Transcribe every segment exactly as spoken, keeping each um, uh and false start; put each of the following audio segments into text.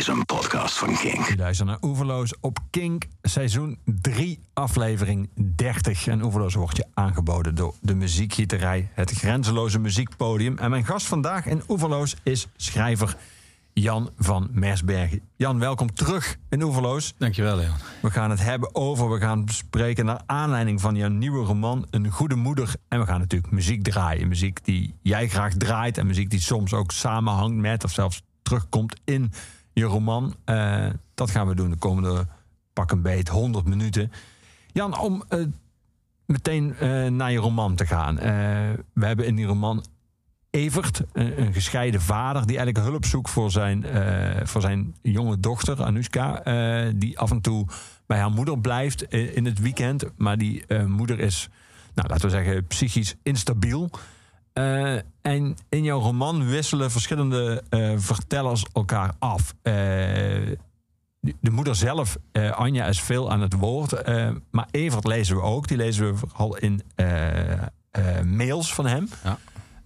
is een podcast van Kink. Je luistert naar Oeverloos op Kink, seizoen drie, aflevering dertig. En Oeverloos wordt je aangeboden door de muziekgieterij, het grenzeloze muziekpodium. En mijn gast vandaag in Oeverloos is schrijver Jan van Mersbergen. Jan, welkom terug in Oeverloos. Dankjewel, Leon. We gaan het hebben over, we gaan bespreken naar aanleiding van jouw nieuwe roman Een Goede Moeder. En we gaan natuurlijk muziek draaien. Muziek die jij graag draait en muziek die soms ook samenhangt met of zelfs terugkomt in je roman. Uh, dat gaan we doen de komende pak een beet honderd minuten. Jan, om uh, meteen uh, naar je roman te gaan. Uh, we hebben in die roman Evert, een, een gescheiden vader die eigenlijk hulp zoekt voor zijn, uh, voor zijn jonge dochter, Anushka. Uh, die af en toe bij haar moeder blijft uh, in het weekend. Maar die uh, moeder is, nou, laten we zeggen, psychisch instabiel. Uh, en in jouw roman wisselen verschillende uh, vertellers elkaar af. Uh, de moeder zelf, uh, Anja, is veel aan het woord. Uh, maar Evert lezen we ook. Die lezen we vooral in uh, uh, mails van hem. Ja.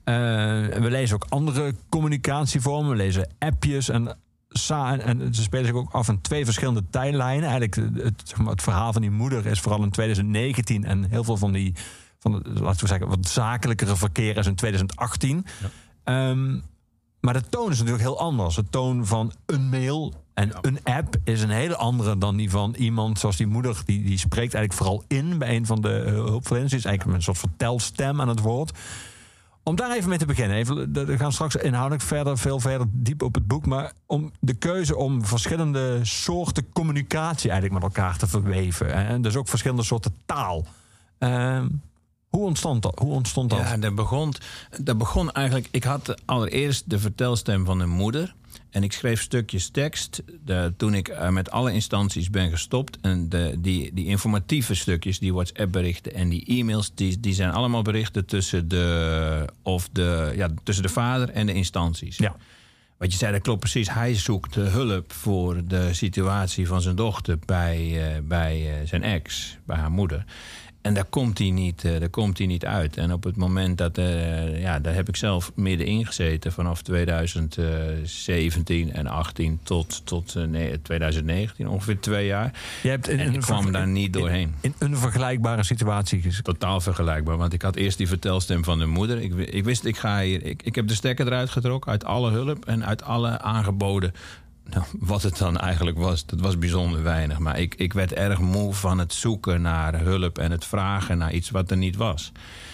Uh, we lezen ook andere communicatievormen. We lezen appjes. En, en, en ze spelen zich ook af in twee verschillende tijdlijnen. Eigenlijk het, zeg maar, het verhaal van die moeder is vooral in twintig negentien. En heel veel van die, van de, laten we zeggen, wat zakelijkere verkeer is in twintig achttien. Ja. Um, maar de toon is natuurlijk heel anders. De toon van een mail en ja. een app is een hele andere dan die van iemand zoals die moeder. Die, die spreekt eigenlijk vooral in bij een van de uh, hulpverleners. Die is eigenlijk een soort vertelstem aan het woord. Om daar even mee te beginnen. Even, we gaan straks inhoudelijk verder, veel verder diep op het boek. Maar om de keuze om verschillende soorten communicatie eigenlijk met elkaar te verweven. En dus ook verschillende soorten taal. Uh, hoe ontstond dat? Hoe ontstond dat? Ja, dat begon, dat begon eigenlijk. Ik had allereerst de vertelstem van een moeder. En ik schreef stukjes tekst de, toen ik uh, met alle instanties ben gestopt. En de, die, die informatieve stukjes, die WhatsApp-berichten en die e-mails... Die, die zijn allemaal berichten tussen de, of de, ja, tussen de vader en de instanties. Ja. Wat je zei, dat klopt precies. Hij zoekt hulp voor de situatie van zijn dochter bij, uh, bij uh, zijn ex, bij haar moeder. En daar komt hij niet, uh, daar komt hij niet uit. En op het moment dat, uh, ja, daar heb ik zelf middenin gezeten vanaf twintig zeventien en achttien tot, tot uh, nee, twintig negentien, ongeveer twee jaar. Je hebt in, en ik kwam daar niet doorheen. In, in een vergelijkbare situatie gezien? Totaal vergelijkbaar, want ik had eerst die vertelstem van de moeder. Ik, ik wist, ik ga hier, ik, ik heb de stekker eruit getrokken uit alle hulp en uit alle aangeboden. Nou, wat het dan eigenlijk was, dat was bijzonder weinig. Maar ik, ik werd erg moe van het zoeken naar hulp en het vragen naar iets wat er niet was.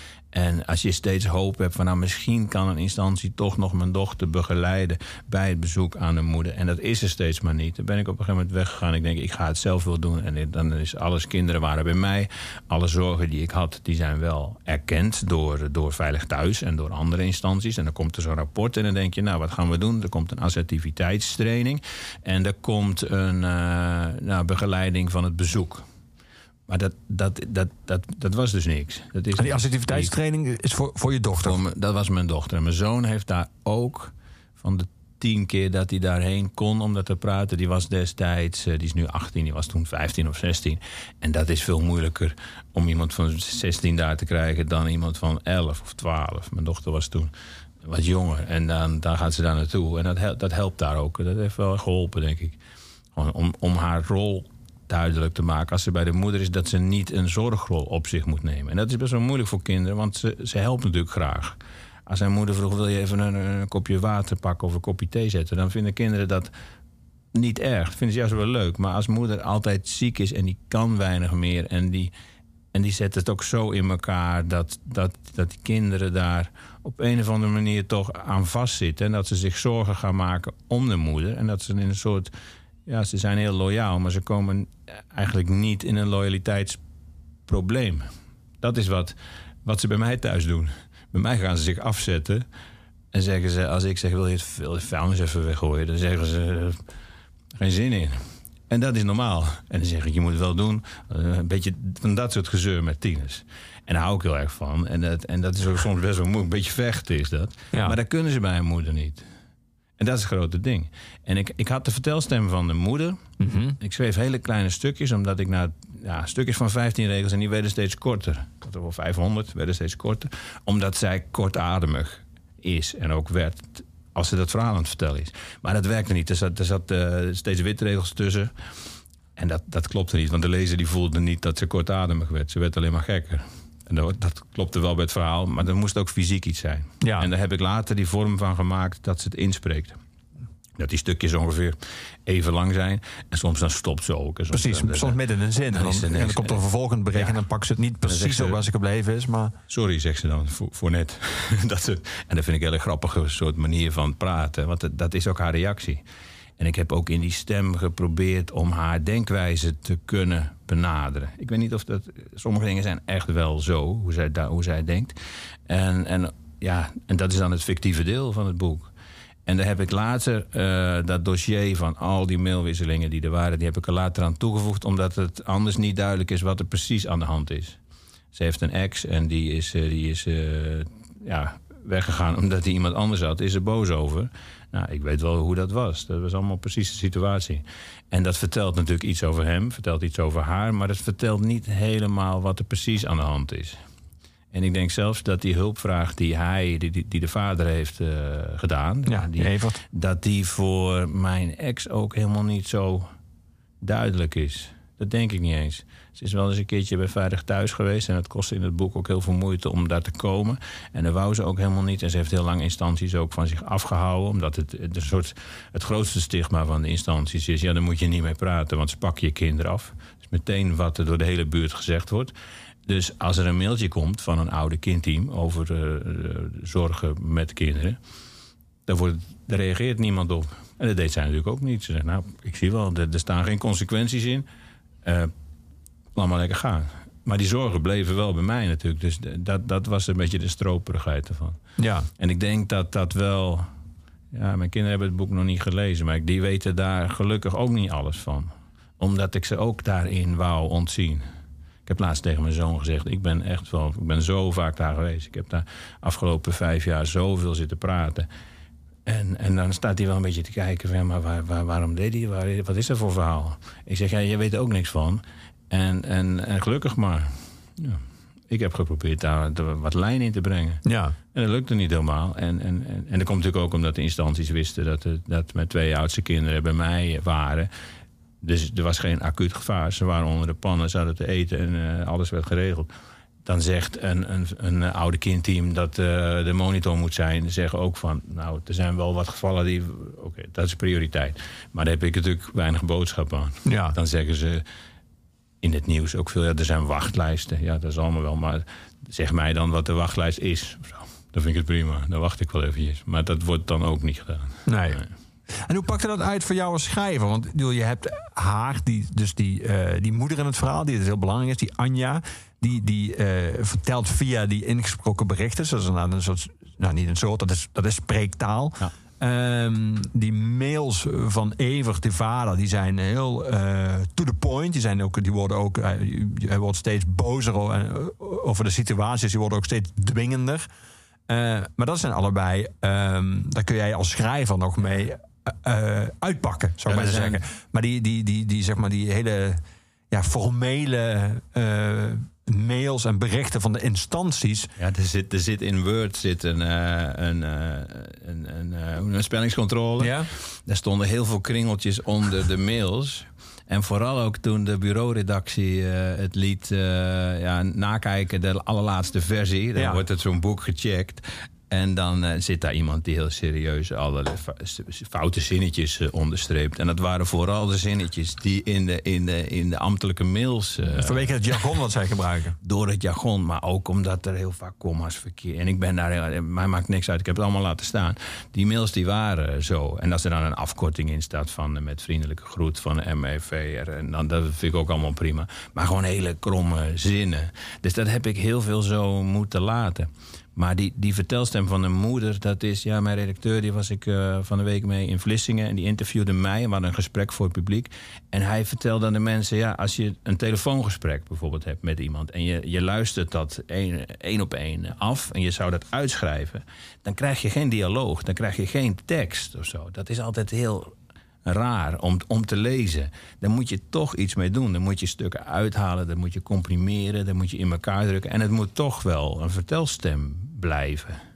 En als je steeds hoop hebt van, nou, misschien kan een instantie toch nog mijn dochter begeleiden bij het bezoek aan de moeder. En dat is er steeds maar niet. Dan ben ik op een gegeven moment weggegaan. Ik denk, ik ga het zelf wel doen. En dan is alles, kinderen waren bij mij. Alle zorgen die ik had, die zijn wel erkend door, door Veilig Thuis en door andere instanties. En dan komt er zo'n rapport en dan denk je, nou, wat gaan we doen? Er komt een assertiviteitstraining. En er komt een uh, nou, begeleiding van het bezoek. Maar dat, dat, dat, dat, dat was dus niks. Dat is en die assertiviteitstraining is voor, voor je dochter? Voor me, dat was mijn dochter. En mijn zoon heeft daar ook van de tien keer dat hij daarheen kon om dat te praten. Die was destijds, die is nu achttien, die was toen vijftien of zestien. En dat is veel moeilijker om iemand van zestien daar te krijgen dan iemand van elf of twaalf. Mijn dochter was toen wat jonger. En dan, dan gaat ze daar naartoe. En dat, dat helpt daar ook. Dat heeft wel geholpen, denk ik. Om, om haar rol duidelijk te maken als ze bij de moeder is, dat ze niet een zorgrol op zich moet nemen. En dat is best wel moeilijk voor kinderen, want ze, ze helpt natuurlijk graag. Als zijn moeder vroeg, wil je even een, een kopje water pakken of een kopje thee zetten, dan vinden kinderen dat niet erg. Dat vinden ze juist wel leuk. Maar als moeder altijd ziek is en die kan weinig meer en die, en die zet het ook zo in elkaar dat, dat, dat die kinderen daar op een of andere manier toch aan vastzitten en dat ze zich zorgen gaan maken om de moeder en dat ze in een soort... Ja, ze zijn heel loyaal, maar ze komen eigenlijk niet in een loyaliteitsprobleem. Dat is wat, wat ze bij mij thuis doen. Bij mij gaan ze zich afzetten en zeggen ze, als ik zeg, wil je het vuilnis even weggooien, dan zeggen ze, geen zin in. En dat is normaal. En dan zeg ik, je moet het wel doen. Een beetje van dat soort gezeur met tieners. En daar hou ik heel erg van. En dat, en dat is ook soms best wel moeilijk. Een beetje vechten is dat. Ja. Maar dat kunnen ze bij een moeder niet. En dat is het grote ding. En ik, ik had de vertelstem van de moeder. Mm-hmm. Ik schreef hele kleine stukjes, omdat ik naar ja, stukjes van vijftien regels en die werden steeds korter. Ik had er wel vijfhonderd, werden steeds korter. Omdat zij kortademig is en ook werd als ze dat verhaal aan het vertellen is. Maar dat werkte niet. Er zat, er zat uh, steeds witregels tussen. En dat, dat klopte niet. Want de lezer die voelde niet dat ze kortademig werd. Ze werd alleen maar gekker. En dat, dat klopte wel bij het verhaal. Maar er moest ook fysiek iets zijn. Ja. En daar heb ik later die vorm van gemaakt dat ze het inspreekt. Dat die stukjes ongeveer even lang zijn. En soms dan stopt ze ook. En soms, precies, dan, soms midden in een zin. En dan, en dan komt er een vervolgend bericht. Ja. En dan pakt ze het niet precies op waar ze gebleven is. Maar... Sorry, zegt ze dan, voor, voor net. dat ze, en dat vind ik een hele grappige soort manier van praten. Want dat, dat is ook haar reactie. En ik heb ook in die stem geprobeerd om haar denkwijze te kunnen benaderen. Ik weet niet of dat... Sommige dingen zijn echt wel zo, hoe zij, hoe zij denkt. En, en, ja, en dat is dan het fictieve deel van het boek. En daar heb ik later uh, dat dossier van al die mailwisselingen die er waren... die heb ik er later aan toegevoegd... omdat het anders niet duidelijk is wat er precies aan de hand is. Ze heeft een ex en die is, uh, die is uh, ja, weggegaan omdat hij iemand anders had. Is er boos over. Nou, ik weet wel hoe dat was. Dat was allemaal precies de situatie. En dat vertelt natuurlijk iets over hem, vertelt iets over haar... maar dat vertelt niet helemaal wat er precies aan de hand is. En ik denk zelfs dat die hulpvraag die hij, die, die de vader heeft uh, gedaan... Ja, die, Evert. dat die voor mijn ex ook helemaal niet zo duidelijk is. Dat denk ik niet eens. Ze is wel eens een keertje bij Veilig Thuis geweest... en het kostte in het boek ook heel veel moeite om daar te komen. En dat wou ze ook helemaal niet. En ze heeft heel lang instanties ook van zich afgehouden... omdat het, het, soort, het grootste stigma van de instanties is... ja, daar moet je niet mee praten, want ze pakken je kinderen af. Dat is meteen wat er door de hele buurt gezegd wordt... Dus als er een mailtje komt van een oude kindteam... over uh, zorgen met kinderen... Dan wordt, daar reageert niemand op. En dat deed zij natuurlijk ook niet. Ze zegt, nou, ik zie wel, er, er staan geen consequenties in. Uh, laat maar lekker gaan. Maar die zorgen bleven wel bij mij natuurlijk. Dus dat, dat was een beetje de stroperigheid ervan. Ja. En ik denk dat dat wel... Ja, mijn kinderen hebben het boek nog niet gelezen... maar die weten daar gelukkig ook niet alles van. Omdat ik ze ook daarin wou ontzien. Ik heb laatst tegen mijn zoon gezegd... ik ben echt wel, ik ben zo vaak daar geweest. Ik heb daar afgelopen vijf jaar zoveel zitten praten. En, en dan staat hij wel een beetje te kijken... van, ja, maar waar, waar, waarom deed hij? Waar, wat is dat voor verhaal? Ik zeg, ja, je weet er ook niks van. En, en, en gelukkig maar. Ja. Ik heb geprobeerd daar wat lijn in te brengen. Ja. En dat lukte niet helemaal. En, en, en, en dat komt natuurlijk ook omdat de instanties wisten... dat, het, dat mijn twee oudste kinderen bij mij waren... Dus er was geen acuut gevaar. Ze waren onder de pannen, ze hadden te eten en uh, alles werd geregeld. Dan zegt een, een, een oude kindteam dat uh, de monitor moet zijn. Ze zeggen ook van, nou, er zijn wel wat gevallen die... Oké, okay, dat is prioriteit. Maar daar heb ik natuurlijk weinig boodschap aan. Ja. Dan zeggen ze in het nieuws ook veel... Ja, er zijn wachtlijsten. Ja, dat is allemaal wel. Maar zeg mij dan wat de wachtlijst is. Zo, dan vind ik het prima. Dan wacht ik wel eventjes. Maar dat wordt dan ook niet gedaan. Nee. nee. En hoe pakte dat uit voor jou als schrijver? Want je hebt haar, die, dus die, uh, die moeder in het verhaal, die het heel belangrijk is, die Anja, die, die uh, vertelt via die ingesproken berichten. Dat is een soort, nou niet een soort, dat is, dat is spreektaal. Ja. Um, die mails van Evert, de vader, die zijn heel uh, to the point. Die, zijn ook, die worden ook, uh, hij wordt steeds bozer over de situaties, die worden ook steeds dwingender. Uh, maar dat zijn allebei, um, daar kun jij als schrijver nog mee uh, uitpakken, zou ik ja, maar zijn... zeggen. Maar die, die, die, die, zeg maar die hele ja, formele uh, mails en berichten van de instanties. Ja, er zit, er zit in Word zit een, uh, een, uh, een, een, uh, een spellingscontrole. Ja. Daar stonden heel veel kringeltjes onder de mails. En vooral ook toen de bureauredactie uh, het liet uh, ja, nakijken, de allerlaatste versie. Dan ja. wordt het zo'n boek gecheckt. En dan uh, zit daar iemand die heel serieus alle foute zinnetjes uh, onderstreept. En dat waren vooral de zinnetjes die in de, in de, in de ambtelijke mails... Uh, Vanwege het jargon wat zij gebruiken. Door het jargon, maar ook omdat er heel vaak commas verkeer. En ik ben daar, mij maakt niks uit, ik heb het allemaal laten staan. Die mails die waren zo. En als er dan een afkorting in staat van uh, met vriendelijke groet van de M E V R. En dan, dat vind ik ook allemaal prima. Maar gewoon hele kromme zinnen. Dus dat heb ik heel veel zo moeten laten. Maar die, die vertelstem van een moeder, dat is... Ja, mijn redacteur, die was ik uh, van de week mee in Vlissingen... en die interviewde mij en we hadden een gesprek voor het publiek. En hij vertelde aan de mensen... ja, als je een telefoongesprek bijvoorbeeld hebt met iemand... en je, je luistert dat één, één op één af en je zou dat uitschrijven... dan krijg je geen dialoog, dan krijg je geen tekst of zo. Dat is altijd heel... raar om, om te lezen. Daar moet je toch iets mee doen. Dan moet je stukken uithalen, dan moet je comprimeren... dan moet je in elkaar drukken. En het moet toch wel een vertelstem blijven.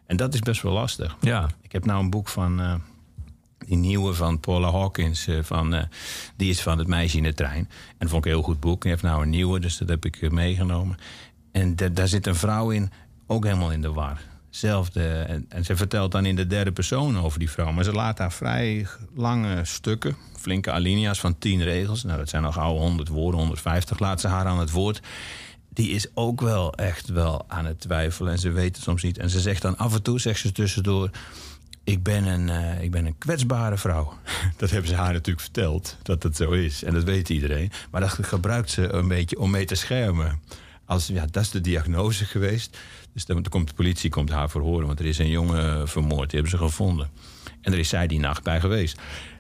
En dat is best wel lastig. Ja. Ik heb nou een boek van... Uh, die nieuwe van Paula Hawkins. Uh, van, uh, die is van Het meisje in de trein. En dat vond ik een heel goed boek. Die heeft nou een nieuwe, dus dat heb ik uh, meegenomen. En d- daar zit een vrouw in, ook helemaal in de war. Zelfde, en, en ze vertelt dan in de derde persoon over die vrouw. Maar ze laat haar vrij lange stukken, flinke alinea's van tien regels. Nou, dat zijn al gauw honderd woorden, honderdvijftig. Laat ze haar aan het woord. Die is ook wel echt wel aan het twijfelen. En ze weet het soms niet. En ze zegt dan af en toe, zegt ze tussendoor... Ik ben, een, uh, ik ben een kwetsbare vrouw. Dat hebben ze haar natuurlijk verteld, dat dat zo is. En dat weet iedereen. Maar dat gebruikt ze een beetje om mee te schermen. Als, ja, dat is de diagnose geweest. Dus dan komt de politie komt haar verhoren. Want er is een jongen vermoord, die hebben ze gevonden. En er is zij die nacht bij geweest.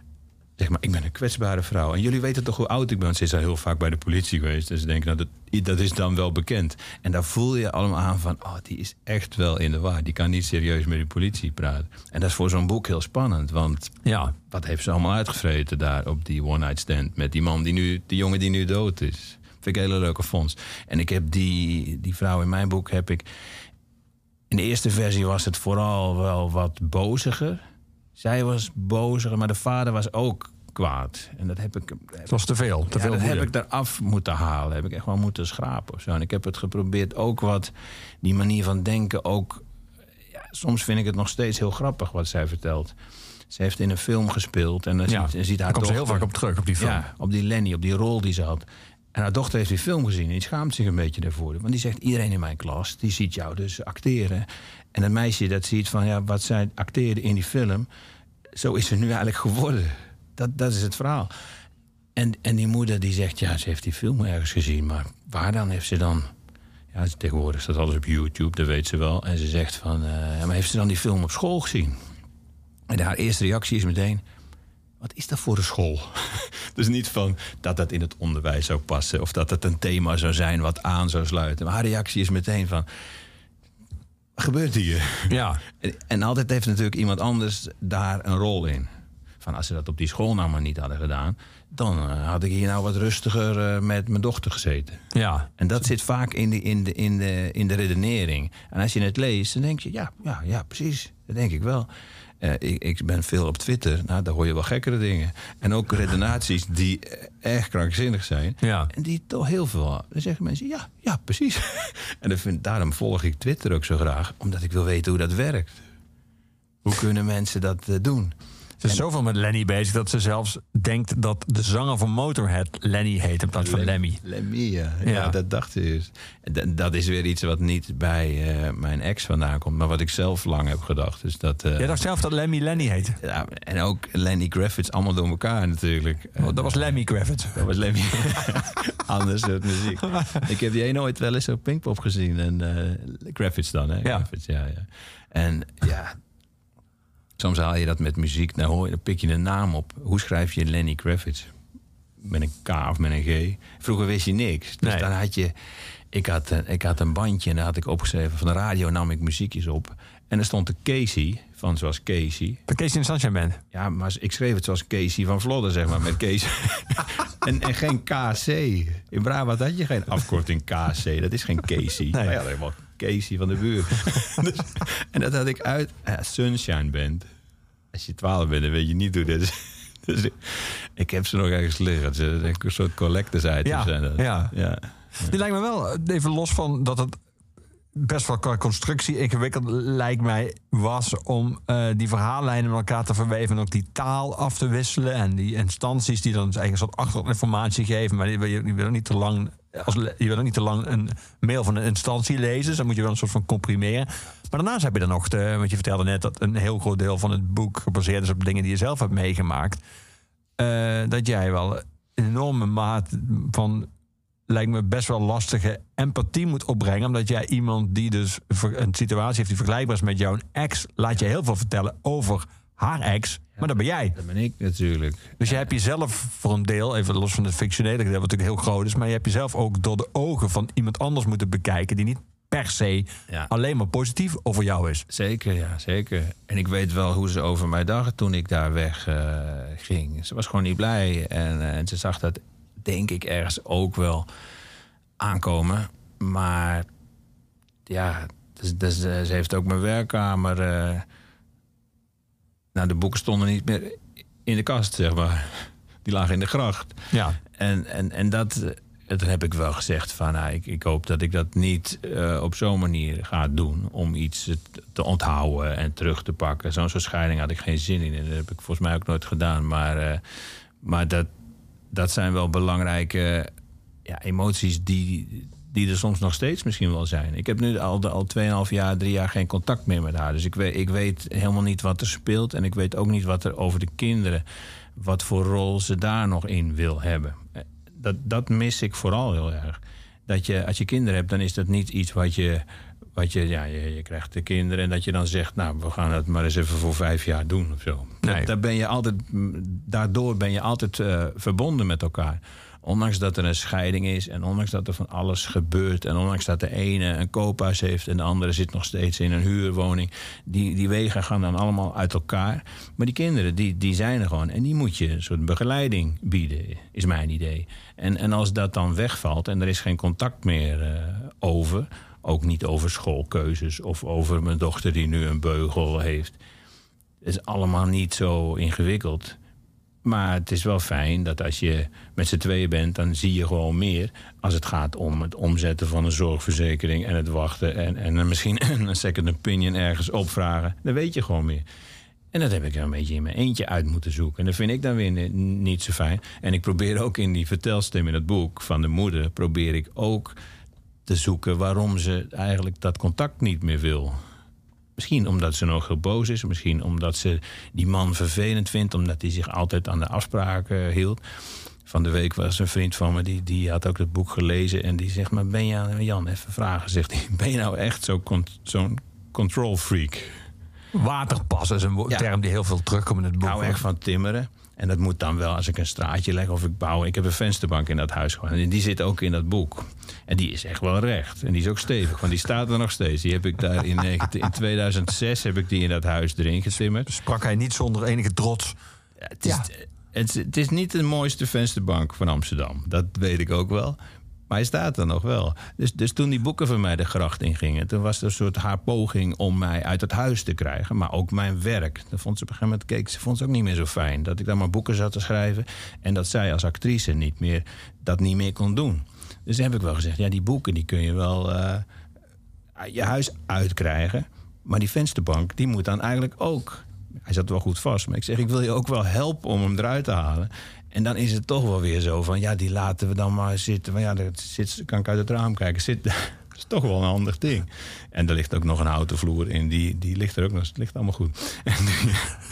Zeg maar, ik ben een kwetsbare vrouw. En jullie weten toch hoe oud ik ben? Want ze is al heel vaak bij de politie geweest. Dus ze denken, nou, dat, dat is dan wel bekend. En daar voel je allemaal aan van... oh, die is echt wel in de war. Die kan niet serieus met de politie praten. En dat is voor zo'n boek heel spannend. Want ja, wat heeft ze allemaal uitgevreten daar op die one-night stand... met die man, die nu, die jongen die nu dood is. Vind ik een hele leuke fonds. En ik heb die, die vrouw in mijn boek heb ik... in de eerste versie was het vooral wel wat boziger... Zij was boziger, maar de vader was ook kwaad. En dat heb ik... Het was te veel, te ja, veel dat moeder. heb ik eraf moeten halen. Heb ik echt wel moeten schrapen of zo. En ik heb het geprobeerd ook wat... die manier van denken ook... Ja, soms vind ik het nog steeds heel grappig wat zij vertelt. Ze heeft in een film gespeeld. En dan ja, ziet, en ziet haar daar komt dochter, ze heel vaak op terug, op die film. Ja, op die Lenny, op die rol die ze had. En haar dochter heeft die film gezien en die schaamt zich een beetje daarvoor. Want die zegt, iedereen in mijn klas, die ziet jou dus acteren. En dat meisje dat ziet van, ja, wat zij acteerde in die film... zo is ze nu eigenlijk geworden. Dat, dat is het verhaal. En, en die moeder die zegt, ja, ze heeft die film ergens gezien... maar waar dan heeft ze dan... Ja, tegenwoordig staat alles op YouTube, dat weet ze wel. En ze zegt van, uh, ja, maar heeft ze dan die film op school gezien? En haar eerste reactie is meteen... wat is dat voor een school? Dus niet van dat dat in het onderwijs zou passen... of dat het een thema zou zijn wat aan zou sluiten. Maar haar reactie is meteen van... wat gebeurt hier? Ja. En, en altijd heeft natuurlijk iemand anders daar een rol in. Van als ze dat op die school nou maar niet hadden gedaan... dan uh, had ik hier nou wat rustiger uh, met mijn dochter gezeten. Ja. En dat zit vaak in de, in, de, in, de, in de redenering. En als je het leest, dan denk je... ja, ja, ja precies, dat denk ik wel. Uh, ik, ik ben veel op Twitter, nou, daar hoor je wel gekkere dingen. En ook redenaties die erg krankzinnig zijn. Ja. En die toch heel veel... Dan zeggen mensen, ja, ja, precies. En dat vind, daarom volg ik Twitter ook zo graag. Omdat ik wil weten hoe dat werkt. Hoe kunnen mensen dat uh, doen? Ze is zoveel met Lenny bezig dat ze zelfs denkt dat de zanger van Motorhead Lenny heet in plaats van Lem, Lemmy. Lemmy, ja. ja. Ja. Dat dacht ze dus. Dat, dat is weer iets wat niet bij uh, mijn ex vandaan komt, maar wat ik zelf lang heb gedacht. Dus dat, uh, Jij dacht zelf dat Lemmy Lenny heette? Ja, en ook Lenny Kravitz, allemaal door elkaar natuurlijk. Oh, dat was Lemmy Kravitz. Dat was Lemmy. Anders soort muziek. Ik heb die ene ooit wel eens op Pinkpop gezien. En uh, Kravitz dan, hè? Ja. Kravitz, ja, ja. En ja... Soms haal je dat met muziek, dan, hoor je, dan pik je een naam op. Hoe schrijf je Lenny Kravitz? Met een K of met een G? Vroeger wist je niks. Dus nee. dan had je... Ik had, ik had een bandje en daar had ik opgeschreven... van de radio nam ik muziekjes op. En er stond de Casey, van zoals Casey. De Casey in Sunshine Band. Ja, maar ik schreef het zoals Casey van Vlodder, zeg maar, met Casey. en, en geen K C. In Brabant had je geen afkorting K C. Dat is geen Casey. Nee. Maar ja, helemaal Casey van de buurt. dus, en dat had ik uit... Ja, Sunshine Band. Als je twaalf bent, dan weet je niet hoe dit is. Dus ik, ik heb ze nog ergens liggen. Het is een soort collectors items. Ja, zijn dat. ja. ja. Die lijkt me wel, even los van dat het best wel qua constructie ingewikkeld lijkt mij was om uh, die verhaallijnen met elkaar te verweven en ook die taal af te wisselen en die instanties die dan eigenlijk een soort achtergrondinformatie geven, maar die wil je, die wil niet te lang, als, je wil ook niet te lang een mail van een instantie lezen, dus dan moet je wel een soort van comprimeren. Maar daarnaast heb je dan nog, de, want je vertelde net dat een heel groot deel van het boek gebaseerd is op dingen die je zelf hebt meegemaakt, uh, dat jij wel een enorme maat van, lijkt me best wel lastige empathie moet opbrengen. Omdat jij iemand die dus een situatie heeft die vergelijkbaar is met jouw ex, laat je heel veel vertellen over haar ex. Maar dat ben jij. Dat ben ik natuurlijk. Dus je hebt jezelf voor een deel, even los van het fictionele deel, wat natuurlijk heel groot is, maar je hebt jezelf ook door de ogen van iemand anders moeten bekijken die niet per se ja. alleen maar positief over jou is. Zeker, ja, zeker. En ik weet wel hoe ze over mij dacht toen ik daar weg uh, ging. Ze was gewoon niet blij. En, uh, en ze zag dat, denk ik, ergens ook wel aankomen. Maar ja, dus, dus, ze heeft ook mijn werkkamer... Uh, nou, de boeken stonden niet meer in de kast, zeg maar. Die lagen in de gracht. Ja. En, en, en dat... Toen heb ik wel gezegd van, nou, ik, ik hoop dat ik dat niet uh, op zo'n manier ga doen... om iets te onthouden en terug te pakken. Zo'n soort scheiding had ik geen zin in. En dat heb ik volgens mij ook nooit gedaan. Maar, uh, maar dat, dat zijn wel belangrijke ja, emoties die, die er soms nog steeds misschien wel zijn. Ik heb nu al, al tweeënhalf jaar, drie jaar geen contact meer met haar. Dus ik weet, ik weet helemaal niet wat er speelt. En ik weet ook niet wat er over de kinderen... wat voor rol ze daar nog in wil hebben. Dat, dat mis ik vooral heel erg. Dat je, als je kinderen hebt, dan is dat niet iets wat je... Wat je, ja, je, je krijgt de kinderen en dat je dan zegt... nou, we gaan het maar eens even voor vijf jaar doen of zo. Nee. Dat, daar ben je altijd, daardoor ben je altijd uh, verbonden met elkaar. Ondanks dat er een scheiding is en ondanks dat er van alles gebeurt... en ondanks dat de ene een koophuis heeft en de andere zit nog steeds in een huurwoning... die, die wegen gaan dan allemaal uit elkaar. Maar die kinderen, die, die zijn er gewoon. En die moet je een soort begeleiding bieden, is mijn idee. En, en als dat dan wegvalt en er is geen contact meer uh, over... ook niet over schoolkeuzes of over mijn dochter die nu een beugel heeft... het is allemaal niet zo ingewikkeld... Maar het is wel fijn dat als je met z'n tweeën bent... dan zie je gewoon meer als het gaat om het omzetten van een zorgverzekering... en het wachten en, en misschien een second opinion ergens opvragen. Dan weet je gewoon meer. En dat heb ik er een beetje in mijn eentje uit moeten zoeken. En dat vind ik dan weer niet zo fijn. En ik probeer ook in die vertelstem in het boek van de moeder... probeer ik ook te zoeken waarom ze eigenlijk dat contact niet meer wil... Misschien omdat ze nog heel boos is. Misschien omdat ze die man vervelend vindt. Omdat hij zich altijd aan de afspraken hield. Van de week was een vriend van me. Die, die had ook het boek gelezen. En die zegt, maar ben je... Jan, even vragen. Zegt hij, ben je nou echt zo con, zo'n control freak? Waterpas is een ja. term die heel veel terugkomt in het boek. Ik hou echt van timmeren. En dat moet dan wel als ik een straatje leg of ik bouw. Ik heb een vensterbank in dat huis gewoon. En die zit ook in dat boek. En die is echt wel recht. En die is ook stevig, want die staat er nog steeds. Die heb ik daar in, in tweeduizend zes heb ik die in dat huis erin getimmerd. Sprak hij niet zonder enige trots? Ja, het, is, ja. het, het is niet de mooiste vensterbank van Amsterdam. Dat weet ik ook wel. Maar hij staat er nog wel. Dus, dus toen die boeken van mij de gracht in gingen... toen was er een soort haar poging om mij uit het huis te krijgen. Maar ook mijn werk. Dat vond ze op een gegeven moment keek, ze vond ze ook niet meer zo fijn. Dat ik dan maar boeken zat te schrijven. En dat zij als actrice niet meer, dat niet meer kon doen. Dus dan heb ik wel gezegd... ja, die boeken die kun je wel uh, je huis uitkrijgen. Maar die vensterbank, die moet dan eigenlijk ook... Hij zat wel goed vast. Maar ik zeg, ik wil je ook wel helpen om hem eruit te halen... En dan is het toch wel weer zo van... ja, die laten we dan maar zitten. Maar ja, dat zit, kan ik uit het raam kijken. Zit, dat is toch wel een handig ding. En er ligt ook nog een houten vloer in. Die, die ligt er ook nog. Het ligt allemaal goed. En die,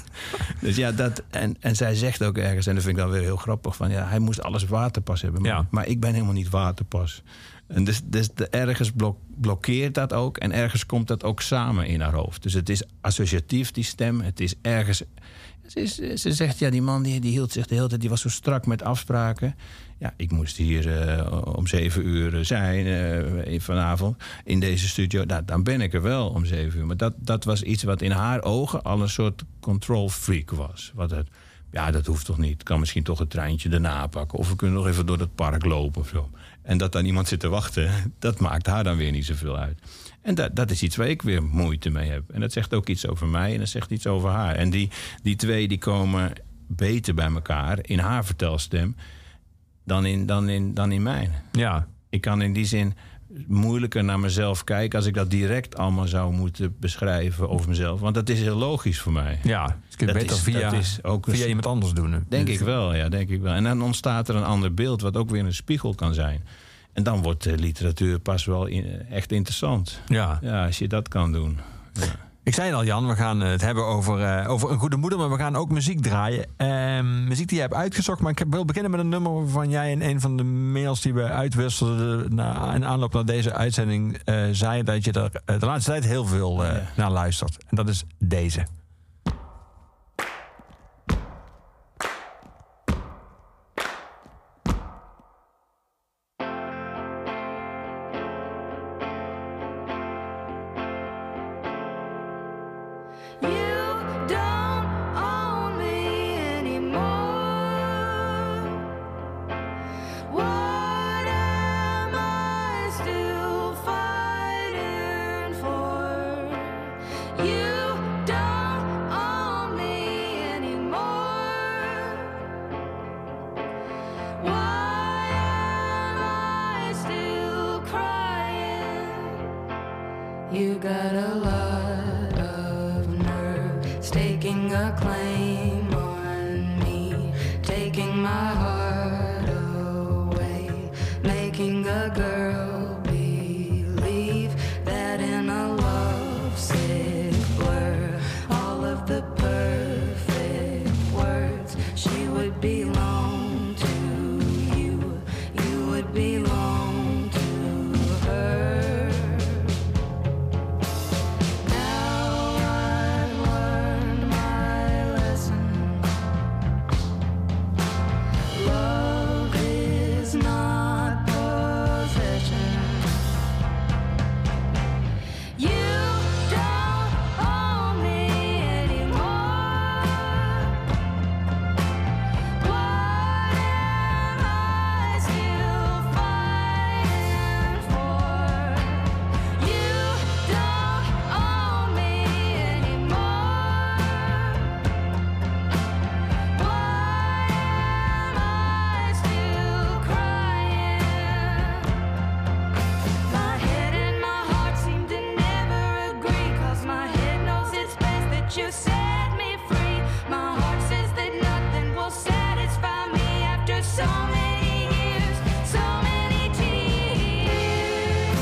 dus ja, dat... En, en zij zegt ook ergens... en dat vind ik dan weer heel grappig... van ja, hij moest alles waterpas hebben. Maar, ja. maar ik ben helemaal niet waterpas. En dus, dus de, ergens blok, blokkeert dat ook... en ergens komt dat ook samen in haar hoofd. Dus het is associatief, die stem. Het is ergens... Ze, is, ze zegt, ja, die man die, die hield zich de hele tijd... die was zo strak met afspraken. Ja, ik moest hier uh, om zeven uur zijn uh, vanavond in deze studio. Nou, dan ben ik er wel om zeven uur. Maar dat, dat was iets wat in haar ogen al een soort control freak was. Wat het, ja, dat hoeft toch niet. Ik kan misschien toch het treintje erna pakken. Of we kunnen nog even door het park lopen of zo. En dat dan iemand zit te wachten, dat maakt haar dan weer niet zoveel uit. En dat, dat is iets waar ik weer moeite mee heb. En dat zegt ook iets over mij en dat zegt iets over haar. En die, die twee die komen beter bij elkaar in haar vertelstem dan in, dan in, dan in mijn. Ja. Ik kan in die zin moeilijker naar mezelf kijken als ik dat direct allemaal zou moeten beschrijven over mezelf. Want dat is heel logisch voor mij. Ja, dus je kunt het beter is, via, is ook via iemand anders doen. Hè? Denk ik wel, ja, denk ik wel. En dan ontstaat er een ander beeld wat ook weer een spiegel kan zijn. En dan wordt de literatuur pas wel in, echt interessant. Ja. Ja, als je dat kan doen. Ja. Ik zei het al, Jan, we gaan het hebben over, uh, over een goede moeder, maar we gaan ook muziek draaien. Uh, muziek die jij hebt uitgezocht, maar ik wil beginnen met een nummer waarvan jij in een van de mails die we uitwisselden na, in aanloop naar deze uitzending uh, zei dat je er uh, de laatste tijd heel veel uh, ja. naar luistert. En dat is deze. For got a lot of nerve, staking a claim on me, taking my heart away, making a girl believe that in a lovesick blur, all of the perfect words, she would belong to you, you would belong to her. Now I've learned my lesson. Love is not possession. You don't own me anymore. What am I still fighting for? You don't own me anymore. Why am I still crying? My head and my heart seem to never agree, 'cause my head knows it's best that you set me free. My heart says that nothing will satisfy me after so many years, so many tears.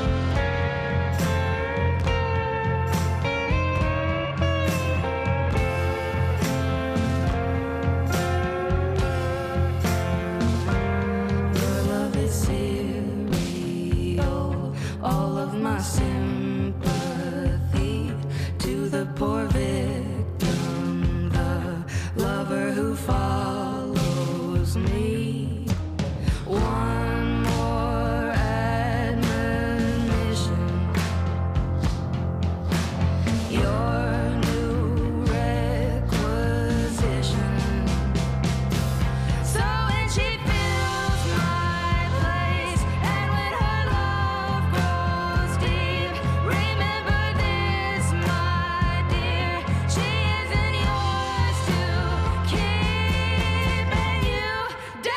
Your love is serial, all of my sympathy to the poor victim, the lover who follows me. One more admonition, your new requisition. So when she fills my place, and when her love grows deep, remember this, my dear, she isn't yours to keep, and you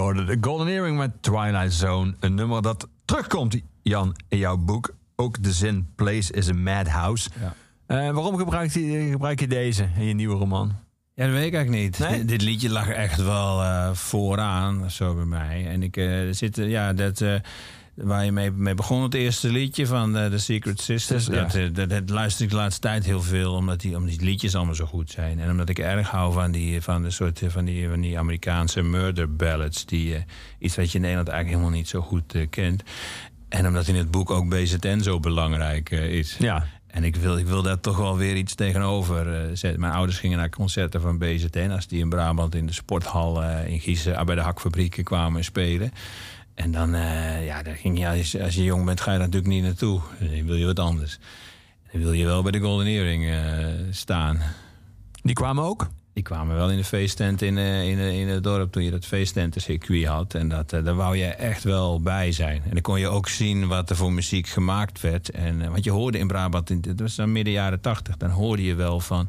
hoorde de Golden Earring met Twilight Zone. Een nummer dat terugkomt, Jan, in jouw boek. Ook de zin Place is a Madhouse. Ja. Uh, waarom gebruik je, gebruik je deze in je nieuwe roman? Ja, dat weet ik eigenlijk niet. Nee? Dit liedje lag echt wel uh, vooraan, zo bij mij. En ik uh, zit, ja, dat... Uh, waar je mee, mee begon, het eerste liedje van uh, The Secret Sisters. Ja. Dat, uh, dat, dat luister ik de laatste tijd heel veel, omdat die, omdat die liedjes allemaal zo goed zijn. En omdat ik erg hou van die, van de soort, van die, van die Amerikaanse murder ballads. Die, uh, iets wat je in Nederland eigenlijk helemaal niet zo goed uh, kent. En omdat in het boek ook B Z N zo belangrijk uh, is. Ja. En ik wil, ik wil daar toch wel weer iets tegenover uh, zetten. Mijn ouders gingen naar concerten van B Z N. Als die in Brabant in de sporthal uh, in Giezen bij de hakfabrieken kwamen spelen. En dan, uh, ja, daar ging je, als, als je jong bent, ga je daar natuurlijk niet naartoe. Dan wil je wat anders. Dan wil je wel bij de Golden Earring uh, staan. Die kwamen ook? Die kwamen wel in de feesttent in, uh, in, uh, in het dorp toen je dat feesttentencircuit had. En dat, uh, daar wou je echt wel bij zijn. En dan kon je ook zien wat er voor muziek gemaakt werd. En, uh, want je hoorde in Brabant, in, dat was dan midden jaren tachtig, dan hoorde je wel van...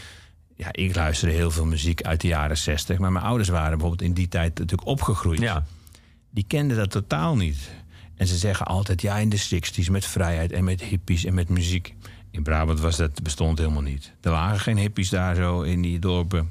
Ja, ik luisterde heel veel muziek uit de jaren zestig. Maar mijn ouders waren bijvoorbeeld in die tijd natuurlijk opgegroeid. Ja. Die kenden dat totaal niet. En ze zeggen altijd, ja, in de zestig's met vrijheid en met hippies en met muziek. In Brabant was dat, bestond helemaal niet. Er lagen geen hippies daar zo in die dorpen.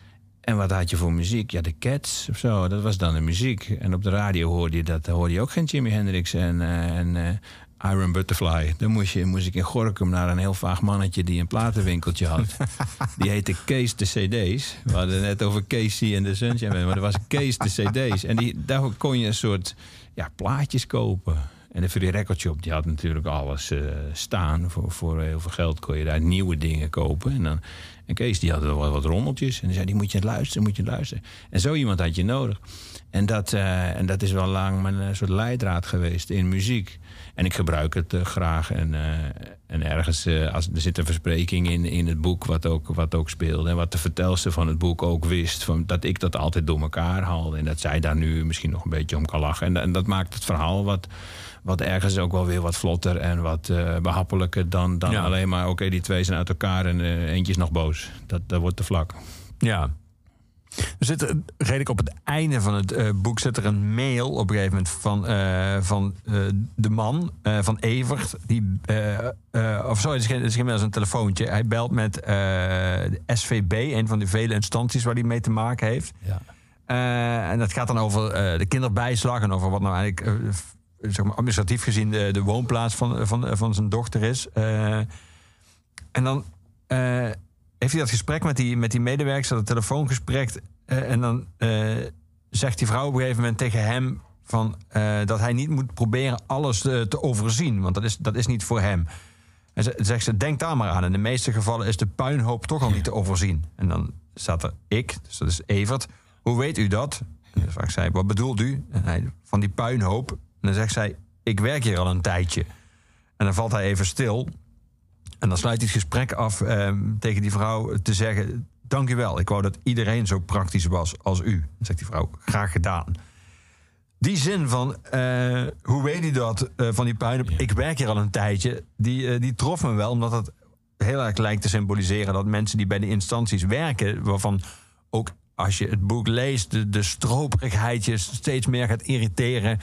En wat had je voor muziek? Ja, de Cats of zo, dat was dan de muziek. En op de radio hoorde je dat, hoorde je ook geen Jimi Hendrix en, uh, en uh, Iron Butterfly. Dan moest, je, moest ik in Gorinchem naar een heel vaag mannetje die een platenwinkeltje had. Die heette Kees de C D's. We hadden het net over Casey en de Sunshine, maar dat was Kees de C D's. En die, daar kon je een soort ja, plaatjes kopen. En de Free Record Shop, die had natuurlijk alles uh, staan. Voor, voor heel veel geld kon je daar nieuwe dingen kopen. En, dan, en Kees die had wel wat rommeltjes. En die zei, die moet je luisteren, moet je luisteren. En zo iemand had je nodig. En dat, uh, en dat is wel lang mijn uh, soort leidraad geweest in muziek. En ik gebruik het uh, graag. En, uh, en ergens, uh, als, er zit een verspreking in, in het boek wat ook, wat ook speelde. En wat de vertelster van het boek ook wist. Van, dat ik dat altijd door elkaar haalde. En dat zij daar nu misschien nog een beetje om kan lachen. En, en dat maakt het verhaal wat... Wat ergens ook wel weer wat vlotter en wat uh, behappelijker dan, dan ja. alleen maar... oké, okay, die twee zijn uit elkaar en uh, eentje is nog boos. Dat, dat wordt te vlak. Ja. Er zit, redelijk op het einde van het uh, boek zit er een mail op een gegeven moment van, uh, van uh, de man, uh, van Evert. Die, uh, uh, of sorry, het is geen, het is geen mail, het is een telefoontje. Hij belt met uh, de S V B, een van de vele instanties waar hij mee te maken heeft. Ja. Uh, en dat gaat dan over uh, de kinderbijslag en over wat nou eigenlijk... Uh, zeg maar administratief gezien de, de woonplaats van, van, van zijn dochter is. Uh, en dan uh, heeft hij dat gesprek met die, met die medewerker, dat telefoongesprek. Uh, en dan uh, zegt die vrouw op een gegeven moment tegen hem van, uh, dat hij niet moet proberen alles te, te overzien. Want dat is, dat is niet voor hem. En ze, zegt ze, denk daar maar aan. In de meeste gevallen is de puinhoop toch al niet te overzien. En dan staat er ik, dus dat is Evert. Hoe weet u dat? En dan vraagt zij, wat bedoelt u? En hij, van die puinhoop. En dan zegt zij, ik werk hier al een tijdje. En dan valt hij even stil. En dan sluit hij het gesprek af eh, tegen die vrouw te zeggen... dank u wel, ik wou dat iedereen zo praktisch was als u. Dan zegt die vrouw, graag gedaan. Die zin van, uh, hoe weet u dat, uh, van die puinhoop... Ja. Ik werk hier al een tijdje, die, uh, die trof me wel... omdat het heel erg lijkt te symboliseren... dat mensen die bij de instanties werken... waarvan ook als je het boek leest... de, de stroperigheid je steeds meer gaat irriteren...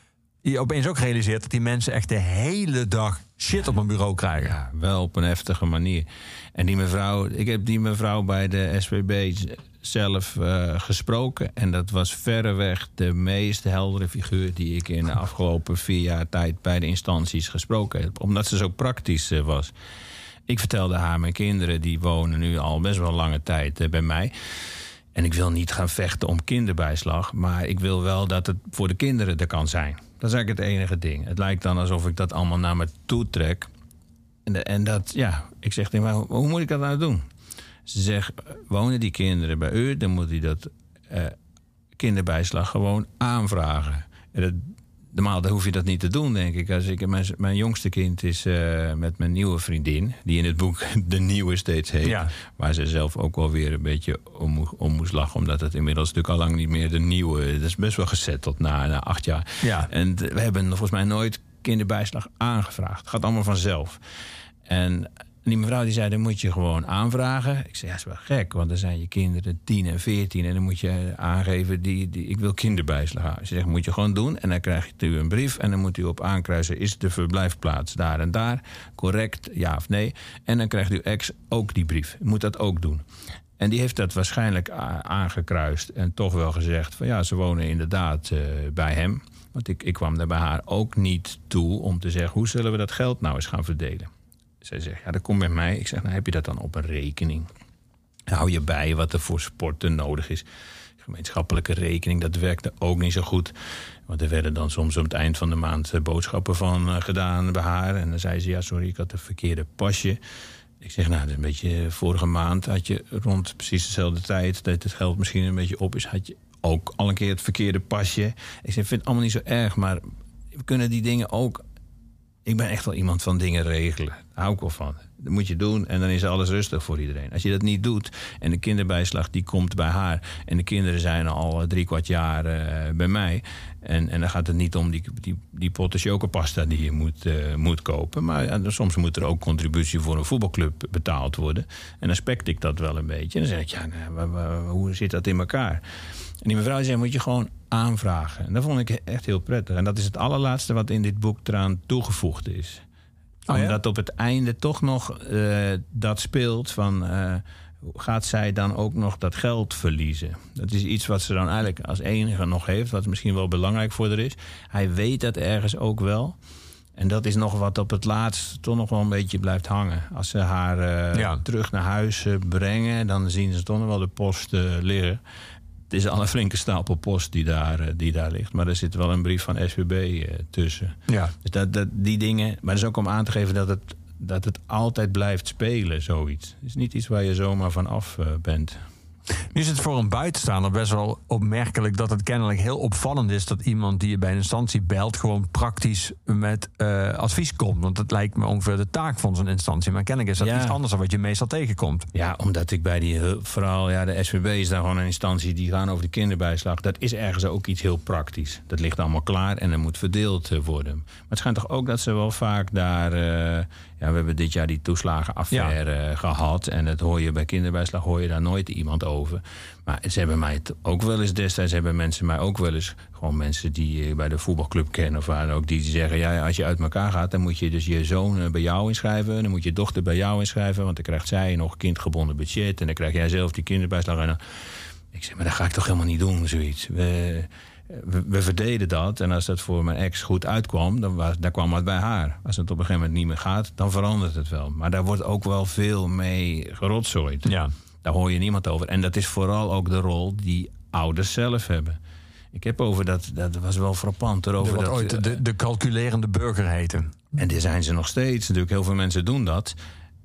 je opeens ook realiseert dat die mensen echt de hele dag shit op een bureau krijgen. Ja, wel op een heftige manier. En die mevrouw, ik heb die mevrouw bij de S V B zelf uh, gesproken. En dat was verreweg de meest heldere figuur die ik in de afgelopen vier jaar tijd bij de instanties gesproken heb. Omdat ze zo praktisch uh, was. Ik vertelde haar, mijn kinderen die wonen nu al best wel lange tijd uh, bij mij. En ik wil niet gaan vechten om kinderbijslag. Maar ik wil wel dat het voor de kinderen er kan zijn. Dat is eigenlijk het enige ding. Het lijkt dan alsof ik dat allemaal naar me toe trek. En, de, en dat, ja, ik zeg tegen haar, hoe moet ik dat nou doen? Ze zegt, wonen die kinderen bij u? Dan moet hij dat uh, kinderbijslag gewoon aanvragen. En dat, normaal dan hoef je dat niet te doen, denk ik. Als ik mijn, mijn jongste kind is uh, met mijn nieuwe vriendin... die in het boek De Nieuwe steeds heet... Ja. Waar ze zelf ook wel weer een beetje om, om moest lachen... omdat het inmiddels natuurlijk al lang niet meer de nieuwe... dat is best wel gezetteld na, na acht jaar. Ja. En we hebben volgens mij nooit kinderbijslag aangevraagd. Het gaat allemaal vanzelf. En En die mevrouw die zei, dan moet je gewoon aanvragen. Ik zei, ja, dat is wel gek, want dan zijn je kinderen tien en veertien... en dan moet je aangeven, die, die, ik wil kinderbijslag. Ze zegt, moet je gewoon doen. En dan krijgt u een brief en dan moet u op aankruisen... is de verblijfplaats daar en daar correct, ja of nee? En dan krijgt uw ex ook die brief. U moet dat ook doen. En die heeft dat waarschijnlijk aangekruist en toch wel gezegd... van ja, ze wonen inderdaad uh, bij hem. Want ik, ik kwam er bij haar ook niet toe om te zeggen... hoe zullen we dat geld nou eens gaan verdelen? Zij zegt, ja, dat komt met mij. Ik zeg, nou, heb je dat dan op een rekening? Hou je bij wat er voor sporten nodig is? Gemeenschappelijke rekening, dat werkte ook niet zo goed. Want er werden dan soms op het eind van de maand boodschappen van uh, gedaan bij haar. En dan zei ze, ja, sorry, ik had een verkeerde pasje. Ik zeg, nou, dat is een beetje... vorige maand had je rond precies dezelfde tijd... dat het geld misschien een beetje op is... had je ook al een keer het verkeerde pasje. Ik zeg, ik vind het allemaal niet zo erg, maar... we kunnen die dingen ook... Ik ben echt wel iemand van dingen regelen. Daar hou ik wel van. Dat moet je doen en dan is alles rustig voor iedereen. Als je dat niet doet en de kinderbijslag die komt bij haar... en de kinderen zijn al drie kwart jaar uh, bij mij... En, en dan gaat het niet om die, die, die potten chocopasta die je moet, uh, moet kopen. Maar ja, soms moet er ook contributie voor een voetbalclub betaald worden. En dan spekt ik dat wel een beetje. En dan zeg ik, ja, nou, waar, waar, hoe zit dat in elkaar? En die mevrouw zei, moet je gewoon aanvragen. En dat vond ik echt heel prettig. En dat is het allerlaatste wat in dit boek eraan toegevoegd is. Oh, ja? Omdat op het einde toch nog uh, dat speelt van... Uh, gaat zij dan ook nog dat geld verliezen? Dat is iets wat ze dan eigenlijk als enige nog heeft... wat misschien wel belangrijk voor haar is. Hij weet dat ergens ook wel. En dat is nog wat op het laatst toch nog wel een beetje blijft hangen. Als ze haar uh, ja. terug naar huis uh, brengen... dan zien ze toch nog wel de post uh, liggen. Het is al een flinke stapel post die daar, uh, die daar ligt. Maar er zit wel een brief van S V B uh, tussen. Ja. Dus dat, dat, die dingen... Maar dat is ook om aan te geven dat het... dat het altijd blijft spelen, zoiets. Het is niet iets waar je zomaar van af uh, bent. Nu is het voor een buitenstaander best wel opmerkelijk... dat het kennelijk heel opvallend is... dat iemand die je bij een instantie belt... gewoon praktisch met uh, advies komt. Want dat lijkt me ongeveer de taak van zo'n instantie. Maar kennelijk is dat ja. iets anders dan wat je meestal tegenkomt. Ja, omdat ik bij die vooral... ja, de S V B is daar gewoon een instantie... die gaan over de kinderbijslag. Dat is ergens ook iets heel praktisch. Dat ligt allemaal klaar en er moet verdeeld worden. Maar het schijnt toch ook dat ze wel vaak daar... Uh, ja, we hebben dit jaar die toeslagenaffaire ja. gehad. En dat hoor je bij kinderbijslag... hoor je daar nooit iemand over. Maar ze hebben mij het ook wel eens destijds... hebben mensen mij ook wel eens... gewoon mensen die je bij de voetbalclub kennen of waar ook... die zeggen, ja, als je uit elkaar gaat... dan moet je dus je zoon bij jou inschrijven... dan moet je dochter bij jou inschrijven... want dan krijgt zij nog kindgebonden budget... en dan krijg jij zelf die kinderbijslag. En dan... Ik zeg, maar dat ga ik toch helemaal niet doen, zoiets. We... We, we verdeden dat. En als dat voor mijn ex goed uitkwam, dan, was, dan kwam het bij haar. Als het op een gegeven moment niet meer gaat, dan verandert het wel. Maar daar wordt ook wel veel mee gerotzooid. Ja. Daar hoor je niemand over. En dat is vooral ook de rol die ouders zelf hebben. Ik heb over dat, dat was wel frappant. Erover wat dat, ooit de, de calculerende burger heette. En die zijn ze nog steeds. Natuurlijk, heel veel mensen doen dat.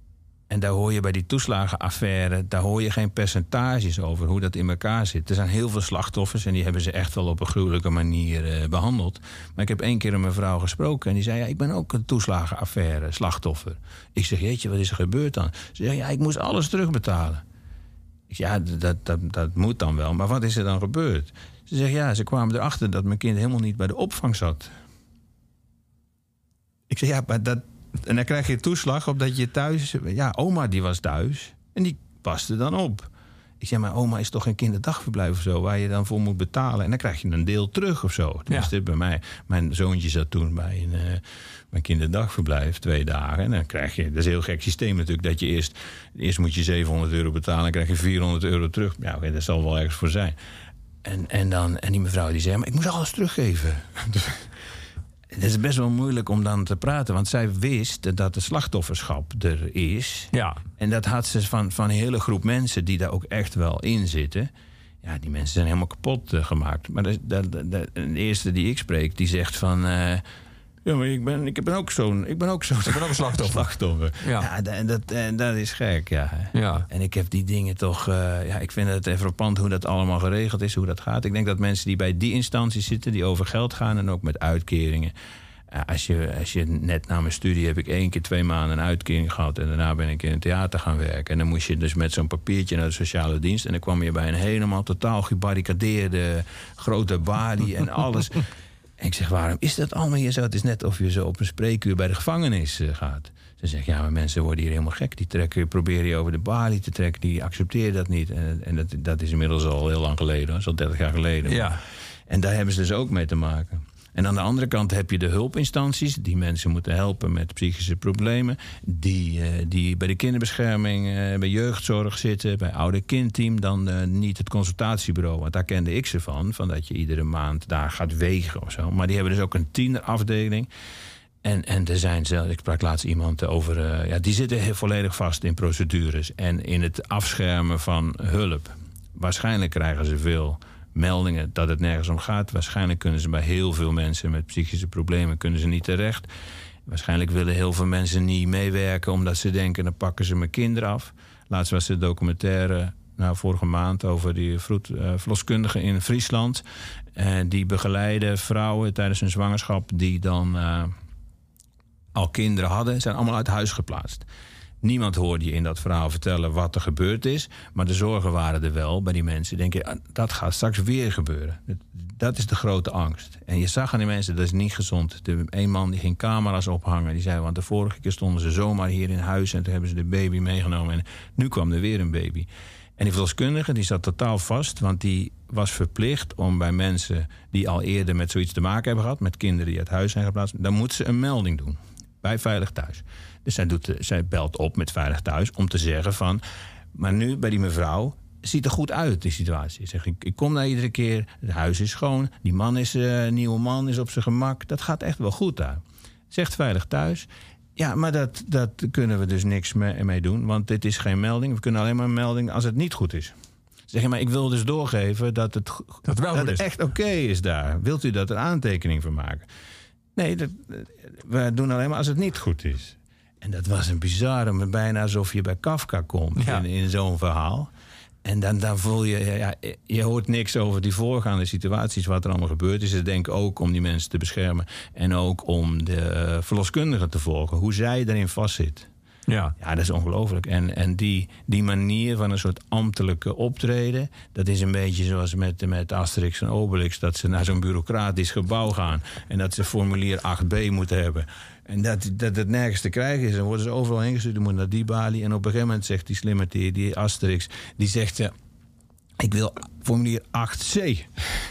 En daar hoor je bij die toeslagenaffaire... daar hoor je geen percentages over hoe dat in elkaar zit. Er zijn heel veel slachtoffers... en die hebben ze echt wel op een gruwelijke manier uh, behandeld. Maar ik heb één keer een mevrouw gesproken... en die zei, ja, ik ben ook een toeslagenaffaire slachtoffer. Ik zeg, jeetje, wat is er gebeurd dan? Ze zei, ja, ik moest alles terugbetalen. Ik zeg, ja, dat, dat, dat moet dan wel. Maar wat is er dan gebeurd? Ze zegt, ja, ze kwamen erachter dat mijn kind helemaal niet bij de opvang zat. Ik zeg, ja, maar dat... En dan krijg je toeslag op dat je thuis... Ja, oma die was thuis en die paste dan op. Ik zeg, maar oma is toch geen kinderdagverblijf of zo... waar je dan voor moet betalen. En dan krijg je een deel terug of zo. Tenminste, ja. bij mij. Mijn zoontje zat toen bij een, uh, mijn kinderdagverblijf twee dagen. En dan krijg je... Dat is een heel gek systeem natuurlijk. Dat je eerst... Eerst moet je zevenhonderd euro betalen... en dan krijg je vierhonderd euro terug. Ja, okay, dat zal wel ergens voor zijn. En, en, dan, en die mevrouw die zei... maar ik moet alles teruggeven. Het is best wel moeilijk om dan te praten. Want zij wist dat de slachtofferschap er is. Ja. En dat had ze van, van een hele groep mensen... die daar ook echt wel in zitten. Ja, die mensen zijn helemaal kapot uh, gemaakt. Maar de, de, de, de eerste die ik spreek, die zegt van... Uh, ja, maar ik ben, ik ben ook zo'n... Ik ben ook zo'n ik ben ook een slachtoffer. slachtoffer. Ja, ja dat, dat, dat is gek, ja. ja. En ik heb die dingen toch... Uh, ja, ik vind het even frappant hoe dat allemaal geregeld is, hoe dat gaat. Ik denk dat mensen die bij die instanties zitten... die over geld gaan en ook met uitkeringen... Uh, als, je, als je net na mijn studie heb ik één keer twee maanden een uitkering gehad... en daarna ben ik in een theater gaan werken. En dan moest je dus met zo'n papiertje naar de sociale dienst... en dan kwam je bij een helemaal totaal gebarricadeerde grote balie en alles... En ik zeg, waarom is dat allemaal hier zo? Het is net of je zo op een spreekuur bij de gevangenis uh, gaat. Ze zeggen, ja, maar mensen worden hier helemaal gek. Die trekken, proberen je over de balie te trekken. Die accepteren dat niet. En, en dat, dat is inmiddels al heel lang geleden. Dat is al dertig jaar geleden. Ja. En daar hebben ze dus ook mee te maken. En aan de andere kant heb je de hulpinstanties... die mensen moeten helpen met psychische problemen... die, uh, die bij de kinderbescherming, uh, bij jeugdzorg zitten... bij ouder-kindteam, dan uh, niet het consultatiebureau. Want daar kende ik ze van, van dat je iedere maand daar gaat wegen of zo. Maar die hebben dus ook een tienerafdeling... En, en er zijn zelfs, ik sprak laatst iemand over... Uh, ja, die zitten heel volledig vast in procedures... en in het afschermen van hulp. Waarschijnlijk krijgen ze veel meldingen dat het nergens om gaat. Waarschijnlijk kunnen ze bij heel veel mensen met psychische problemen... kunnen ze niet terecht. Waarschijnlijk willen heel veel mensen niet meewerken... omdat ze denken, dan pakken ze mijn kinderen af. Laatst was de documentaire... Nou, vorige maand over die vroed, uh, verloskundigen in Friesland. Uh, die begeleiden vrouwen tijdens hun zwangerschap... die dan... Uh, al kinderen hadden, zijn allemaal uit huis geplaatst. Niemand hoorde je in dat verhaal vertellen wat er gebeurd is... maar de zorgen waren er wel bij die mensen. Denk je, dat gaat straks weer gebeuren. Dat is de grote angst. En je zag aan die mensen, dat is niet gezond. De, een man die ging camera's ophangen. Die zei, want de vorige keer stonden ze zomaar hier in huis... en toen hebben ze de baby meegenomen. En nu kwam er weer een baby. En die verloskundige die zat totaal vast... want die was verplicht om bij mensen die al eerder met zoiets te maken hebben gehad... met kinderen die uit huis zijn geplaatst... dan moet ze een melding doen. Bij Veilig Thuis. Dus zij, doet, zij belt op met Veilig Thuis om te zeggen van... maar nu bij die mevrouw ziet er goed uit, die situatie. Zeg, ik, ik kom daar iedere keer, het huis is schoon... die man is, uh, nieuwe man is op zijn gemak. Dat gaat echt wel goed daar. Zegt Veilig Thuis... ja, maar dat, dat kunnen we dus niks mee, mee doen... want dit is geen melding. We kunnen alleen maar een melding als het niet goed is. Zeg je, maar ik wil dus doorgeven dat het, dat wel dat het het echt oké okay is daar. Wilt u dat er aantekening van maken? Nee, dat, we doen alleen maar als het niet goed is. En dat was een bizarre, bijna alsof je bij Kafka komt ja. in, in zo'n verhaal. En dan, dan voel je, ja, je hoort niks over die voorgaande situaties, wat er allemaal gebeurd is. Ze denken ook om die mensen te beschermen en ook om de uh, verloskundigen te volgen. Hoe zij erin vastzit. Ja, ja, dat is ongelooflijk. En, en die, die manier van een soort ambtelijke optreden... dat is een beetje zoals met, met Asterix en Obelix... dat ze naar zo'n bureaucratisch gebouw gaan... en dat ze formulier acht b moeten hebben. En dat, dat het nergens te krijgen is. Dan worden ze overal heen gestuurd, moeten naar die balie. En op een gegeven moment zegt die slimmerd, die, die Asterix... die zegt, uh, ik wil formulier acht c...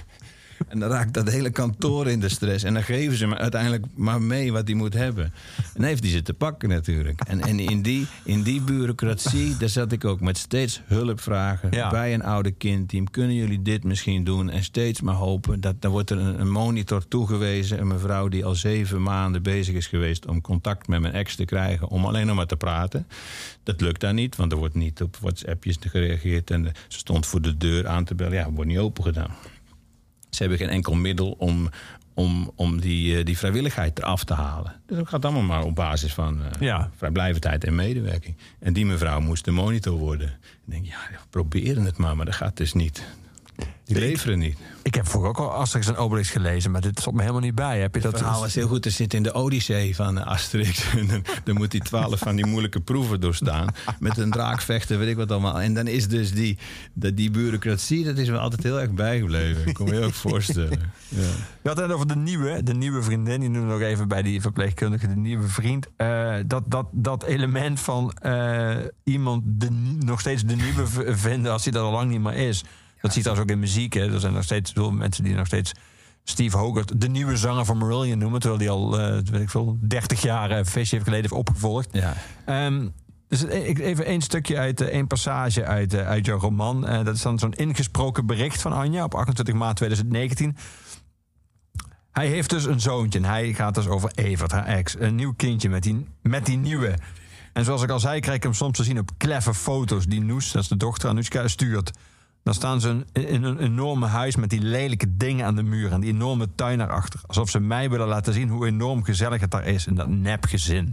En dan raakt dat hele kantoor in de stress. En dan geven ze hem uiteindelijk maar mee wat hij moet hebben. En dan heeft hij ze te pakken natuurlijk. En, en in, die, in die bureaucratie, daar zat ik ook met steeds hulpvragen... Ja. bij een oude kindteam. Kunnen jullie dit misschien doen? En steeds maar hopen. Dat, dan wordt er een, een monitor toegewezen. Een mevrouw die al zeven maanden bezig is geweest... om contact met mijn ex te krijgen. Om alleen nog maar te praten. Dat lukt daar niet, want er wordt niet op WhatsAppjes gereageerd. En de, ze stond voor de deur aan te bellen. Ja, wordt niet open gedaan. Ze hebben geen enkel middel om, om, om die, die vrijwilligheid eraf te halen. Dus dat gaat allemaal maar op basis van uh, ja. vrijblijvendheid en medewerking. En die mevrouw moest de monitor worden. Ik denk, ja, we proberen het maar, maar dat gaat dus niet. Die leveren niet. Ik heb vroeger ook al Asterix en Obelix gelezen, maar dit stond me helemaal niet bij. Heb je het dat verhaal was heel goed. Er zit in de Odyssee van Asterix. En dan, dan moet hij twaalf van die moeilijke proeven doorstaan. Met een draak vechten, weet ik wat allemaal. En dan is dus die, die, die bureaucratie, dat is me altijd heel erg bijgebleven. Ik kon me heel erg voorstellen. Ja. Je had het over de nieuwe, de nieuwe vriendin. Die noemde nog even bij die verpleegkundige de nieuwe vriend. Uh, dat, dat, dat element van uh, iemand de, nog steeds de nieuwe vinden als hij dat al lang niet meer is. Dat zie je trouwens ook in muziek. Hè. Er zijn nog steeds veel mensen die nog steeds Steve Hogarth, de nieuwe zanger van Marillion, noemen. Terwijl hij al, uh, weet ik veel, dertig jaar uh, feestje heeft geleden heeft opgevolgd. Ja. Um, dus even één stukje uit, uh, één passage uit, uh, uit jouw roman. Uh, dat is dan zo'n ingesproken bericht van Anja op achtentwintig maart tweeduizend negentien. Hij heeft dus een zoontje. En hij gaat dus over Evert, haar ex. Een nieuw kindje met die, met die nieuwe. En zoals ik al zei, krijg ik hem soms te zien op kleffe foto's die Noes, dat is de dochter, Anoushka, stuurt. Dan staan ze in een enorme huis met die lelijke dingen aan de muur en die enorme tuin daarachter. Alsof ze mij willen laten zien hoe enorm gezellig het daar is in dat nepgezin.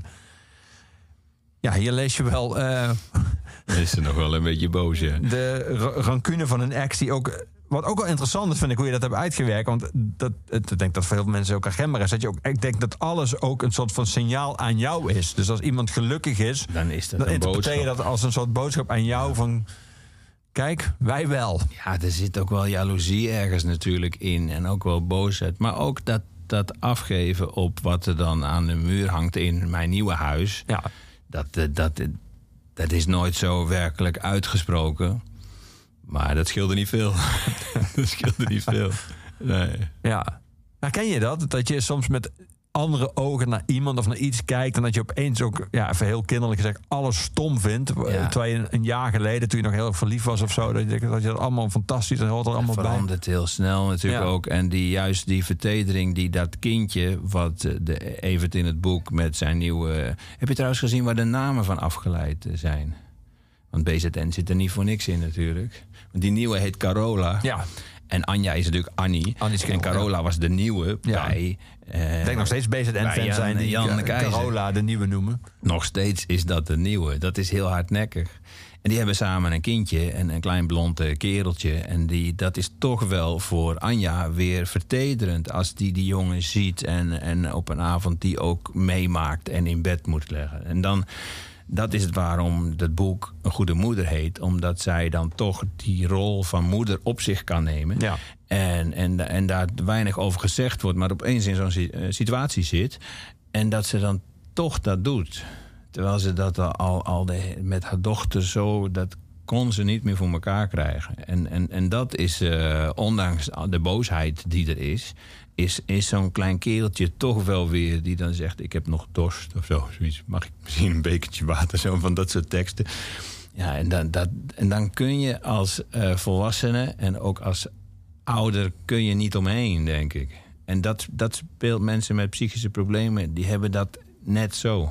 Ja, hier lees je wel... Uh, is ze nog wel een beetje boos, ja. De rancune van een ex die ook... Wat ook wel interessant is, vind ik, hoe je dat hebt uitgewerkt. Want dat, het, ik denk dat voor heel veel mensen ook herkenbaar is. Dat je ook, ik denk dat alles ook een soort van signaal aan jou is. Dus als iemand gelukkig is, dan is dat dan een interpreteer je boodschap. dat als een soort boodschap aan jou van... Kijk, wij wel. Ja, er zit ook wel jaloezie ergens natuurlijk in. En ook wel boosheid. Maar ook dat, dat afgeven op wat er dan aan de muur hangt in mijn nieuwe huis. Ja. Dat, dat, dat is nooit zo werkelijk uitgesproken. Maar dat scheelde niet veel. dat scheelde niet veel. Nee. Ja. Nou, ken je dat? Dat je soms met andere ogen naar iemand of naar iets kijkt... en dat je opeens ook, ja, even heel kinderlijk gezegd... alles stom vindt. Ja. Terwijl je een jaar geleden, toen je nog heel erg verliefd was of zo... dat je, dat je dat allemaal fantastisch, dat hoort er allemaal bij. Het verandert heel snel natuurlijk ja. ook. En die, juist die vertedering die dat kindje... wat de Evert in het boek met zijn nieuwe... Heb je trouwens gezien waar de namen van afgeleid zijn? Want B Z N zit er niet voor niks in natuurlijk. Want die nieuwe heet Carola. Ja. En Anja is natuurlijk Annie. Annie en Carola was de nieuwe ja. bij... Uh, ik denk nog steeds B Z N-fans zijn die Jan Carola de nieuwe noemen. Nog steeds is dat de nieuwe. Dat is heel hardnekkig. En die hebben samen een kindje en een klein blond kereltje. En die, dat is toch wel voor Anja weer vertederend... als die die jongen ziet en, en op een avond die ook meemaakt... en in bed moet leggen. En dan... Dat is het waarom het boek Een Goede Moeder heet. Omdat zij dan toch die rol van moeder op zich kan nemen. Ja. En, en, en daar weinig over gezegd wordt. Maar opeens in zo'n situatie zit. En dat ze dan toch dat doet. Terwijl ze dat al, al de, met haar dochter zo... dat kon ze niet meer voor elkaar krijgen. En, en, en dat is, uh, ondanks de boosheid die er is... is, is zo'n klein kereltje toch wel weer... die dan zegt, ik heb nog dorst of zo. Zoiets. Mag ik misschien een bekertje water? Zo van dat soort teksten. Ja, en dan, dat, en dan kun je als uh, volwassene... en ook als ouder kun je niet omheen, denk ik. En dat, dat speelt mensen met psychische problemen... die hebben dat net zo...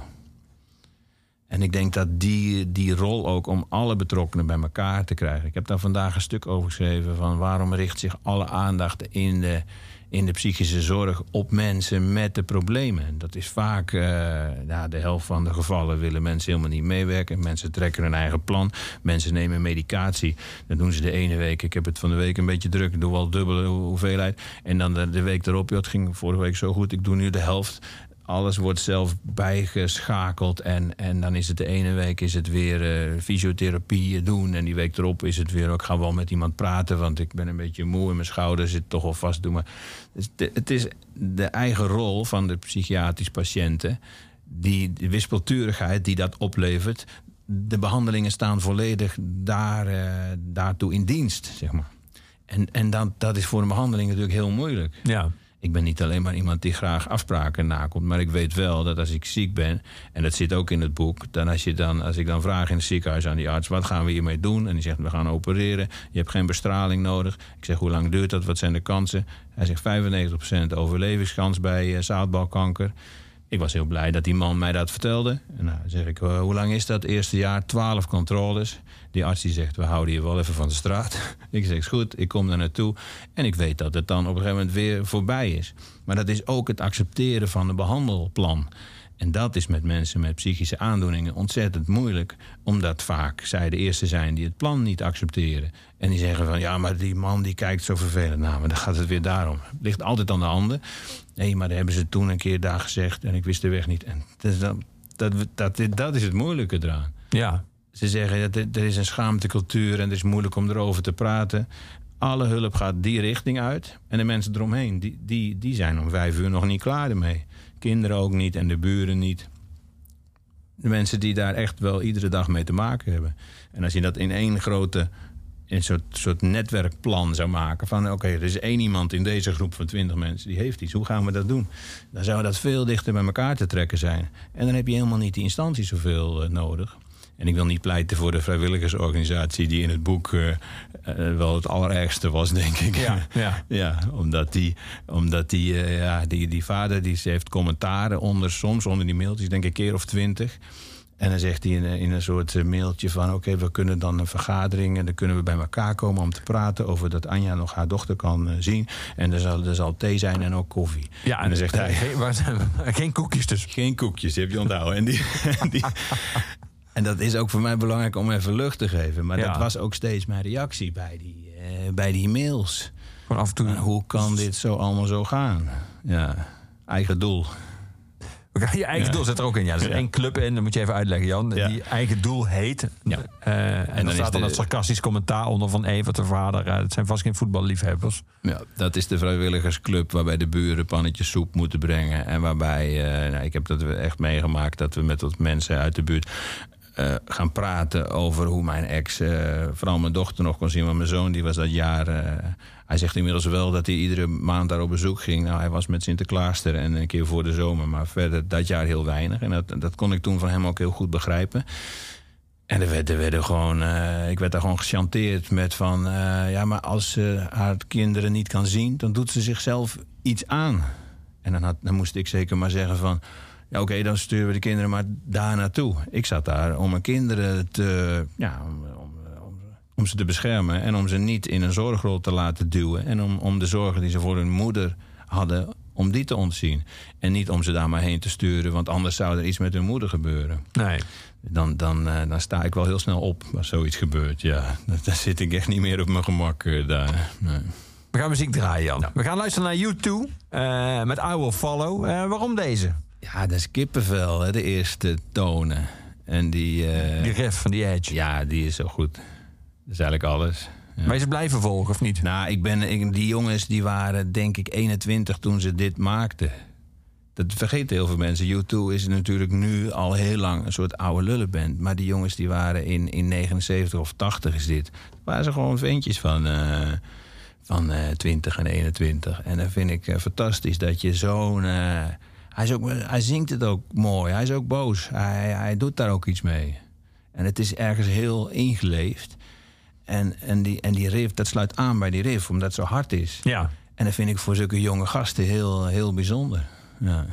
En ik denk dat die, die rol ook om alle betrokkenen bij elkaar te krijgen... Ik heb daar vandaag een stuk over geschreven... van waarom richt zich alle aandacht in de, in de psychische zorg... op mensen met de problemen. Dat is vaak, uh, ja, de helft van de gevallen willen mensen helemaal niet meewerken. Mensen trekken hun eigen plan. Mensen nemen medicatie. Dat doen ze de ene week. Ik heb het van de week een beetje druk. Ik doe wel dubbele hoeveelheid. En dan de, de week erop, joh, het ging vorige week zo goed. Ik doe nu de helft... Alles wordt zelf bijgeschakeld en, en dan is het de ene week is het weer uh, fysiotherapie doen... en die week erop is het weer, ik ga wel met iemand praten... want ik ben een beetje moe en mijn schouder zit toch al vast. Doen maar. Dus de, het is de eigen rol van de psychiatrisch patiënten... die de wispelturigheid die dat oplevert... de behandelingen staan volledig daar, uh, daartoe in dienst, zeg maar. En, en dan, dat is voor een behandeling natuurlijk heel moeilijk. Ja. Ik ben niet alleen maar iemand die graag afspraken nakomt... maar ik weet wel dat als ik ziek ben... en dat zit ook in het boek... dan als, je dan, als ik dan vraag in het ziekenhuis aan die arts... wat gaan we hiermee doen? En die zegt, we gaan opereren. Je hebt geen bestraling nodig. Ik zeg, hoe lang duurt dat? Wat zijn de kansen? Hij zegt, vijfennegentig procent overlevingskans bij uh, zaadbalkanker. Ik was heel blij dat die man mij dat vertelde. En nou, zeg ik, uh, hoe lang is dat? Eerste jaar, twaalf controles. Die arts die zegt, we houden je wel even van de straat. Ik zeg, is goed, ik kom daar naartoe. En ik weet dat het dan op een gegeven moment weer voorbij is. Maar dat is ook het accepteren van een behandelplan. En dat is met mensen met psychische aandoeningen ontzettend moeilijk. Omdat vaak zij de eerste zijn die het plan niet accepteren. En die zeggen van, ja, maar die man die kijkt zo vervelend naar me. Dan gaat het weer daarom. Het ligt altijd aan de ander. Nee, maar dat hebben ze toen een keer daar gezegd en ik wist de weg niet. En dat, dat, dat, dat, dat is het moeilijke eraan. Ja. Ze zeggen, dat er is een schaamtecultuur en het is moeilijk om erover te praten. Alle hulp gaat die richting uit. En de mensen eromheen, die, die, die zijn om vijf uur nog niet klaar ermee. Kinderen ook niet en de buren niet. De mensen die daar echt wel iedere dag mee te maken hebben. En als je dat in één grote... een soort, soort netwerkplan zou maken. Van oké, okay, er is één iemand in deze groep van twintig mensen... die heeft iets, hoe gaan we dat doen? Dan zou dat veel dichter bij elkaar te trekken zijn. En dan heb je helemaal niet die instantie zoveel uh, nodig. En ik wil niet pleiten voor de vrijwilligersorganisatie... die in het boek uh, uh, wel het allerergste was, denk ik. Ja, ja. ja omdat die, omdat die, uh, ja, die, die vader die heeft commentaren onder... soms onder die mailtjes, denk ik een keer of twintig... En dan zegt hij in, in een soort mailtje van... oké, okay, we kunnen dan een vergadering... en dan kunnen we bij elkaar komen om te praten... over dat Anja nog haar dochter kan uh, zien. En er zal, er zal thee zijn en ook koffie. Ja, en dan zegt hij... Geen, waar zijn we? Geen koekjes dus. Geen koekjes, heb je onthouden. En, die, die, en dat is ook voor mij belangrijk om even lucht te geven. Maar ja. dat was ook steeds mijn reactie bij die, uh, bij die mails. Af en toe... En hoe kan dit zo allemaal zo gaan? Ja, eigen doel. Je eigen Ja. doel zit er ook in. Ja, er zit Ja. één club in, dat moet je even uitleggen, Jan. Ja. Die eigen doel heet. Ja. Uh, en, en dan staat is dan de- het sarcastisch commentaar onder van Evert de vader. Uh, het zijn vast geen voetballiefhebbers. Ja, dat is de vrijwilligersclub waarbij de buren pannetjes soep moeten brengen. En waarbij, uh, nou, ik heb dat echt meegemaakt, dat we met wat mensen uit de buurt uh, gaan praten over hoe mijn ex, uh, vooral mijn dochter nog kon zien. Maar mijn zoon, die was dat jaar, uh, hij zegt inmiddels wel dat hij iedere maand daar op bezoek ging. Nou, hij was met Sinterklaas er en een keer voor de zomer, maar verder dat jaar heel weinig. En dat, dat kon ik toen van hem ook heel goed begrijpen. En er werd, er werden gewoon, uh, ik werd daar gewoon gechanteerd met van... Uh, ja, maar als ze haar kinderen niet kan zien, dan doet ze zichzelf iets aan. En dan, had, dan moest ik zeker maar zeggen van... ja, oké, okay, dan sturen we de kinderen maar daar naartoe. Ik zat daar om mijn kinderen te... ja, om, om, om, om ze te beschermen en om ze niet in een zorgrol te laten duwen. En om, om de zorgen die ze voor hun moeder hadden, om die te ontzien. En niet om ze daar maar heen te sturen, want anders zou er iets met hun moeder gebeuren. Nee. Dan, dan, uh, dan sta ik wel heel snel op als zoiets gebeurt. Ja, dan zit ik echt niet meer op mijn gemak uh, daar. Nee. We gaan muziek draaien, Jan. Ja. We gaan luisteren naar U twee uh, met I Will Follow. Uh, waarom deze? Ja, dat is kippenvel, hè, de eerste tonen. En die... Uh, Die riff van die Edge. Ja, die is zo goed. Dat is eigenlijk alles. Ja. Maar is het blijven volgen of niet? Nou, ik ben, ik, die jongens die waren denk ik eenentwintig toen ze dit maakten. Dat vergeten heel veel mensen. U twee is natuurlijk nu al heel lang een soort oude lullenband. Maar die jongens die waren in, in negenenzeventig of tachtig is dit. Waren ze gewoon ventjes van, uh, van uh, twintig en eenentwintig. En dan vind ik uh, fantastisch dat je zo'n... Uh, hij, is ook, hij zingt het ook mooi. Hij is ook boos. Hij, hij doet daar ook iets mee. En het is ergens heel ingeleefd. En, en, die, en die riff, dat sluit aan bij die riff, omdat het zo hard is. Ja. En dat vind ik voor zulke jonge gasten heel, heel bijzonder. Ja.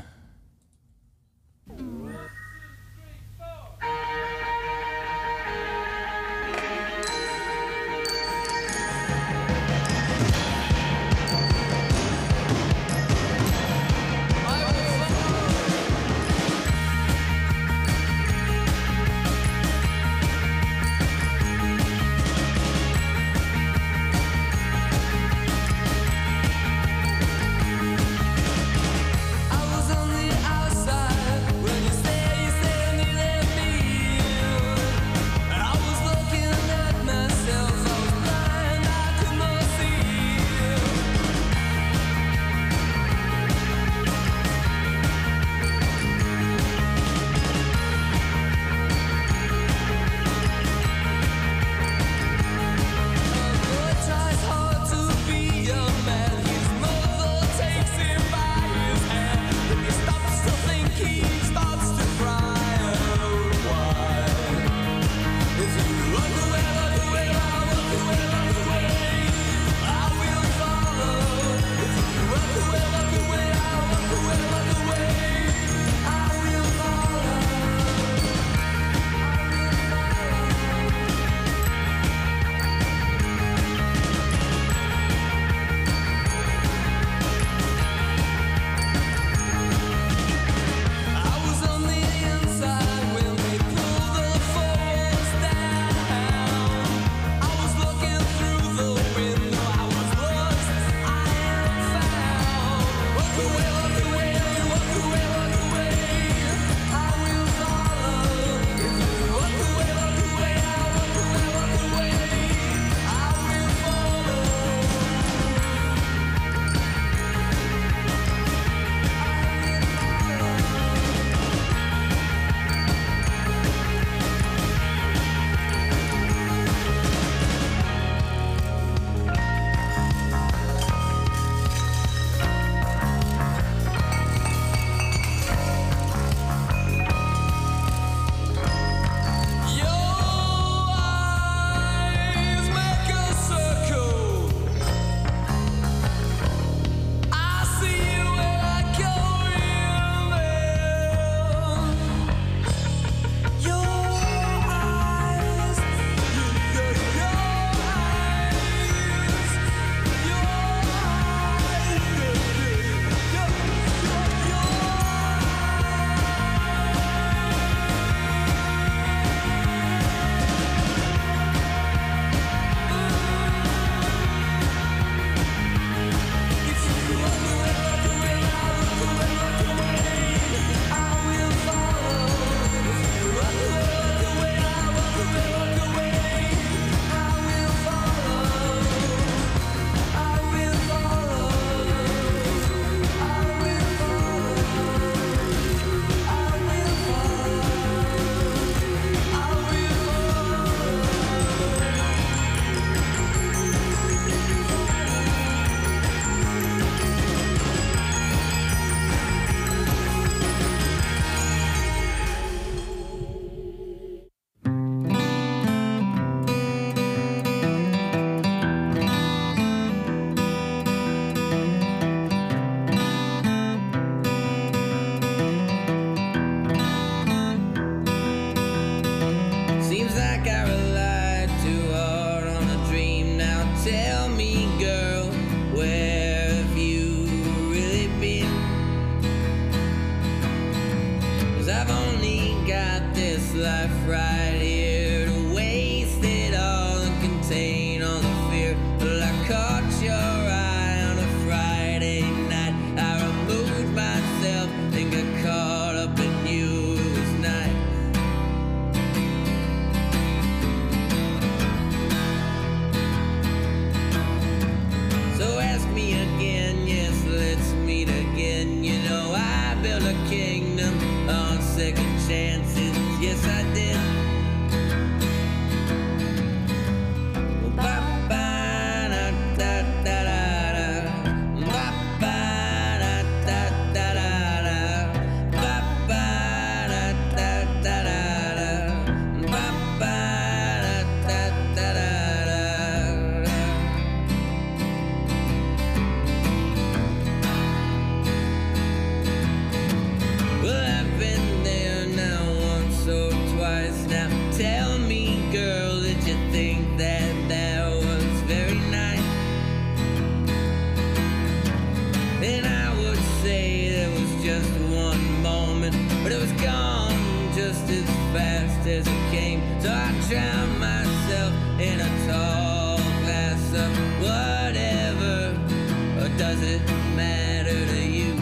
I was on in a tall glass of whatever, or does it matter to you?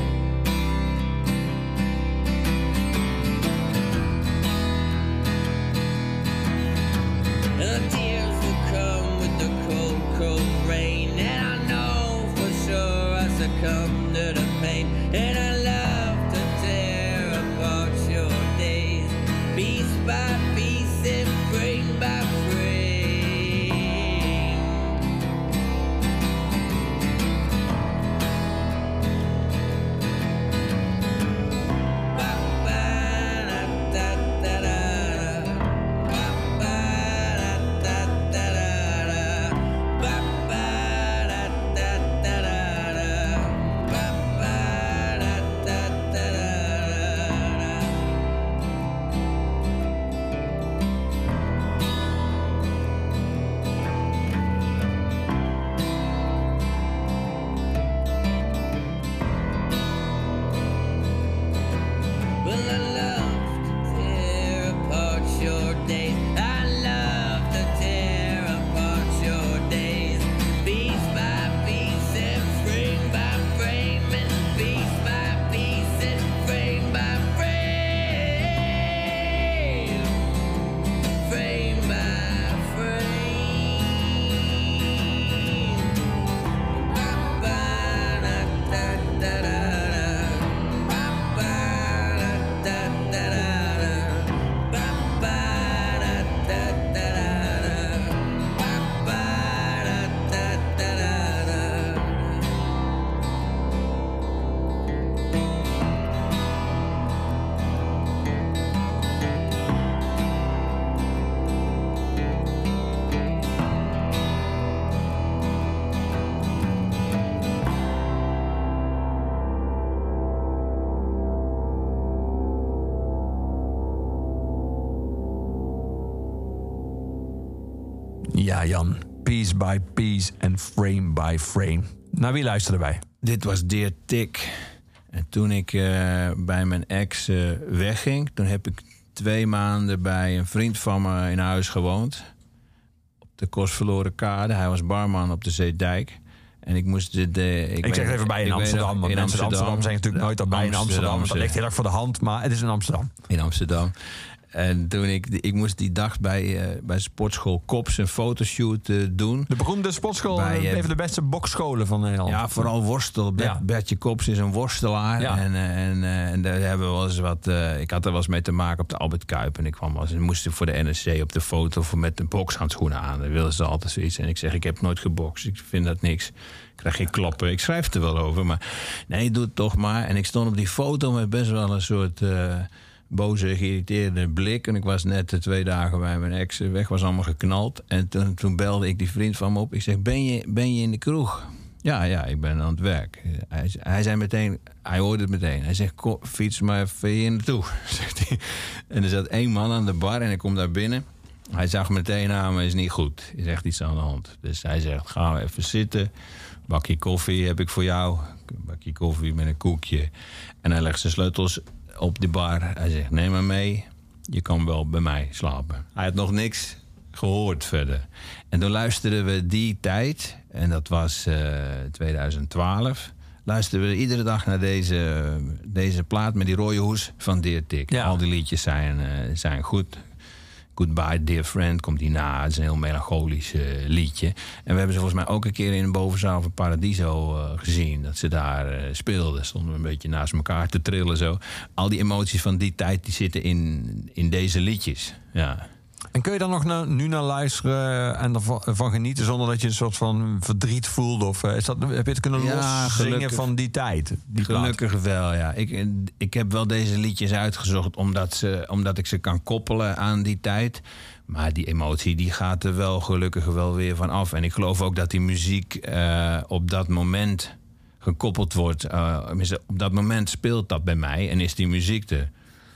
And the tears will come with the cold, cold rain, and I know for sure I succumb to the pain, and I love to tear apart your days, piece by piece and frame by frame. Ba ba da da da da, ba ba da da da da, ba ba da da da da, ba ba da da da da. Well, I love to tear apart your days. I love to tear apart your days, piece by piece and frame by frame, and piece by piece and frame by frame, frame by frame. Ba ba da da da da, ba ba da da da da, ba ba da da da da, ba ba da da da da. Ja, Jan. Piece by piece en frame by frame. Naar wie luisterde wij? Dit was Dear Tick. En toen ik uh, bij mijn ex uh, wegging, toen heb ik twee maanden bij een vriend van me in huis gewoond. Op de Kostverloren Kade. Hij was barman op de Zeedijk. En ik moest de... de Ik, weet- zeg het even bij in ik weet Amsterdam. nog, Want in mensen in Amsterdam zijn natuurlijk nooit al bij in Amsterdam. Want dat ligt heel erg voor de hand, maar het is in Amsterdam. In Amsterdam. En toen ik, ik moest die dag bij, uh, bij sportschool Kops een fotoshoot uh, doen. De beroemde sportschool, Bij, uh, eh, een van de beste bokscholen van Nederland. Ja, vooral worstel. Bert, Ja. Bertje Kops is een worstelaar. Ja. En, uh, en, uh, en daar hebben we wel eens wat... Uh, ik had er wel eens mee te maken op de Albert Kuip. En ik kwam wel eens, en moest ik voor de N S C op de foto voor met een bokshandschoenen aan. Dan wilden ze altijd zoiets. En ik zeg, ik heb nooit gebokst. Ik vind dat niks. Ik krijg geen klappen. Ik schrijf er wel over. Maar nee, doe het toch maar. En ik stond op die foto met best wel een soort... Uh, boze, geïrriteerde blik. En ik was net de twee dagen bij mijn ex weg, was allemaal geknald. En toen, toen belde ik die vriend van me op. Ik zeg, ben je, ben je in de kroeg? Ja, ja, ik ben aan het werk. Hij, hij zei meteen, hij hoorde het meteen. Hij zegt, kom, fiets maar even hier naartoe, zegt hij. En er zat één man aan de bar en ik kom daar binnen. Hij zag meteen aan me, is niet goed. Er is echt iets aan de hand. Dus hij zegt, ga even zitten. Bakje koffie heb ik voor jou. Een bakje koffie met een koekje. En hij legt zijn sleutels op de bar. Hij zegt, neem maar mee. Je kan wel bij mij slapen. Hij had nog niks gehoord verder. En toen luisterden we die tijd, en dat was uh, twintig twaalf... luisterden we iedere dag naar deze, deze plaat met die rode hoes van Dear Tick. Ja. Al die liedjes zijn, uh, zijn goed. Goodbye Dear Friend komt hierna. Het is een heel melancholisch uh, liedje. En we hebben ze volgens mij ook een keer in een bovenzaal van Paradiso uh, gezien. Dat ze daar uh, speelden. Stonden we een beetje naast elkaar te trillen zo. Al die emoties van die tijd die zitten in, in deze liedjes. Ja. En kun je dan nog naar, nu naar luisteren en ervan van genieten zonder dat je een soort van verdriet voelt? Of uh, is dat, heb je het kunnen Ja, loszingen gelukkig. van die tijd? Die plaat? Gelukkig wel, ja. Ik, ik heb wel deze liedjes uitgezocht omdat, ze, omdat ik ze kan koppelen aan die tijd. Maar die emotie die gaat er wel gelukkig wel weer van af. En ik geloof ook dat die muziek uh, op dat moment gekoppeld wordt. Uh, op dat moment speelt dat bij mij en is die muziek er.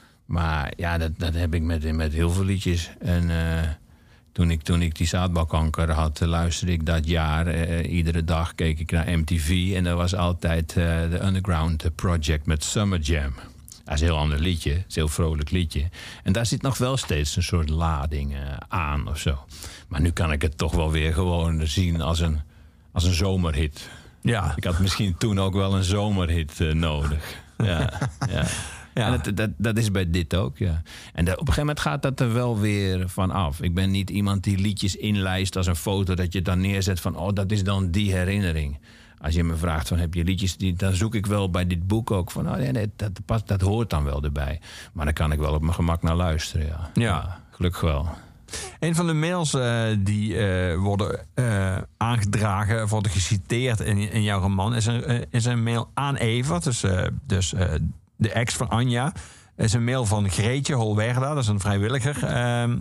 Maar ja, dat, dat heb ik met, met heel veel liedjes. En uh, toen, ik, toen ik die zaadbalkanker had, luisterde ik dat jaar. Uh, iedere dag keek ik naar M T V. En dat was altijd uh, de Underground Project met Summer Jam. Dat is een heel ander liedje. Het is een heel vrolijk liedje. En daar zit nog wel steeds een soort lading uh, aan of zo. Maar nu kan ik het toch wel weer gewoon zien als een, als een zomerhit. Ja. Ik had misschien toen ook wel een zomerhit uh, nodig. Ja, ja. Ja. En dat, dat, dat is bij dit ook, ja. En dat, op een gegeven moment gaat dat er wel weer van af. Ik ben niet iemand die liedjes inlijst als een foto... dat je dan neerzet van, oh, dat is dan die herinnering. Als je me vraagt van, heb je liedjes... Die, dan zoek ik wel bij dit boek ook van... oh nee, nee dat, dat, dat hoort dan wel erbij. Maar dan kan ik wel op mijn gemak naar luisteren, ja. Ja. Ja, gelukkig wel. Een van de mails uh, die uh, worden uh, aangedragen, worden geciteerd in, in jouw roman... is een, uh, is een mail aan Evert, dus... Uh, dus uh, de ex van Anja, is een mail van Greetje Holwerda. Dat is een vrijwilliger uh,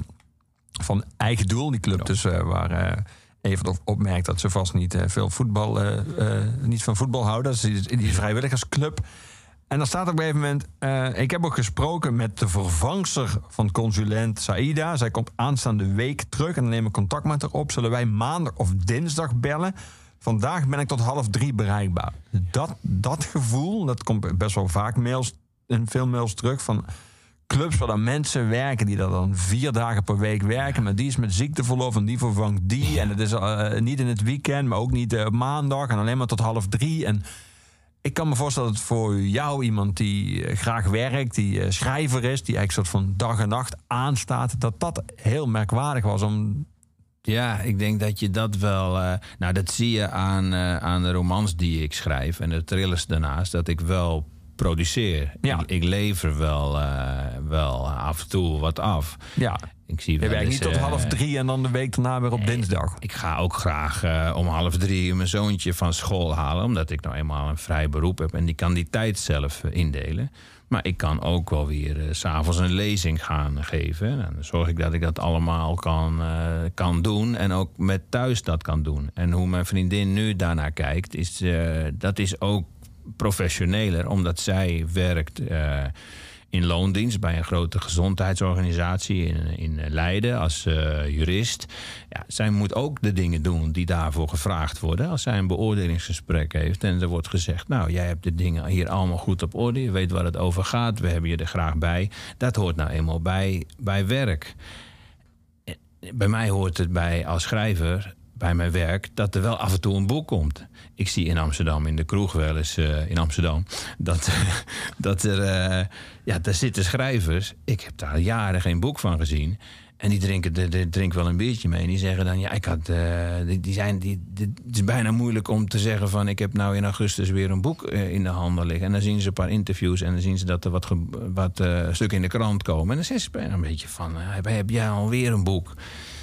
van Eigen Doel. Die club dus uh, waar uh, Evert opmerkt dat ze vast niet uh, veel voetbal, uh, uh, niet van voetbal houden. Dat is die, die vrijwilligersclub. En dan staat op een gegeven moment... Uh, ik heb ook gesproken met de vervangster van consulent Saïda. Zij komt aanstaande week terug en dan nemen we contact met haar op. Zullen wij maandag of dinsdag bellen? Vandaag ben ik tot half drie bereikbaar. Dat, dat gevoel, dat komt best wel vaak mails, in veel mails terug... van clubs waar dan mensen werken die dat dan vier dagen per week werken... maar die is met ziekteverlof en die vervangt die. En het is uh, niet in het weekend, maar ook niet uh, op maandag... en alleen maar tot half drie. En ik kan me voorstellen dat voor jou, iemand die uh, graag werkt... die uh, schrijver is, die eigenlijk soort van dag en nacht aanstaat... dat dat heel merkwaardig was om... Ja, ik denk dat je dat wel... Uh, nou, dat zie je aan, uh, aan de romans die ik schrijf... en de thrillers daarnaast, dat ik wel produceer. Ja. Ik, ik lever wel, uh, wel af en toe wat af. Ja. Ik zie je wel werkt eens, niet tot uh, half drie en dan de week daarna weer op nee, dinsdag. Ik ga ook graag uh, om half drie mijn zoontje van school halen... omdat ik nou eenmaal een vrij beroep heb... en die kan die tijd zelf uh, indelen... Maar ik kan ook wel weer uh, 's avonds een lezing gaan geven. En dan zorg ik dat ik dat allemaal kan, uh, kan doen. En ook met thuis dat kan doen. En hoe mijn vriendin nu daarnaar kijkt, is, uh, dat is ook professioneler. Omdat zij werkt uh, in loondienst bij een grote gezondheidsorganisatie in, in Leiden als uh, jurist. Ja, zij moet ook de dingen doen die daarvoor gevraagd worden. Als zij een beoordelingsgesprek heeft en er wordt gezegd... nou, jij hebt de dingen hier allemaal goed op orde. Je weet waar het over gaat. We hebben je er graag bij. Dat hoort nou eenmaal bij, bij werk. Bij mij hoort het bij als schrijver... bij mijn werk, dat er wel af en toe een boek komt. Ik zie in Amsterdam, in de kroeg wel eens uh, in Amsterdam... dat, dat er, uh, ja, daar zitten schrijvers... ik heb daar jaren geen boek van gezien... en die drinken, de, de, drinken wel een biertje mee... en die zeggen dan, ja, ik had... Uh, die, die zijn, die, die, het is bijna moeilijk om te zeggen van... ik heb nou in augustus weer een boek uh, in de handen liggen... en dan zien ze een paar interviews... en dan zien ze dat er wat, ge, wat uh, stukken in de krant komen... en dan zeggen ze bijna een beetje van... Uh, heb, heb jij alweer een boek...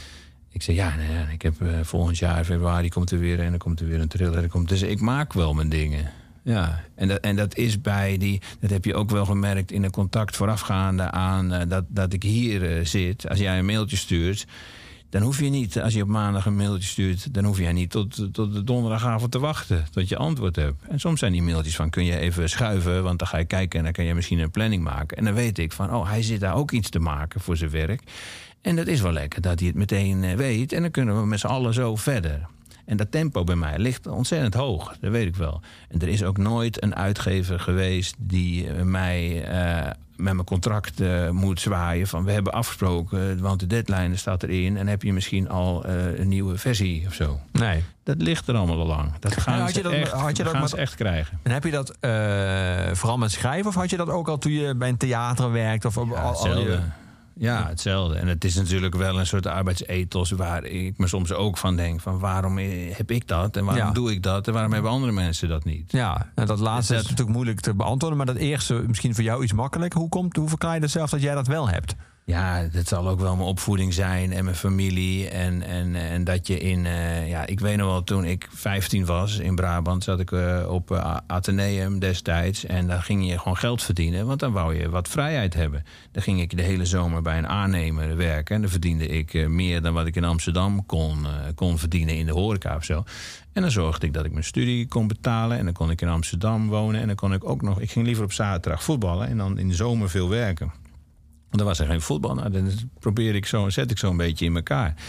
Ik zei, ja, nee, ik heb uh, volgend jaar, februari, komt er weer... en dan komt er weer een thriller. Er komt, dus ik maak wel mijn dingen. Ja, en dat, en dat is bij die... dat heb je ook wel gemerkt in een contact voorafgaande aan... Uh, dat, dat ik hier uh, zit. Als jij een mailtje stuurt... dan hoef je niet, als je op maandag een mailtje stuurt... dan hoef je niet tot, tot de donderdagavond te wachten... tot je antwoord hebt. En soms zijn die mailtjes van, kun je even schuiven... want dan ga je kijken en dan kan je misschien een planning maken. En dan weet ik van, oh, hij zit daar ook iets te maken voor zijn werk... En dat is wel lekker dat hij het meteen weet. En dan kunnen we met z'n allen zo verder. En dat tempo bij mij ligt ontzettend hoog. Dat weet ik wel. En er is ook nooit een uitgever geweest... die mij uh, met mijn contract uh, moet zwaaien. Van we hebben afgesproken, want de deadline staat erin... en heb je misschien al uh, een nieuwe versie of zo. Nee. Dat ligt er allemaal al lang. Dat gaan had ze, je dat, echt, had je dat gaan met, ze echt krijgen. En heb je dat uh, vooral met schrijven... of had je dat ook al toen je bij een theater werkt? Of Ja, al, al je... Ja, hetzelfde. En het is natuurlijk wel een soort arbeidsethos... waar ik me soms ook van denk... van waarom heb ik dat en waarom ja. doe ik dat... en waarom hebben andere mensen dat niet? Ja, en dat laatste is is dat... natuurlijk moeilijk te beantwoorden... maar dat eerste misschien voor jou iets makkelijker. Hoe, komt, hoe verklaar je dat zelf dat jij dat wel hebt? Ja, dat zal ook wel mijn opvoeding zijn en mijn familie. En, en, en dat je in... Uh, ja, ik weet nog wel, toen ik vijftien was in Brabant... zat ik uh, op uh, Atheneum destijds. En daar ging je gewoon geld verdienen. Want dan wou je wat vrijheid hebben. Dan ging ik de hele zomer bij een aannemer werken. En dan verdiende ik uh, meer dan wat ik in Amsterdam kon, uh, kon verdienen in de horeca of zo. En dan zorgde ik dat ik mijn studie kon betalen. En dan kon ik in Amsterdam wonen. En dan kon ik ook nog... Ik ging liever op zaterdag voetballen. En dan in de zomer veel werken. Want dan was er geen voetbal. Nou, dan probeer ik zo, zet ik zo een beetje in elkaar.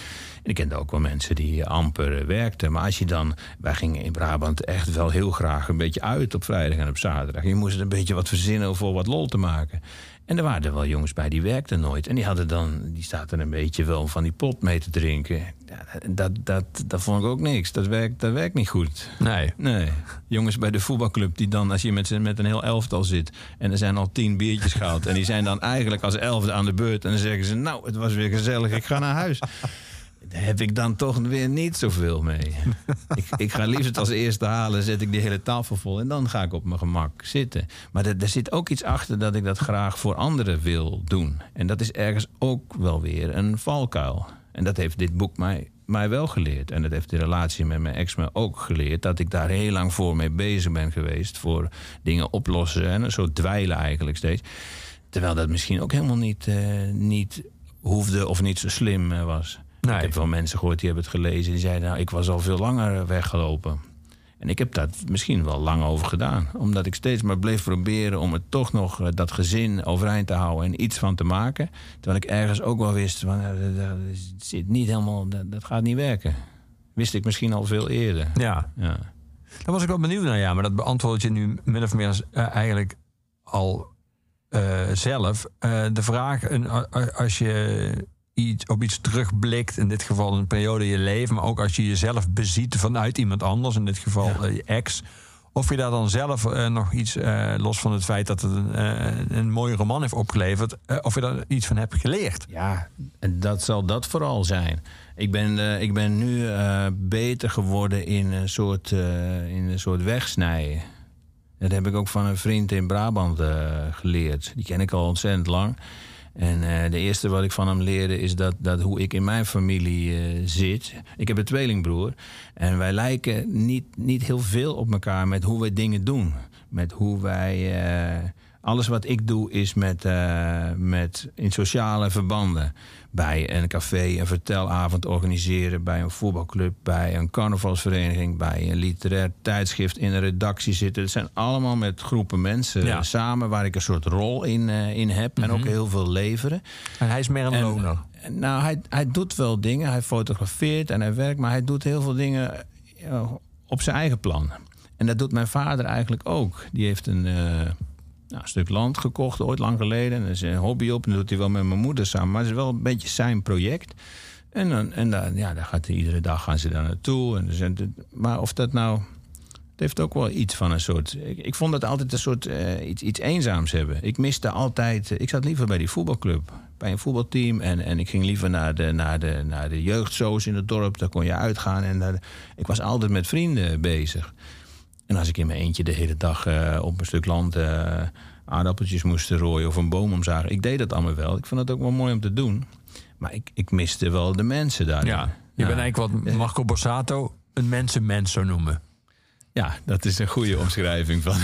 ik kende ook wel mensen die amper werkten. Maar als je dan... Wij gingen in Brabant echt wel heel graag een beetje uit op vrijdag en op zaterdag. Je moest een beetje wat verzinnen voor wat lol te maken. En er waren er wel jongens bij die werkten nooit. En die hadden dan, die zaten een beetje wel van die pot mee te drinken. Ja, dat, dat, dat vond ik ook niks. Dat werkt, dat werkt niet goed. Nee. Nee. Jongens bij de voetbalclub die dan, als je met, z'n- met een heel elftal zit en er zijn al tien biertjes gehaald en die zijn dan eigenlijk als elfde aan de beurt en dan zeggen ze, nou, het was weer gezellig, ik ga naar huis. Daar heb ik dan toch weer niet zoveel mee. ik, ik ga liefst het als eerste halen, zet ik die hele tafel vol en dan ga ik op mijn gemak zitten. Maar er, er zit ook iets achter dat ik dat graag voor anderen wil doen. En dat is ergens ook wel weer een valkuil. En dat heeft dit boek mij, mij wel geleerd. En dat heeft de relatie met mijn ex me ook geleerd. Dat ik daar heel lang voor mee bezig ben geweest. Voor dingen oplossen en zo dweilen eigenlijk steeds. Terwijl dat misschien ook helemaal niet, uh, niet hoefde of niet zo slim uh, was. Nee. Ik heb wel mensen gehoord die hebben het gelezen. Die zeiden, nou, ik was al veel langer weggelopen. En ik heb daar misschien wel lang over gedaan. Omdat ik steeds maar bleef proberen om het toch nog, uh, dat gezin overeind te houden en iets van te maken. Terwijl ik ergens ook wel wist, van, uh, dat zit niet helemaal, dat, dat gaat niet werken. Wist ik misschien al veel eerder. Ja. Ja. Daar was ik wel benieuwd naar, ja. Maar dat beantwoord je nu min of meer uh, eigenlijk al uh, zelf. Uh, de vraag, uh, als je iets, op iets terugblikt, in dit geval een periode in je leven, maar ook als je jezelf beziet vanuit iemand anders, in dit geval ja. uh, je ex, of je daar dan zelf uh, nog iets, uh, los van het feit dat het een, uh, een mooie roman heeft opgeleverd, uh, of je daar iets van hebt geleerd. Ja, en dat zal dat vooral zijn. Ik ben, uh, ik ben nu uh, beter geworden in een soort, uh, in een soort wegsnijden. Dat heb ik ook van een vriend in Brabant uh, geleerd. Die ken ik al ontzettend lang. En uh, de eerste wat ik van hem leerde is dat, dat hoe ik in mijn familie uh, zit. Ik heb een tweelingbroer. En wij lijken niet, niet heel veel op elkaar met hoe wij dingen doen. Met hoe wij... Uh, alles wat ik doe is met, uh, met in sociale verbanden. Bij een café, een vertelavond organiseren, bij een voetbalclub, bij een carnavalsvereniging, bij een literair tijdschrift in een redactie zitten. Het zijn allemaal met groepen mensen ja. samen waar ik een soort rol in, uh, in heb mm-hmm. en ook heel veel leveren. En hij is meer een en, loner. Nou, hij, hij doet wel dingen. Hij fotografeert en hij werkt, maar hij doet heel veel dingen uh, op zijn eigen plan. En dat doet mijn vader eigenlijk ook. Die heeft een... Uh, Nou, een stuk land gekocht, ooit lang geleden. Er is een hobby op en dat doet hij wel met mijn moeder samen. Maar het is wel een beetje zijn project. En, dan, en dan, ja, daar gaat hij, iedere dag gaan ze daar naartoe. En dus, maar of dat nou... Het heeft ook wel iets van een soort... Ik, ik vond dat altijd een soort uh, iets, iets eenzaams hebben. Ik miste altijd... Ik zat liever bij die voetbalclub. Bij een voetbalteam. En, en ik ging liever naar de, naar de, naar de jeugdsoos in het dorp. Daar kon je uitgaan. En daar, ik was altijd met vrienden bezig. En als ik in mijn eentje de hele dag uh, op een stuk land uh, aardappeltjes moest rooien of een boom omzagen. Ik deed dat allemaal wel. Ik vond het ook wel mooi om te doen. Maar ik, ik miste wel de mensen daar. Ja, je ja. bent eigenlijk wat Marco Borsato een mensenmens zou noemen. Ja, dat is een goede omschrijving van.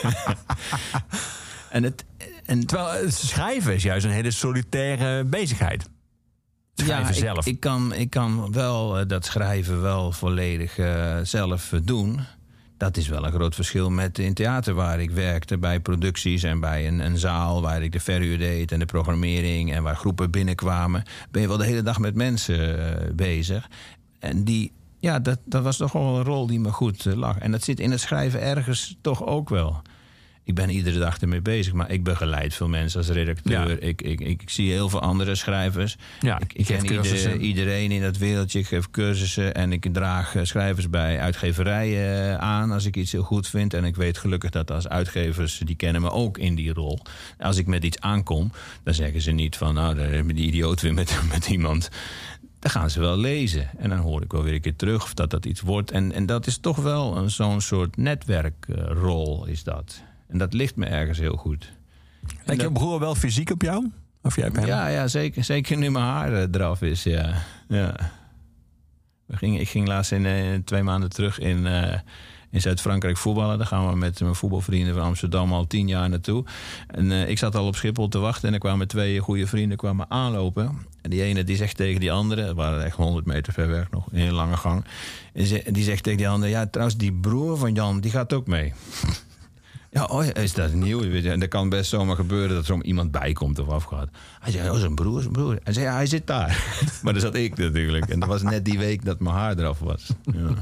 en het, en Terwijl het schrijven is juist een hele solitaire bezigheid. Schrijven ja, zelf. Ik, ik, kan, ik kan wel uh, dat schrijven wel volledig uh, zelf uh, doen. Dat is wel een groot verschil met in theater waar ik werkte. Bij producties en bij een, een zaal waar ik de verhuur deed en de programmering. En waar groepen binnenkwamen. Ben je wel de hele dag met mensen uh, bezig. En die, ja, dat, dat was toch wel een rol die me goed uh, lag. En dat zit in het schrijven ergens toch ook wel. Ik ben iedere dag ermee bezig, maar ik begeleid veel mensen als redacteur. Ja. Ik, ik, ik zie heel veel andere schrijvers. Ja, ik ik ken ieder, iedereen in dat wereldje. Ik geef cursussen en ik draag schrijvers bij uitgeverijen aan als ik iets heel goed vind. En ik weet gelukkig dat als uitgevers, die kennen me ook in die rol. Als ik met iets aankom, dan zeggen ze niet van, nou, daar hebben die idioot weer met, met iemand. Dan gaan ze wel lezen. En dan hoor ik wel weer een keer terug of dat dat iets wordt. En, en dat is toch wel een, zo'n soort netwerkrol is dat. En dat ligt me ergens heel goed. Lijkt je broer wel fysiek op jou? Of jij bent ja, ja, zeker. Zeker nu mijn haar uh, eraf is, ja. ja. We gingen, ik ging laatst in, uh, twee maanden terug in, uh, in Zuid-Frankrijk voetballen. Daar gaan we met mijn voetbalvrienden van Amsterdam al tien jaar naartoe. En uh, ik zat al op Schiphol te wachten. En er kwamen twee goede vrienden kwamen aanlopen. En die ene die zegt tegen die andere... Het waren echt honderd meter ver weg nog, in een lange gang. En die zegt tegen die andere... Ja, trouwens, die broer van Jan, die gaat ook mee. Ja, oh ja, is dat nieuw? Weet je, en er kan best zomaar gebeuren dat er om iemand bij komt of afgaat. Hij zei, oh, zijn broer, zijn broer. Hij zei, ja, hij zit daar. Maar daar zat ik natuurlijk. En dat was net die week dat mijn haar eraf was. Ja.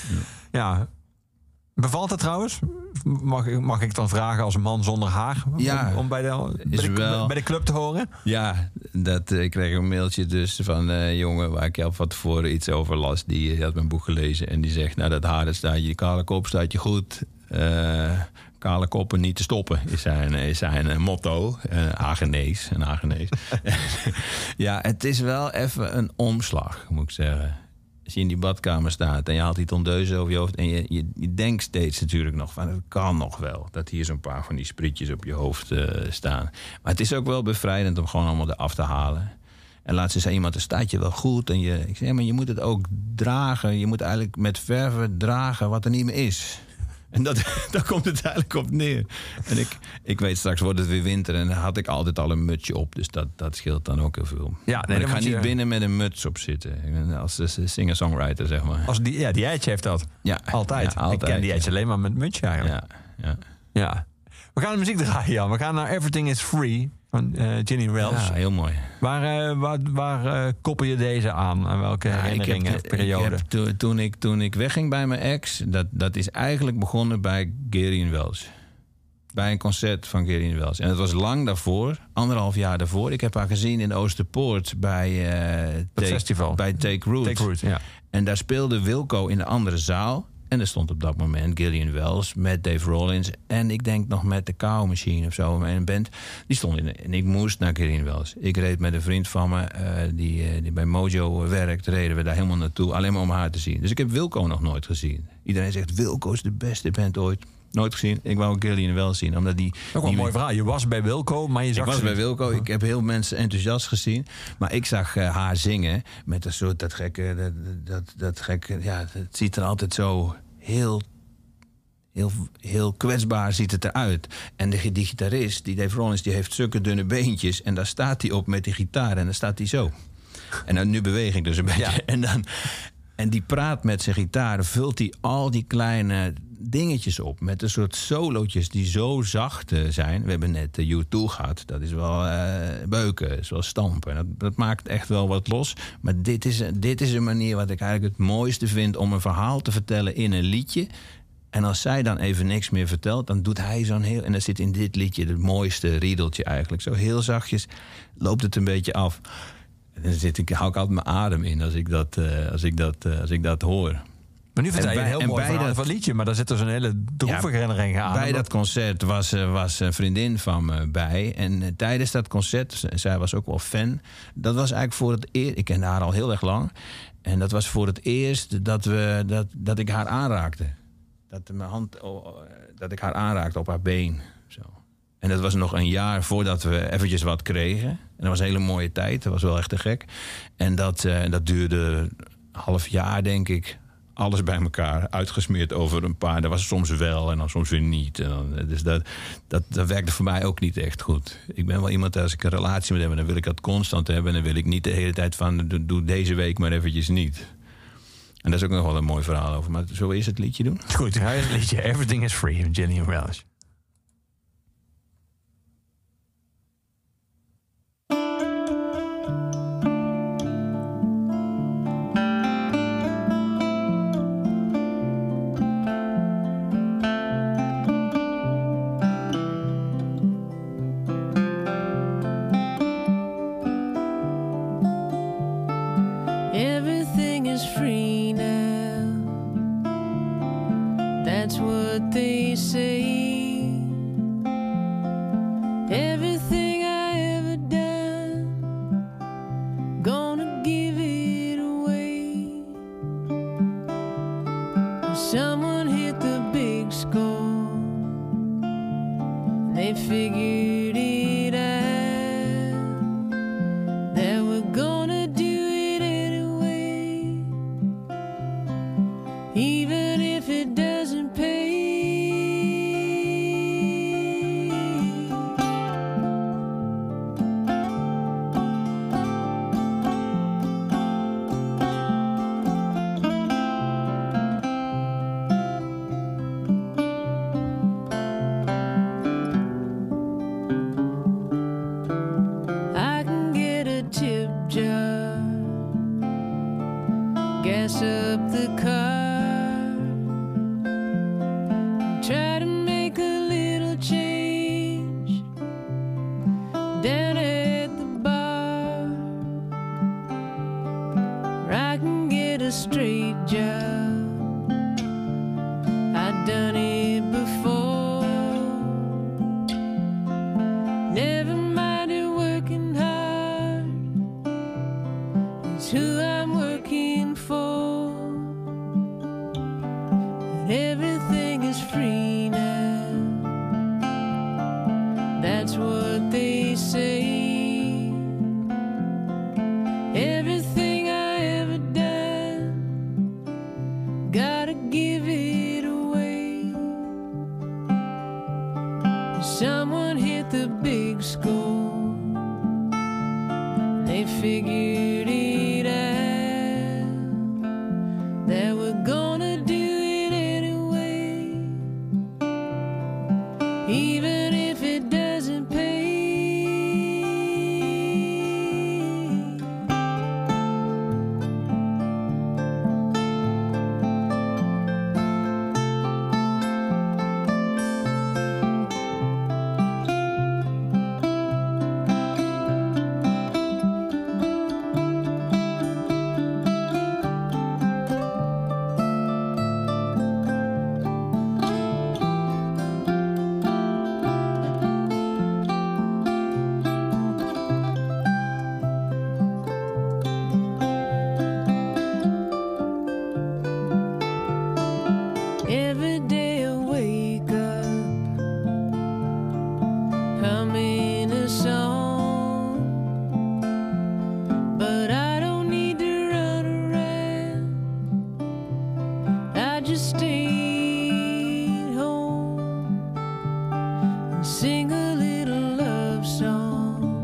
Ja. Bevalt het trouwens? Mag, ik- mag ik dan vragen als een man zonder haar? Ja, om, om bij, de, bij, is de, wel- bij de club te horen? Ja, dat, eh, ik kreeg een mailtje dus van een jongen waar ik al van tevoren iets over las. Die, eh, die had mijn boek gelezen en die zegt, nou dat haar, dat staat je, die kale kop staat je goed. Eh, kale koppen niet te stoppen is zijn, is zijn eh, motto. Uh, Hagenees, een Hagenees. Ja, het is wel even een omslag, moet ik zeggen. Als je in die badkamer staat en je haalt die tondeuze over je hoofd... en je, je, je denkt steeds natuurlijk nog van... het kan nog wel dat hier zo'n paar van die sprietjes op je hoofd uh, staan. Maar het is ook wel bevrijdend om gewoon allemaal eraf te halen. En laatst zei iemand, er staat je wel goed. En je, ik zei, ja, maar je moet het ook dragen. Je moet eigenlijk met verven dragen wat er niet meer is. En dat, daar komt het eigenlijk op neer. En ik, ik weet, straks wordt het weer winter en dan had ik altijd al een mutsje op. Dus dat, dat scheelt dan ook heel veel. Ja, nee, maar ik dan ga moet je- niet binnen met een muts op zitten. Ik ben als een singer-songwriter, zeg maar. Als die, ja, die Edge heeft dat. Ja, Altijd. ja, altijd, Ik ken die Edge ja. alleen maar met mutsje eigenlijk. Ja, ja. Ja. We gaan de muziek draaien, Jan. We gaan naar Everything is Free van eh Ginny Wells. Ja, heel mooi. Waar, eh, waar, waar eh, koppel je deze aan? Aan welke Ja, ik heb, herinneringen of periode? ik heb, to- toen, ik, toen ik wegging bij mijn ex, dat, dat is eigenlijk begonnen bij Gary Wells. Bij een concert van Gary Wells. En het was lang daarvoor, anderhalf jaar daarvoor. Ik heb haar gezien in Oosterpoort bij, eh, Take, festival. bij Take Root. Take Root, ja. En daar speelde Wilco in de andere zaal. En er stond op dat moment Gillian Wells met Dave Rollins. En ik denk nog met de Cow Machine of zo. Met een band. Die stond in. En ik moest naar Gillian Wells. Ik reed met een vriend van me. eh, die, eh, die bij Mojo werkt. Reden we daar helemaal naartoe. Alleen maar om haar te zien. Dus ik heb Wilco nog nooit gezien. Iedereen zegt Wilco is de beste band ooit. Nooit gezien. Ik wou Gillian Wells zien. Omdat die. Ook wel een mooi verhaal. Je was bij Wilco, maar je zag Ik was ze bij niet. Wilco. Ik heb heel mensen enthousiast gezien. Maar ik zag eh, haar zingen met een soort dat gekke... Dat, dat, dat gekke ja, het ziet er altijd zo heel... Heel, heel kwetsbaar ziet het eruit. En de, die gitarist, die Dave Rollins, die heeft zulke dunne beentjes. En daar staat hij op met die gitaar. En dan staat hij zo. En dan, nu beweeg ik dus een beetje. Ja. En, dan, en die praat met zijn gitaar. Vult hij al die kleine dingetjes op. Met een soort solootjes die zo zacht eh, zijn. We hebben net de U twee gehad. Dat is wel eh, beuken. Dat is wel stampen. Dat, dat maakt echt wel wat los. Maar dit is, dit is een manier wat ik eigenlijk het mooiste vind... om een verhaal te vertellen in een liedje... En als zij dan even niks meer vertelt, dan doet hij zo'n heel... En dan zit in dit liedje het mooiste riedeltje eigenlijk. Zo heel zachtjes loopt het een beetje af. En dan zit ik, hou ik altijd mijn adem in als ik dat, uh, als ik dat, uh, als ik dat hoor. Maar nu vertel En je een bij- heel en mooi bij verhaal dat- van het liedje. Maar daar zit dus een hele droevige Ja, herinnering aan. Bij Omdat- dat concert was, uh, was een vriendin van me bij. En uh, tijdens dat concert, z- zij was ook wel fan. Dat was eigenlijk voor het eerst... Ik kende haar al heel erg lang. En dat was voor het eerst dat, we, dat, dat ik haar aanraakte. Dat, mijn hand, oh, oh, dat ik haar aanraakte op haar been. Zo. En dat was nog een jaar voordat we eventjes wat kregen. En dat was een hele mooie tijd. Dat was wel echt te gek. En dat, uh, dat duurde een half jaar, denk ik. Alles bij elkaar, uitgesmeerd over een paar. Dat was soms wel en dan soms weer niet. En dan, dus dat, dat, dat werkte voor mij ook niet echt goed. Ik ben wel iemand, als ik een relatie moet hebben... dan wil ik dat constant hebben. En dan wil ik niet de hele tijd van... doe, doe deze week maar eventjes niet. En daar is ook nog wel een mooi verhaal over. Maar zullen we eerst het liedje doen? Goed, hij is het liedje Everything is Free van Ginny Wells. Everything is free now. That's what they say. Everything I ever done, gonna give it away. Someone hit the big score. They figured it out. That we're gonna do it anyway, even if it doesn't pay. gas up the car, try to make a little change down at the bar, where I can get a straight job. I've done it before, never minded working hard. It's who I'm working for. But everything is free now, that's what they say. Everything I ever done, gotta give it away. Someone hit the big score, they figured it out, that we're gonna do it anyway, even if it doesn't pay. Every day I wake up, humming a song, but I don't need to run around. I just stay home and sing a little love song,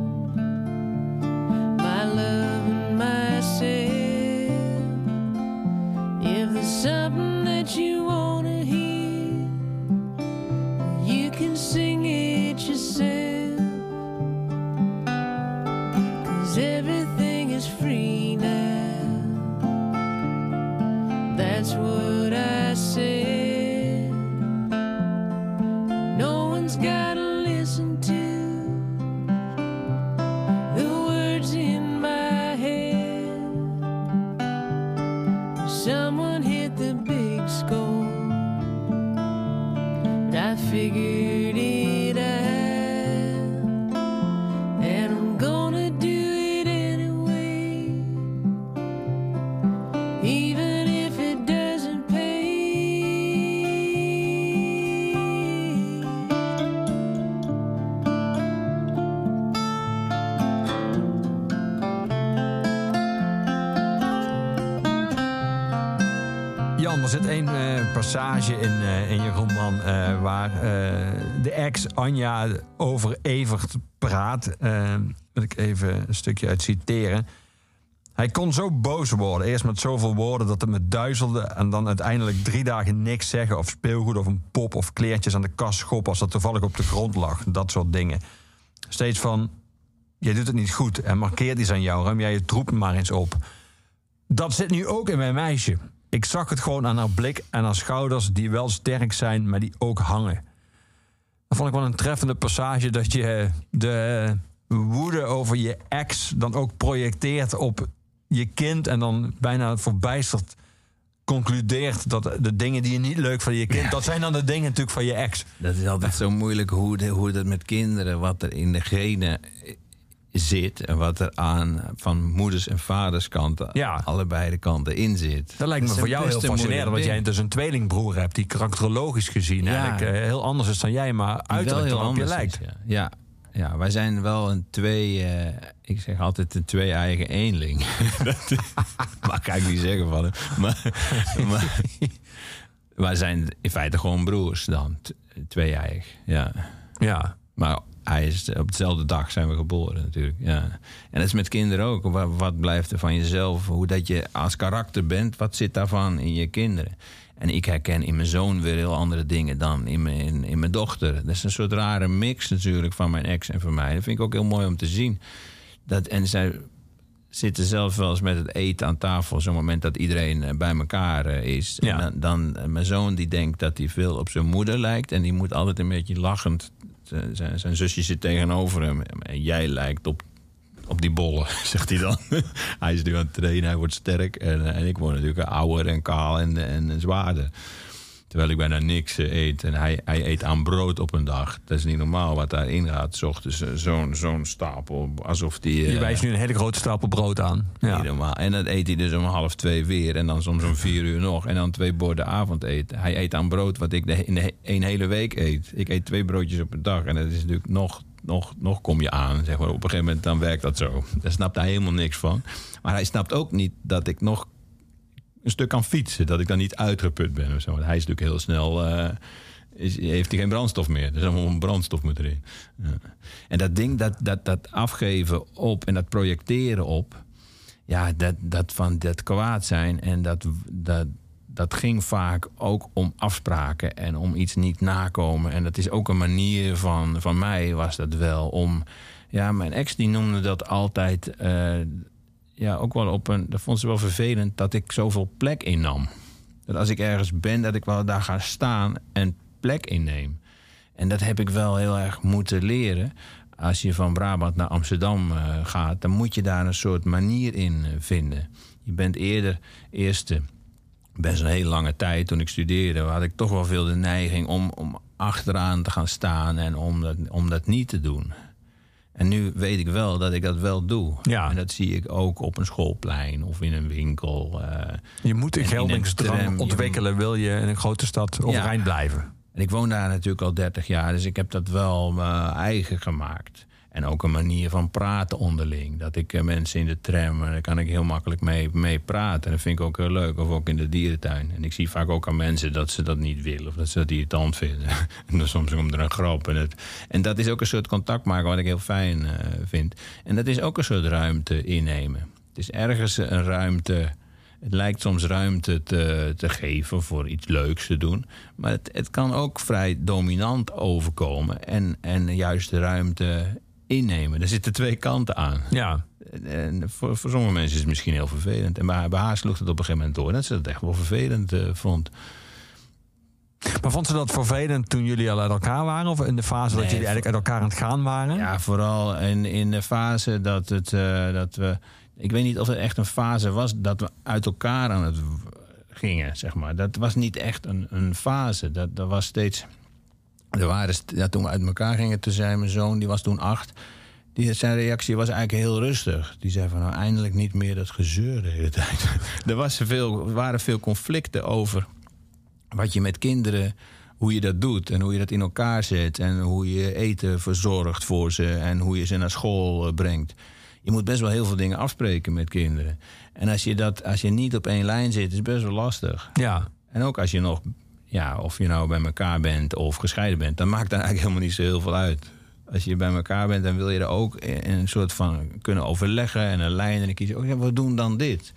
my love and myself. If there's something that you wanna hear, you can sing it yourself, 'cause everything is free now, that's what I said. No one's gotta listen to the words in my head. Someone hit the big score, but I figured it out, and I'm gonna do it anyway, even if it doesn't pay. Jan, er zit één eh, passage in, eh, in je roman eh, waar eh, de ex Anja over Evert praat. Eh, wil ik even een stukje uit citeren. Hij kon zo boos worden, eerst met zoveel woorden dat het me duizelde, en dan uiteindelijk drie dagen niks zeggen of speelgoed of een pop of kleertjes aan de kast schoppen als dat toevallig op de grond lag. Dat soort dingen. Steeds van, jij doet het niet goed en markeert iets aan jou, ruim jij je troep maar eens op. Dat zit nu ook in mijn meisje. Ik zag het gewoon aan haar blik en haar schouders, die wel sterk zijn, maar die ook hangen. Dat vond ik wel een treffende passage, dat je de woede over je ex dan ook projecteert op je kind en dan bijna verbijsterd concludeert dat de dingen die je niet leuk van je kind, ja, dat zijn dan de dingen natuurlijk van je ex. Dat is altijd zo moeilijk hoe, de, hoe dat met kinderen, wat er in de genen zit en wat er aan van moeders en vaders kanten, ja, allebei de kanten in zit. Dat lijkt me dat voor jou heel fascinerend, want jij dus een tweelingbroer hebt die karakterologisch gezien, ja, eigenlijk uh, heel anders is dan jij, maar uiterlijk wel op je lijkt. Is, ja. Ja. Ja, wij zijn wel een twee, uh, ik zeg altijd een twee eigen eenling. Dat mag ik niet zeggen van hem. Maar, maar wij zijn in feite gewoon broers dan, twee eigen. Ja. Ja. Maar hij is, op dezelfde dag zijn we geboren natuurlijk. Ja. En dat is met kinderen ook. Wat, wat blijft er van jezelf? Hoe dat je als karakter bent, wat zit daarvan in je kinderen? En ik herken in mijn zoon weer heel andere dingen dan in mijn, in, in mijn dochter. Dat is een soort rare mix natuurlijk van mijn ex en van mij. Dat vind ik ook heel mooi om te zien. Dat, en zij, zitten zelf wel eens met het eten aan tafel. Zo'n moment dat iedereen bij elkaar is. Ja. En dan, dan mijn zoon die denkt dat hij veel op zijn moeder lijkt. En die moet altijd een beetje lachend. Zijn, zijn zusje zit tegenover hem. En jij lijkt op, op die bollen, zegt hij dan. Hij is nu aan het trainen, hij wordt sterk. En, en ik word natuurlijk ouder en kaal en, en zwaarder. Terwijl ik bijna niks eet. En hij, hij eet aan brood op een dag. Dat is niet normaal wat daarin gaat. 's Ochtends zo'n zo'n stapel. Alsof die... Je wijst nu een hele grote stapel brood aan. Ja. Niet normaal. En dan eet hij dus om half twee weer. En dan soms om vier uur nog. En dan twee borden avondeten. Hij eet aan brood wat ik de, in de, een hele week eet. Ik eet twee broodjes op een dag. En dat is natuurlijk nog, nog, nog kom je aan. Zeg maar. Op een gegeven moment dan werkt dat zo. Daar snapt hij helemaal niks van. Maar hij snapt ook niet dat ik nog een stuk kan fietsen. Dat ik dan niet uitgeput ben of zo. Want hij is natuurlijk heel snel... Uh, is, heeft hij geen brandstof meer. Dus allemaal een brandstof moet erin. Ja. En dat ding, dat, dat, dat afgeven op en dat projecteren op... Ja, dat, dat van dat kwaad zijn. En dat, dat, dat ging vaak ook om afspraken en om iets niet nakomen. En dat is ook een manier van, van mij was dat wel om... Ja, mijn ex die noemde dat altijd... Uh, ja, ook wel op een... Dat vond ze wel vervelend dat ik zoveel plek innam. Dat als ik ergens ben, dat ik wel daar ga staan en plek inneem. En dat heb ik wel heel erg moeten leren. Als je van Brabant naar Amsterdam uh, gaat... dan moet je daar een soort manier in uh, vinden. Je bent eerder eerste... best een hele lange tijd, toen ik studeerde... had ik toch wel veel de neiging om, om achteraan te gaan staan... en om dat, om dat niet te doen. En nu weet ik wel dat ik dat wel doe. Ja. En dat zie ik ook op een schoolplein of in een winkel. Uh, Je moet een geldingsdrang ontwikkelen... wil je in een grote stad overeind ja. blijven. En ik woon daar natuurlijk al dertig jaar... dus ik heb dat wel uh, eigen gemaakt. En ook een manier van praten onderling. Dat ik uh, mensen in de tram... daar kan ik heel makkelijk mee, mee praten. En dat vind ik ook heel leuk. Of ook in de dierentuin. En ik zie vaak ook aan mensen dat ze dat niet willen... of dat ze dat irritant vinden. En dan soms komt er een grap. En, het, en dat is ook een soort contact maken... wat ik heel fijn uh, vind. En dat is ook een soort ruimte innemen. Het is ergens een ruimte... Het lijkt soms ruimte te, te geven voor iets leuks te doen. Maar het, het kan ook vrij dominant overkomen. En, en juist de ruimte innemen. Er zitten twee kanten aan. Ja. En voor, voor sommige mensen is het misschien heel vervelend. En bij, bij haar sloeg het op een gegeven moment door. Dat ze het echt wel vervelend uh, vond. Maar vond ze dat vervelend toen jullie al uit elkaar waren? Of in de fase nee, dat jullie eigenlijk uit elkaar aan het gaan waren? Ja, vooral in, in de fase dat, het, uh, dat we... Ik weet niet of het echt een fase was dat we uit elkaar aan het gingen, zeg maar. Dat was niet echt een, een fase. Dat, dat was steeds... Er waren, ja, toen we uit elkaar gingen, toen zei mijn zoon, die was toen acht... Die, zijn reactie was eigenlijk heel rustig. Die zei van, nou, eindelijk niet meer dat gezeur de hele tijd. er, was veel, er waren veel conflicten over wat je met kinderen... hoe je dat doet en hoe je dat in elkaar zet... en hoe je eten verzorgt voor ze en hoe je ze naar school brengt... Je moet best wel heel veel dingen afspreken met kinderen. En als je, dat, als je niet op één lijn zit, is het best wel lastig. Ja. En ook als je nog, ja, of je nou bij elkaar bent of gescheiden bent... dan maakt dat eigenlijk helemaal niet zo heel veel uit. Als je bij elkaar bent, dan wil je er ook een soort van kunnen overleggen... en een lijn en dan kiezen, oh ja, we doen dan dit.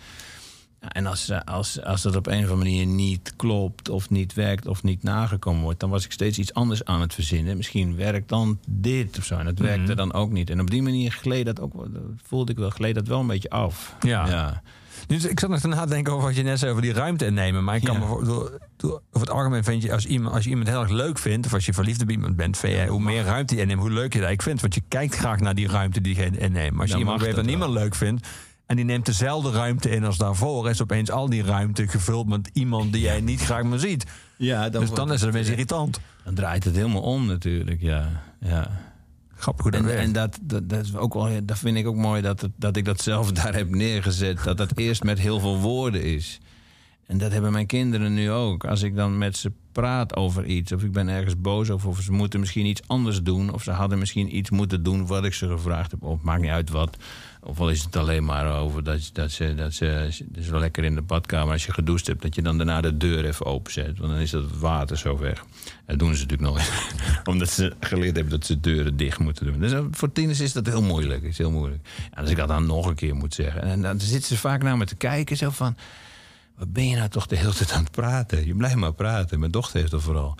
En als, als, als dat op een of andere manier niet klopt of niet werkt of niet nagekomen wordt... dan was ik steeds iets anders aan het verzinnen. Misschien werkt dan dit of zo. En dat werkte mm-hmm. dan ook niet. En op die manier gleed dat ook, voelde ik wel, gleed dat wel een beetje af. Ja. ja. Dus ik zat nog te nadenken over wat je net zei over die ruimte innemen. Maar ik kan ja. me voor, door, door, over het algemeen vind je als, iemand, als je iemand heel erg leuk vindt... of als je verliefd op iemand bent, vind je, hoe meer ruimte je inneemt... hoe leuk je dat ik vind. Want je kijkt graag naar die ruimte die je inneemt. Maar als je dan iemand weet dat niemand leuk vindt... en die neemt dezelfde ruimte in als daarvoor... is opeens al die ruimte gevuld met iemand die jij niet graag meer ziet. Ja, dan dus dan is het een beetje irritant. Dan draait het helemaal om natuurlijk, ja. ja. Grappig hoe dat en, werkt. En dat, dat, dat, is ook wel, dat vind ik ook mooi dat, het, dat ik dat zelf daar heb neergezet. Dat dat eerst met heel veel woorden is. En dat hebben mijn kinderen nu ook. Als ik dan met ze praat over iets... of ik ben ergens boos over... of ze moeten misschien iets anders doen... of ze hadden misschien iets moeten doen... wat ik ze gevraagd heb. Of maakt niet uit wat... Of al is het alleen maar over dat, dat ze... Dat ze het is wel lekker in de badkamer als je gedoucht hebt... dat je dan daarna de deur even openzet. Want dan is dat water zo weg. Dat doen ze natuurlijk nooit. Omdat ze geleerd hebben dat ze deuren dicht moeten doen. Dus voor tieners is dat heel moeilijk. Is heel moeilijk. En als ik dat dan nog een keer moet zeggen... en dan zitten ze vaak naar me te kijken... zo van... wat ben je nou toch de hele tijd aan het praten? Je blijft maar praten. Mijn dochter heeft dat vooral.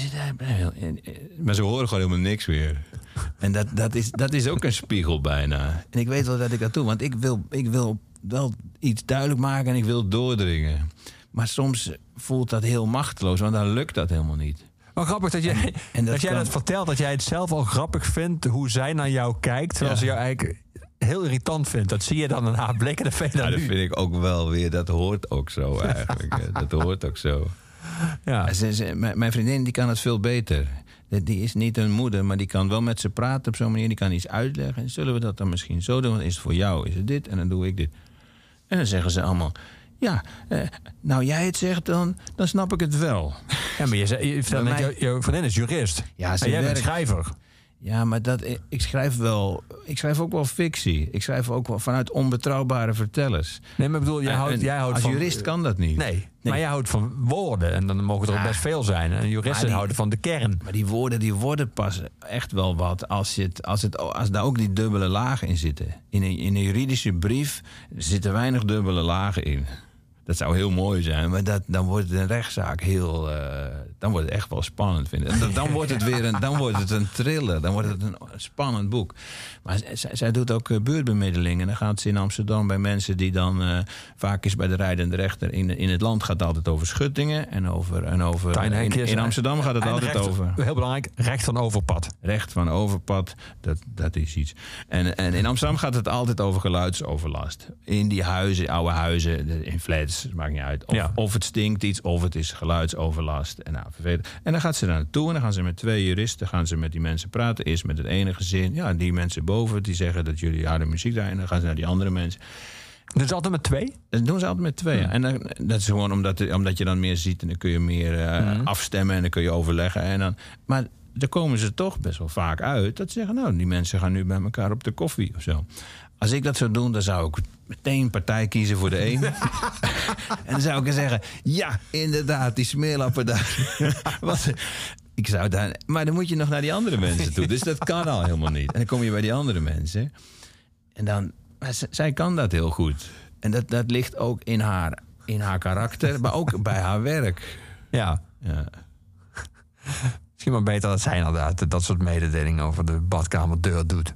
Maar ze horen gewoon helemaal niks meer. En dat, dat, is, dat is ook een spiegel bijna. En ik weet wel dat ik dat doe. Want ik wil, ik wil wel iets duidelijk maken en ik wil doordringen. Maar soms voelt dat heel machteloos, want dan lukt dat helemaal niet. Maar grappig dat, jij, En, en dat dat jij kan... dat vertelt, dat jij het zelf al grappig vindt hoe zij naar jou kijkt. Terwijl Ja. ze jou eigenlijk heel irritant vindt. Dat zie je dan in haar blik en dat vind je dan Ja, dat nu. vind ik ook wel weer, dat hoort ook zo eigenlijk. Dat hoort ook zo. Ja. Ze, ze, mijn mijn vriendin die kan het veel beter. Die- Die is niet een moeder, maar die kan wel met ze praten op zo'n manier. Die kan iets uitleggen. En zullen we dat dan misschien zo doen? Want is het voor jou, is het dit? En dan doe ik dit. En dan zeggen ze allemaal... Ja, eh, nou jij het zegt, dan, dan snap ik het wel. Ja, maar je, zei- je vertelde Bij net, mij- jouw, jouw vriendin is jurist. Ja, ze en jij bent werkt- schrijver. Ja, maar dat, ik schrijf wel... Ik schrijf ook wel fictie. Ik schrijf ook wel vanuit onbetrouwbare vertellers. Nee, maar ik bedoel, jij En- houdt, en jij houdt als van... jurist kan dat niet. Nee, maar jij houdt van woorden. En dan mogen er ook Ja. best veel zijn. En juristen die- houden van de kern. Maar die woorden, die worden pas echt wel wat als, je het, als, het, als daar ook die dubbele lagen in zitten. In een, in een juridische brief zitten weinig dubbele lagen in. Dat zou heel mooi zijn, maar dat, dan wordt een rechtszaak heel... Uh, dan wordt het echt wel spannend, vind ik. Dan, dan wordt het weer een, dan wordt het een thriller, dan wordt het een spannend boek. Maar zij, zij doet ook uh, buurtbemiddeling. En dan gaat ze in Amsterdam bij mensen die dan... Uh, vaak is bij de rijdende rechter in, in het land gaat het altijd over schuttingen. En over... En over Kleine in, hekjes. in Amsterdam gaat het En altijd recht- over... Heel belangrijk, recht van overpad. Recht van overpad, dat, dat is iets. En, en in Amsterdam gaat het altijd over geluidsoverlast. In die huizen, oude huizen, in flats, maakt niet uit. Of, Ja. of het stinkt iets, of het is geluidsoverlast. En, nou, vervelend. En dan gaat ze daar naartoe en dan gaan ze met twee juristen... gaan ze met die mensen praten. Eerst met het ene gezin. Ja, die mensen boven, die zeggen dat jullie harde muziek draaien. En dan gaan ze naar die andere mensen. Dus altijd met twee? Dat doen ze altijd met twee. Ja. En dan, dat is gewoon omdat, omdat je dan meer ziet... en dan kun je meer uh, Mhm. afstemmen en dan kun je overleggen. En dan, maar daar komen ze toch best wel vaak uit... dat ze zeggen, nou, die mensen gaan nu bij elkaar op de koffie of zo. Als ik dat zou doen, dan zou ik meteen partij kiezen voor de een. En dan zou ik zeggen, ja, inderdaad, die smeerlappen daar. Wat, ik zou daar, maar dan moet je nog naar die andere mensen toe. Dus dat kan al helemaal niet. En dan kom je bij die andere mensen. En dan, maar z- zij kan dat heel goed. En dat, dat ligt ook in haar, in haar karakter, maar ook bij haar werk. Ja. Ja. Misschien maar beter dat zij inderdaad dat soort mededelingen over de badkamerdeur doet.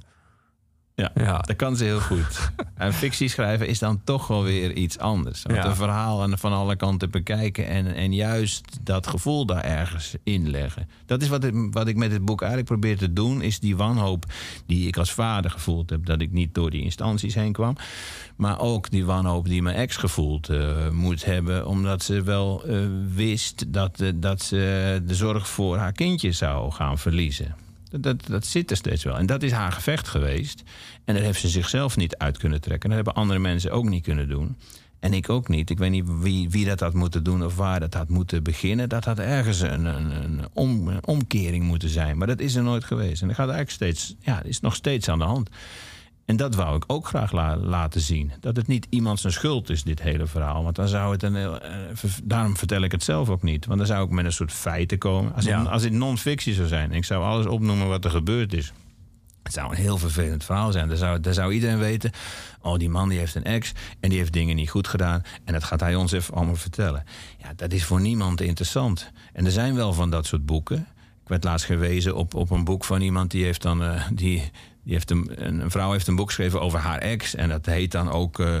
Ja, Ja. dat kan ze heel goed. En fictie schrijven is dan toch wel weer iets anders. Want Ja. een verhaal aan- van alle kanten bekijken... En, en juist dat gevoel daar ergens inleggen. Dat is wat ik, wat ik met dit boek eigenlijk probeer te doen... is die wanhoop die ik als vader gevoeld heb... dat ik niet door die instanties heen kwam. Maar ook die wanhoop die mijn ex gevoeld uh, moet hebben... omdat ze wel uh, wist dat, uh, dat ze de zorg voor haar kindje zou gaan verliezen. Dat, dat, dat zit er steeds wel. En dat is haar gevecht geweest. En dat heeft ze zichzelf niet uit kunnen trekken. Dat hebben andere mensen ook niet kunnen doen. En ik ook niet. Ik weet niet wie, wie dat had moeten doen of waar dat had moeten beginnen. Dat had ergens een, een, een, om, een omkering moeten zijn. Maar dat is er nooit geweest. En dat gaat eigenlijk steeds, ja, dat is nog steeds aan de hand. En dat wou ik ook graag la- laten zien. Dat het niet iemand zijn schuld is, dit hele verhaal. Want dan zou het een heel, uh, ver- daarom vertel ik het zelf ook niet. Want dan zou ik met een soort feiten komen. Als het, Ja. als het non-fictie zou zijn en ik zou alles opnoemen wat er gebeurd is. Het zou een heel vervelend verhaal zijn. Dan zou, dan zou iedereen weten... oh, die man die heeft een ex en die heeft dingen niet goed gedaan... en dat gaat hij ons even allemaal vertellen. Ja, dat is voor niemand interessant. En er zijn wel van dat soort boeken. Ik werd laatst gewezen op, op een boek van iemand... die heeft dan... Uh, die, die heeft een, een vrouw heeft een boek geschreven over haar ex... en dat heet dan ook... Uh,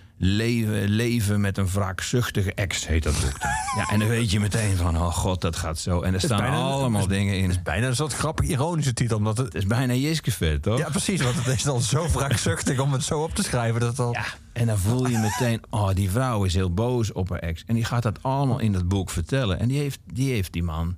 Leven, leven met een wraakzuchtige ex, heet dat boek dan. Ja, en dan weet je meteen van, oh god, dat gaat zo. En er staan bijna- allemaal dingen in. Bijna een soort grappig ironische titel. Omdat het, Het is bijna Jiskevet, toch? ja, precies. Want het is dan zo wraakzuchtig om het zo op te schrijven. Dat het al... Ja, en dan voel je meteen, oh, die vrouw is heel boos op haar ex. En die gaat dat allemaal in dat boek vertellen. En die heeft die, heeft die man,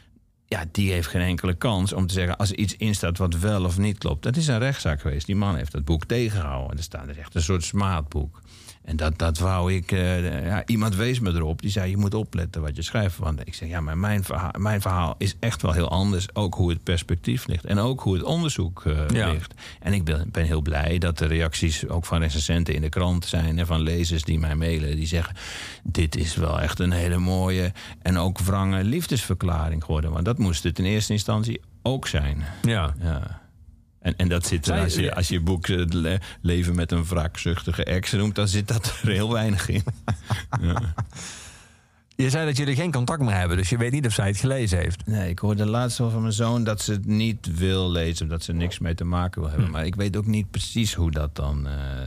ja, die heeft geen enkele kans om te zeggen... als er iets in staat wat wel of niet klopt. Dat is een rechtszaak geweest. Die man heeft dat boek tegengehouden. En er staat er echt een soort smaadboek. En dat, dat wou ik... Uh, ja, iemand wees me erop. Die zei, je moet opletten wat je schrijft. Want ik zeg, ja, maar mijn verhaal, mijn verhaal is echt wel heel anders. Ook hoe het perspectief ligt. En ook hoe het onderzoek uh, Ja. ligt. En ik ben, ben heel blij dat de reacties ook van recensenten in de krant zijn... en van lezers die mij mailen. Die zeggen, dit is wel echt een hele mooie... en ook wrange liefdesverklaring geworden. Want dat moest het in eerste instantie ook zijn. Ja. Ja. En, en dat zit er, Zij- als je, als je boek eh, le- Leven met een wraakzuchtige ex noemt... dan zit dat er heel weinig in. Ja. Je zei dat jullie geen contact meer hebben, dus je weet niet of zij het gelezen heeft. Nee, ik hoorde laatst wel van mijn zoon dat ze het niet wil lezen, dat ze er niks mee te maken wil hebben. Hm. Maar ik weet ook niet precies hoe dat dan uh,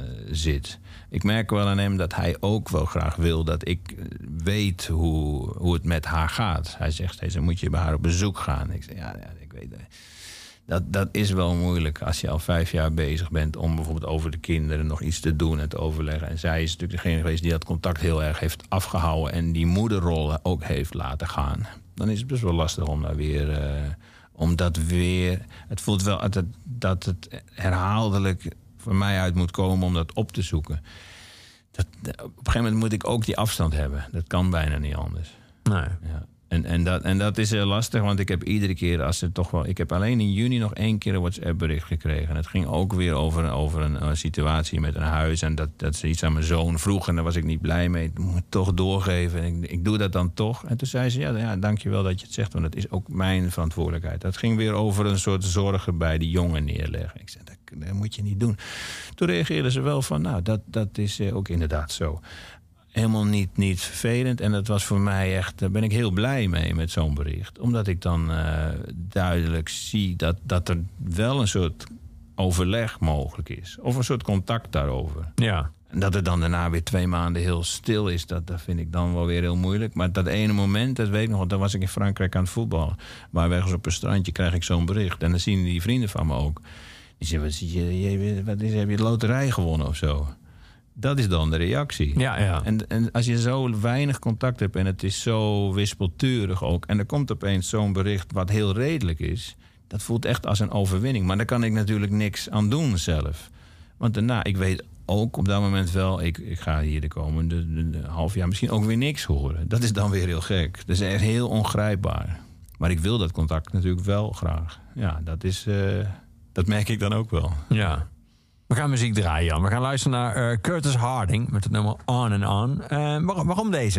zit. Ik merk wel aan hem dat hij ook wel graag wil dat ik weet hoe, hoe het met haar gaat. Hij zegt steeds, dan moet je bij haar op bezoek gaan. Ik zeg, ja, ja ik weet het. Dat, dat is wel moeilijk als je al vijf jaar bezig bent om bijvoorbeeld over de kinderen nog iets te doen en te overleggen. En zij is natuurlijk degene geweest die dat contact heel erg heeft afgehouden en die moederrol ook heeft laten gaan. Dan is het best wel lastig om daar weer, uh, om dat weer, het voelt wel dat het, dat het herhaaldelijk voor mij uit moet komen om dat op te zoeken. Dat, op een gegeven moment moet ik ook die afstand hebben. Dat kan bijna niet anders. Nee. Ja. En, en, dat, en dat is heel lastig, want ik heb iedere keer als het toch wel. Ik heb alleen in juni nog één keer een WhatsApp-bericht gekregen. En het ging ook weer over, over een, een situatie met een huis. En dat, dat ze iets aan mijn zoon vroeg. En daar was ik niet blij mee. Ik moet het toch doorgeven. En ik, ik doe dat dan toch. En toen zei ze: ja, ja, dankjewel dat je het zegt, want dat is ook mijn verantwoordelijkheid. Dat ging weer over een soort zorgen bij die jongen neerleggen. Ik zei: dat, dat moet je niet doen. Toen reageerden ze wel van: nou, dat, dat is ook inderdaad zo. Helemaal niet, niet vervelend. En dat was voor mij echt, daar ben ik heel blij mee met zo'n bericht. Omdat ik dan uh, duidelijk zie dat, dat er wel een soort overleg mogelijk is. Of een soort contact daarover. Ja. En dat het dan daarna weer twee maanden heel stil is, dat, dat vind ik dan wel weer heel moeilijk. Maar dat ene moment, dat weet ik nog, want dan was ik in Frankrijk aan het voetballen. Maar ergens op een strandje krijg ik zo'n bericht. En dan zien die vrienden van me ook. Die zeggen: wat, zie je, wat is, heb je de loterij gewonnen of zo? Dat is dan de reactie. Ja, ja. En, en als je zo weinig contact hebt en het is zo wispelturig ook, en er komt opeens zo'n bericht wat heel redelijk is, dat voelt echt als een overwinning. Maar daar kan ik natuurlijk niks aan doen zelf. Want daarna, ik weet ook op dat moment wel, ik, ik ga hier de komende de, de half jaar misschien ook weer niks horen. Dat is dan weer heel gek. Dat is echt heel ongrijpbaar. Maar ik wil dat contact natuurlijk wel graag. Ja, dat is, uh, dat merk ik dan ook wel. Ja. We gaan muziek draaien, Jan. We gaan luisteren naar uh, Curtis Harding met het nummer On and On. Uh, waar, waarom deze?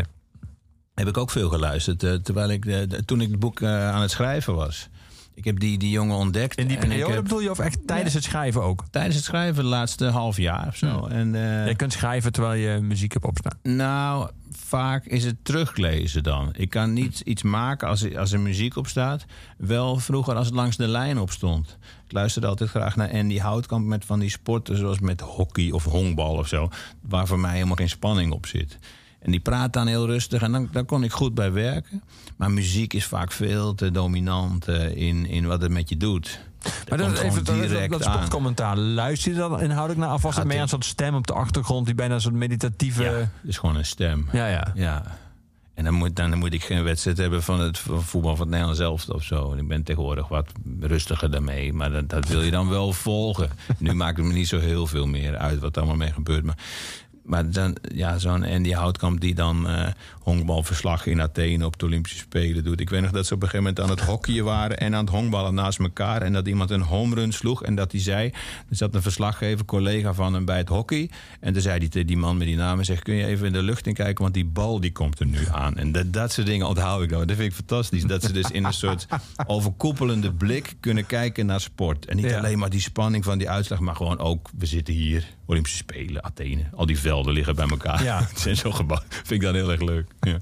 Heb ik ook veel geluisterd, uh, terwijl ik uh, toen ik het boek uh, aan het schrijven was. Ik heb die, die jongen ontdekt. In die en periode ik heb, bedoel je, of echt tijdens ja, het schrijven ook? Tijdens het schrijven, de laatste half jaar of zo. Hmm. En, uh, je kunt schrijven terwijl je muziek hebt opstaan. Nou, vaak is het teruglezen dan. Ik kan niet iets maken als, als er muziek op staat. Wel vroeger als het langs de lijn op stond. Ik luisterde altijd graag naar Andy Houtkamp met van die sporten, zoals met hockey of honkbal of zo, waar voor mij helemaal geen spanning op zit. En die praat dan heel rustig en dan, dan kon ik goed bij werken. Maar muziek is vaak veel te dominant uh, in, in wat het met je doet. Maar dat, even, direct dat, dat sportcommentaar, luister je dan inhoudelijk naar? Of was Ja, het meer het- een soort stem op de achtergrond die bijna een soort meditatieve... Ja, het is gewoon een stem. Ja, ja. Ja. En dan moet, dan moet ik geen wedstrijd hebben van het voetbal van het Nederlands elftal of zo. Ik ben tegenwoordig wat rustiger daarmee. Maar dat, dat wil je dan wel volgen. Nu maakt het me niet zo heel veel meer uit wat er allemaal mee gebeurt. Maar, maar dan, ja, zo'n Andy Houtkamp die dan uh, honkbalverslag in Athene op de Olympische Spelen doet. Ik weet nog dat ze op een gegeven moment aan het hockeyen waren en aan het honkballen naast elkaar. En dat iemand een home run sloeg en dat hij zei, er zat een verslaggever, collega van hem bij het hockey. En toen zei hij tegen die man met die naam, zegt, kun je even in de lucht in kijken, want die bal die komt er nu aan. En dat, dat soort dingen onthoud ik nou. Dat vind ik fantastisch. Dat ze dus in een soort overkoepelende blik kunnen kijken naar sport. En niet Ja. alleen maar die spanning van die uitslag, maar gewoon ook, we zitten hier, Olympische Spelen, Athene. Al die velden liggen bij elkaar. Ja. Het zijn zo gebouwd. Vind ik dan heel erg leuk. Ja.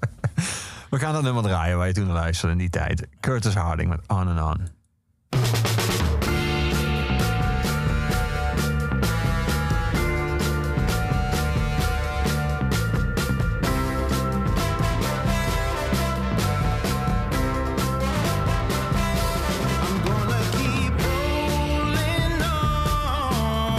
We gaan dat nummer draaien waar je toen naar luisterde in die tijd. Curtis Harding met On and On. I'm gonna keep rolling on,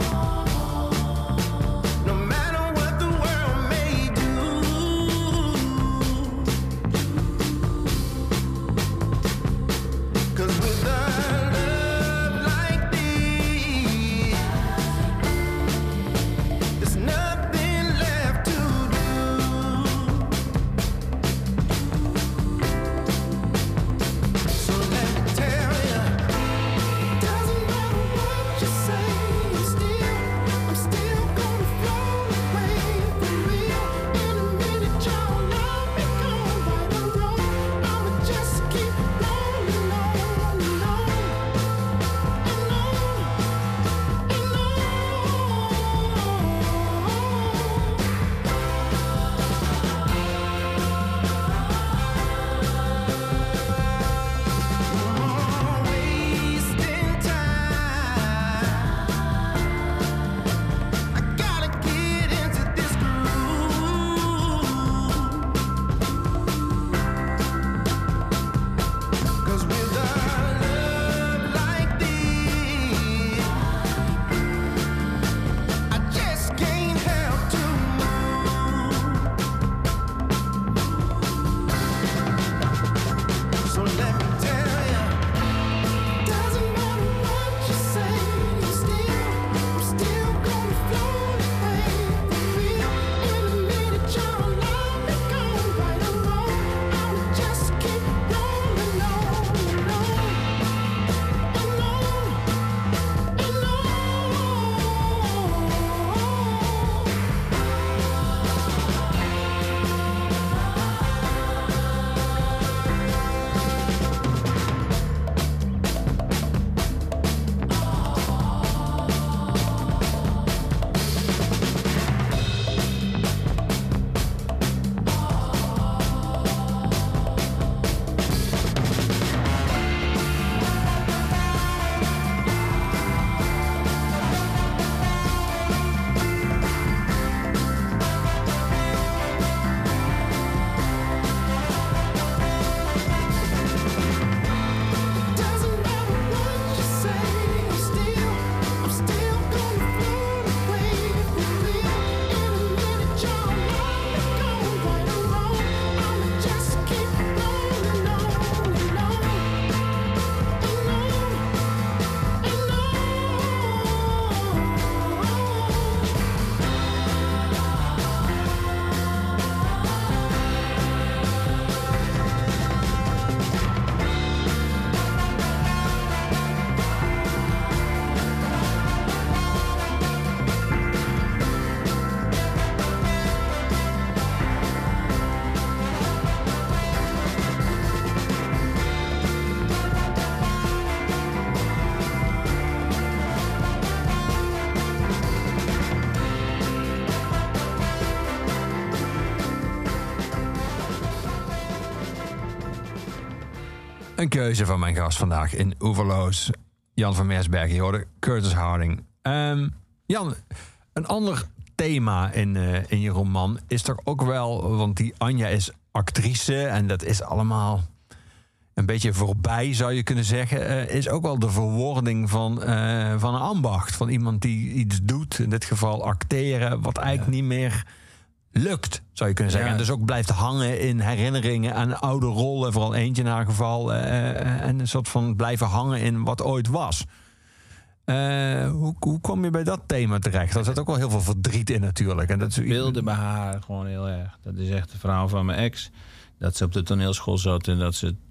no matter what the world may do. 'Cause Een keuze van mijn gast vandaag in Oeverloos. Jan van Meersbergen, je hoorde Curtis Harding. Um, Jan, een ander thema in, uh, in je roman is toch ook wel... want die Anja is actrice en dat is allemaal een beetje voorbij, zou je kunnen zeggen. Uh, is ook wel de verwording van, uh, van een ambacht. Van iemand die iets doet, in dit geval acteren... wat eigenlijk ja. niet meer lukt, zou je kunnen zeggen. Ja. En dus ook blijft hangen in herinneringen aan oude rollen. Vooral eentje in haar geval. Uh, en een soort van blijven hangen in wat ooit was. Uh, hoe, hoe kom je bij dat thema terecht? Daar zit ook wel heel veel verdriet in natuurlijk. En dat speelde bij haar gewoon heel erg. Dat is echt de verhaal van mijn ex. Dat ze op de toneelschool zat en dat ze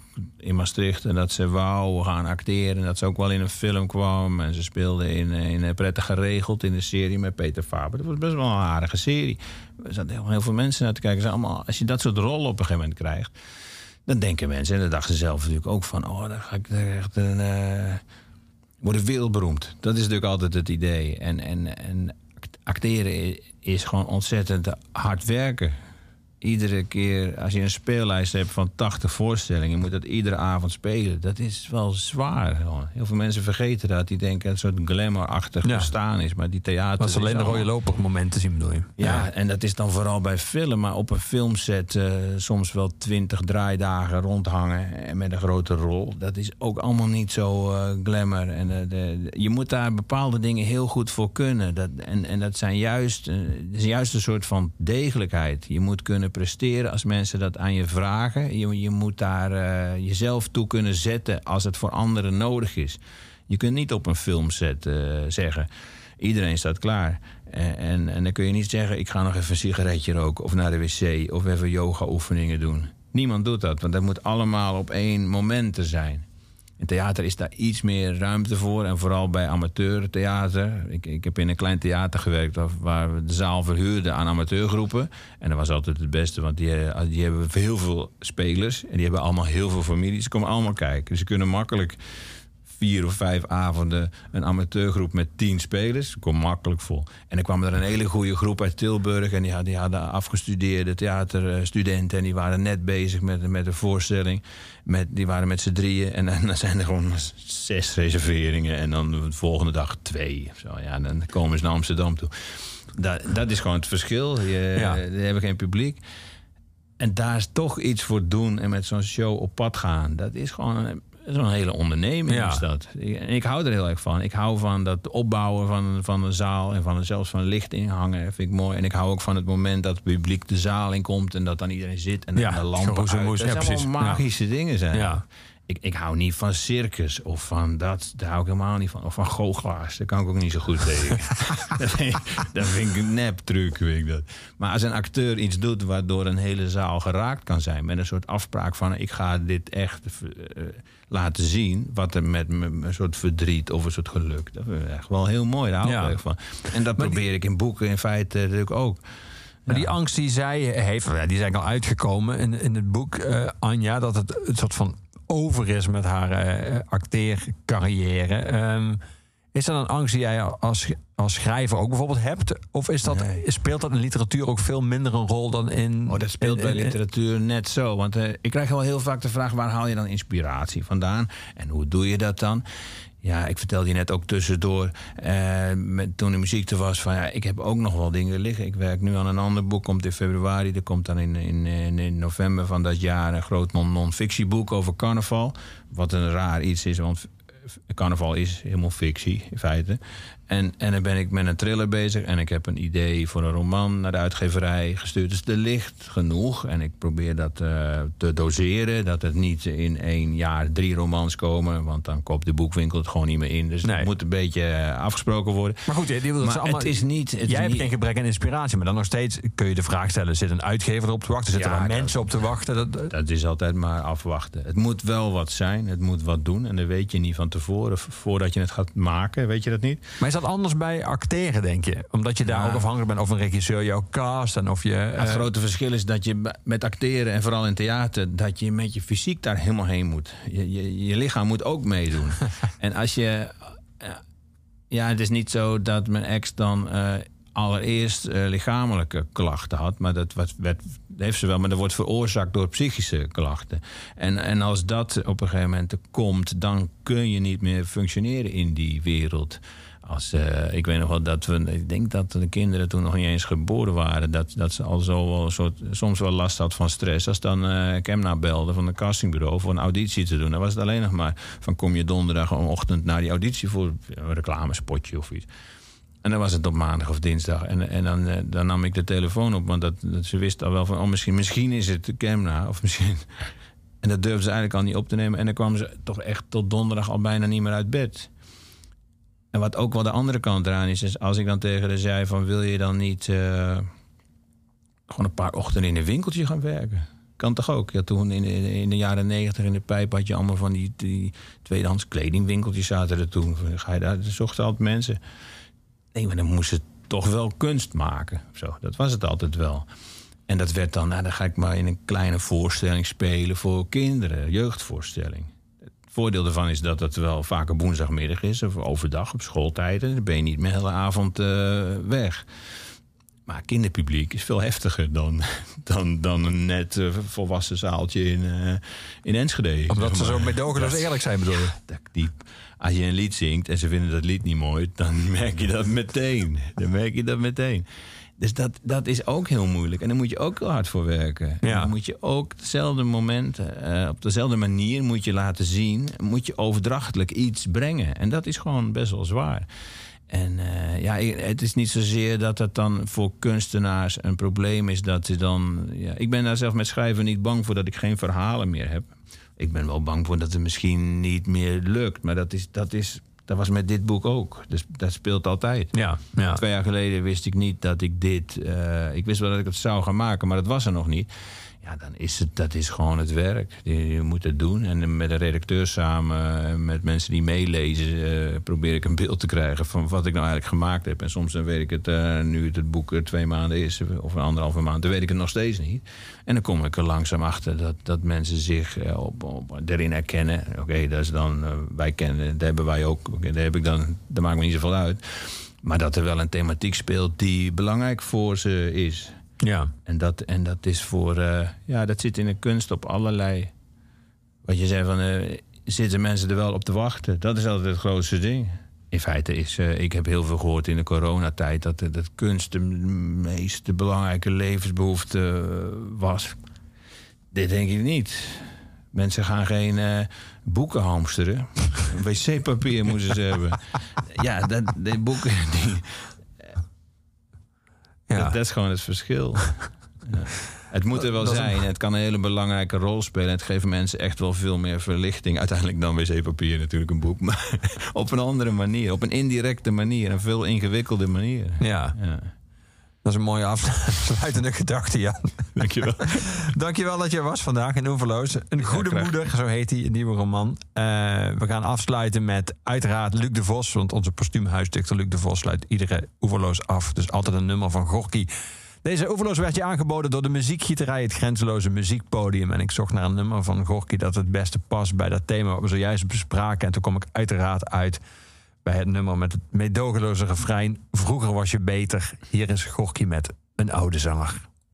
in Maastricht... en dat ze wou gaan acteren. En dat ze ook wel in een film kwam. En ze speelde in, in Prettig Geregeld in de serie met Peter Faber. Dat was best wel een aardige serie. Er zaten heel, heel veel mensen naar te kijken. Ze allemaal, als je dat soort rollen op een gegeven moment krijgt... dan denken mensen, en dat dachten ze zelf natuurlijk ook van... oh, dan ga ik echt een... Uh, worden wereldberoemd. Dat is natuurlijk altijd het idee. En, en, en acteren is gewoon ontzettend hard werken. Iedere keer, als je een speellijst hebt van tachtig voorstellingen... je moet dat iedere avond spelen. Dat is wel zwaar. Heel veel mensen vergeten dat. Die denken dat het een soort glamour-achtig ja. bestaan is. Maar die theater... Dat is alleen de rode loper momenten zien, bedoel je? Ja, ja, en dat is dan vooral bij film. Maar op een filmset uh, soms wel twintig draaidagen rondhangen... en met een grote rol. Dat is ook allemaal niet zo uh, glamour. En, uh, de, de, je moet daar bepaalde dingen heel goed voor kunnen. Dat, en, en dat zijn juist, uh, dat is juist een soort van degelijkheid. Je moet kunnen presteren als mensen dat aan je vragen. Je, je moet daar uh, jezelf toe kunnen zetten als het voor anderen nodig is. Je kunt niet op een filmset uh, zeggen... iedereen staat klaar. En, en, en dan kun je niet zeggen... ik ga nog even een sigaretje roken of naar de wc... of even yoga-oefeningen doen. Niemand doet dat, want dat moet allemaal op één moment zijn. In theater is daar iets meer ruimte voor. En vooral bij amateurtheater. Ik, ik heb in een klein theater gewerkt... waar we de zaal verhuurden aan amateurgroepen. En dat was altijd het beste. Want die, die hebben heel veel spelers. En die hebben allemaal heel veel families. Ze komen allemaal kijken. Dus ze kunnen makkelijk... vier of vijf avonden een amateurgroep met tien spelers. Dat komt makkelijk vol. En dan kwam er een hele goede groep uit Tilburg... en die hadden, die hadden afgestudeerde theaterstudenten... en die waren net bezig met, met een voorstelling. Met, die waren met z'n drieën. En dan zijn er gewoon zes reserveringen... en dan de volgende dag twee. Of zo. Ja, dan komen ze naar Amsterdam toe. Dat, dat is gewoon het verschil. Je, ja. Die hebben geen publiek. En daar is toch iets voor doen... en met zo'n show op pad gaan. Dat is gewoon... Dat is een hele onderneming, ja. is dat. En ik hou er heel erg van. Ik hou van dat opbouwen van, van een zaal... en van zelfs van licht inhangen, dat vind ik mooi. En ik hou ook van het moment dat het publiek de zaal in komt... en dat dan iedereen zit en ja, de lampen uit. Dat moest, ja, allemaal magische ja. dingen zijn. Ja. Ik, ik hou niet van circus of van dat. Daar hou ik helemaal niet van. Of van goochelaars. Daar kan ik ook niet zo goed tegen. dat, vind ik, dat vind ik een nep-truc, vind ik dat. Maar als een acteur iets doet waardoor een hele zaal geraakt kan zijn... met een soort afspraak van... ik ga dit echt uh, laten zien... wat er met een soort verdriet of een soort geluk... dat is echt wel heel mooi. Daar hou ik ja. erg van. En dat maar probeer die... ik in boeken in feite natuurlijk ook... Maar die angst die zij heeft, die is eigenlijk al uitgekomen in, in het boek, uh, Anja... dat het een soort van over is met haar uh, acteercarrière. Um, is dat een angst die jij als, als schrijver ook bijvoorbeeld hebt? Of is dat, nee. speelt dat in literatuur ook veel minder een rol dan in... Oh, dat speelt in, bij in, literatuur net zo. Want uh, ik krijg wel heel vaak de vraag... waar haal je dan inspiratie vandaan? En hoe doe je dat dan? Ja, ik vertelde je net ook tussendoor, uh, met, toen de muziek er was... van ja, ik heb ook nog wel dingen liggen. Ik werk nu aan een ander boek, komt in februari. Er komt dan in, in, in november van dat jaar een groot non-fictieboek over carnaval. Wat een raar iets is, want carnaval is helemaal fictie, in feite. En, en dan ben ik met een thriller bezig en ik heb een idee voor een roman naar de uitgeverij gestuurd. Dus er ligt genoeg en ik probeer dat uh, te doseren. Dat het niet in één jaar drie romans komen, want dan koopt de boekwinkel het gewoon niet meer in. Dus nee. Het moet een beetje uh, afgesproken worden. Maar goed, die wil maar allemaal, het is niet... Het jij is hebt niet, geen gebrek aan inspiratie, maar dan nog steeds kun je de vraag stellen... zit een uitgever erop te wachten? Zitten ja, er mensen dat, op te wachten? Dat, dat is altijd maar afwachten. Het moet wel wat zijn, het moet wat doen. En dat weet je niet van tevoren, voordat je het gaat maken, weet je dat niet. Maar is dat anders bij acteren, denk je? Omdat je daar ja. ook afhankelijk bent of een regisseur jou cast en of je... Uh... Het grote verschil is dat je met acteren en vooral in theater... dat je met je fysiek daar helemaal heen moet. Je, je, je lichaam moet ook meedoen. En als je... Ja, het is niet zo dat mijn ex dan... Uh, allereerst uh, lichamelijke klachten had. Maar dat wat, werd, heeft ze wel, maar dat wordt veroorzaakt door psychische klachten. En, en als dat op een gegeven moment komt, dan kun je niet meer functioneren in die wereld. Als, uh, ik weet nog wel dat we, ik denk dat de kinderen toen nog niet eens geboren waren, dat, dat ze al zo wel een soort, soms wel last had van stress. Als dan uh, Kemna belde van een castingbureau voor een auditie te doen, dan was het alleen nog maar van kom je donderdagochtend naar die auditie voor een reclamespotje of iets. En dan was het op maandag of dinsdag. En, en dan, uh, dan nam ik de telefoon op, want dat, dat, ze wist al wel van, oh misschien, misschien is het Kemna of misschien. En dat durfde ze eigenlijk al niet op te nemen. En dan kwam ze toch echt tot donderdag al bijna niet meer uit bed. En wat ook wel de andere kant eraan is, is als ik dan tegen haar zei van wil je dan niet uh, gewoon een paar ochtenden in een winkeltje gaan werken? Kan toch ook? Ja, toen in de, in de jaren negentig in de pijp had je allemaal van die, die tweedehands kledingwinkeltjes zaten er toen. Ga je daar, er zochten altijd mensen. Nee, maar dan moest het toch wel kunst maken. Zo, dat was het altijd wel. En dat werd dan, nou dan ga ik maar in een kleine voorstelling spelen voor kinderen, jeugdvoorstelling. Het voordeel daarvan is dat het wel vaker woensdagmiddag is, of overdag op schooltijden. Dan ben je niet meer de hele avond uh, weg. Maar kinderpubliek is veel heftiger dan, dan, dan een net uh, volwassen zaaltje in, uh, in Enschede. Omdat ze zo meedogenloos eerlijk zijn, bedoel je? Ja, dat diep. Als je een lied zingt en ze vinden dat lied niet mooi, dan merk je dat meteen. Dan merk je dat meteen. Dus dat, dat is ook heel moeilijk. En daar moet je ook heel hard voor werken. Ja. Dan moet je ook op dezelfde moment, uh, op dezelfde manier moet je laten zien, moet je overdrachtelijk iets brengen. En dat is gewoon best wel zwaar. En uh, ja, het is niet zozeer dat het dan voor kunstenaars een probleem is dat ze dan. Ja, ik ben daar zelf met schrijven niet bang voor dat ik geen verhalen meer heb. Ik ben wel bang voor dat het misschien niet meer lukt. Maar dat is. Dat is Dat was met dit boek ook. Dus dat speelt altijd. Ja, ja. Twee jaar geleden wist ik niet dat ik dit... Uh, ik wist wel dat ik het zou gaan maken, maar dat was er nog niet. Ja, dan is het, dat is gewoon het werk. Je, je moet het doen. En met een redacteur samen, met mensen die meelezen, uh, probeer ik een beeld te krijgen van wat ik nou eigenlijk gemaakt heb. En soms dan weet ik het, uh, nu het, het boek er twee maanden is, of een anderhalve maand, dan weet ik het nog steeds niet. En dan kom ik er langzaam achter dat, dat mensen zich uh, op, op, erin herkennen. Oké, okay, dat is dan, uh, wij kennen, dat hebben wij ook. Okay, daar heb ik dan, dat maakt me niet zoveel uit. Maar dat er wel een thematiek speelt die belangrijk voor ze is. Ja. En dat, en dat is voor, uh, ja, dat zit in de kunst op allerlei. Wat je zei van, uh, zitten mensen er wel op te wachten? Dat is altijd het grootste ding. In feite is, uh, ik heb heel veel gehoord in de coronatijd dat, dat kunst de meest belangrijke levensbehoefte uh, was. Dit denk ik niet. Mensen gaan geen uh, boeken hamsteren. wc-papier moeten ze hebben. Ja, dat, die boeken die. Ja. Dat, dat is gewoon het verschil. Ja. Het moet er wel Dat is zijn. een- Het kan een hele belangrijke rol spelen. Het geeft mensen echt wel veel meer verlichting. Uiteindelijk dan wc-papier natuurlijk een boek. Maar op een andere manier. Op een indirecte manier. Een veel ingewikkelde manier. Ja. Ja. Dat is een mooie afsluitende gedachte, Jan. Dankjewel. Dankjewel dat je er was vandaag in Oeverloos. Een goede graag. moeder, zo heet hij, een nieuwe roman. Uh, we gaan afsluiten met uiteraard Luc de Vos. Want onze postuumhuisdichter Luc de Vos sluit iedere Oeverloos af. Dus altijd een nummer van Gorky. Deze Oeverloos werd je aangeboden door de muziekgieterij, het grenzeloze muziekpodium. En ik zocht naar een nummer van Gorky dat het beste past bij dat thema wat we zojuist bespraken. En toen kwam ik uiteraard uit bij het nummer met het meedogenloze refrein. Vroeger was je beter. Hier is Gorky met Een Oude Zanger.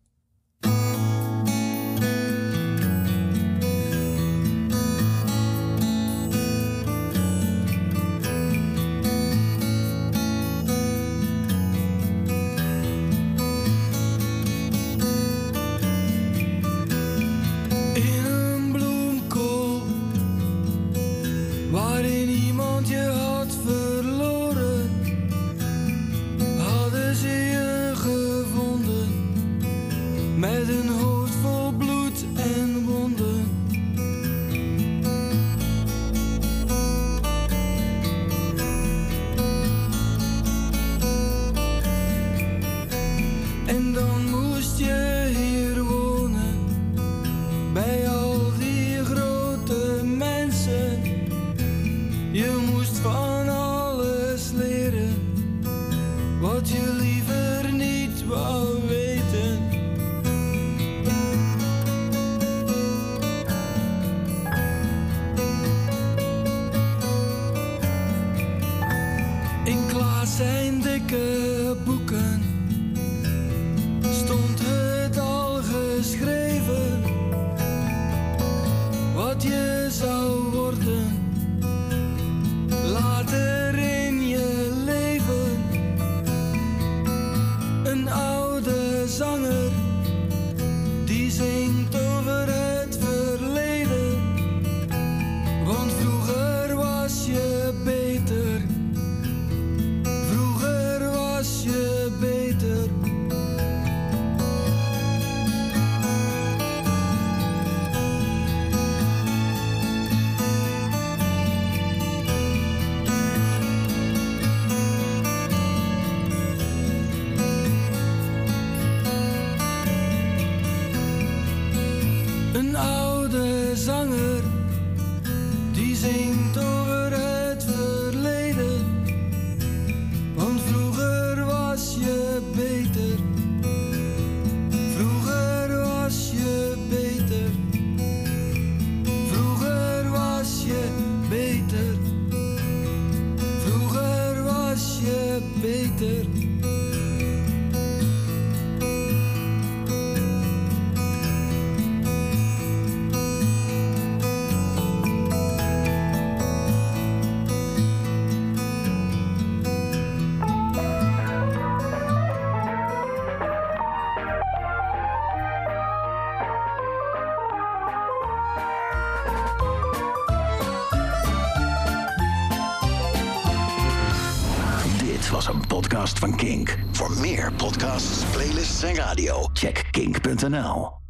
In een bloemkool, waarin iemand je had verloren, hadden ze je gevonden, met een hoofd vol bloed en wonden. En dan moest je hier wonen, bij al die grote mensen. Je moest van alles leren, wat je liever niet wou weten. In klas zijn dikke boeken, zanger die zingt over het verleden. Want vroeger was je beter. Vroeger was je beter. Vroeger was je beter. Vroeger was je beter. Dit was een podcast van Kink. Voor meer podcasts, playlists en radio, check kink punt n l.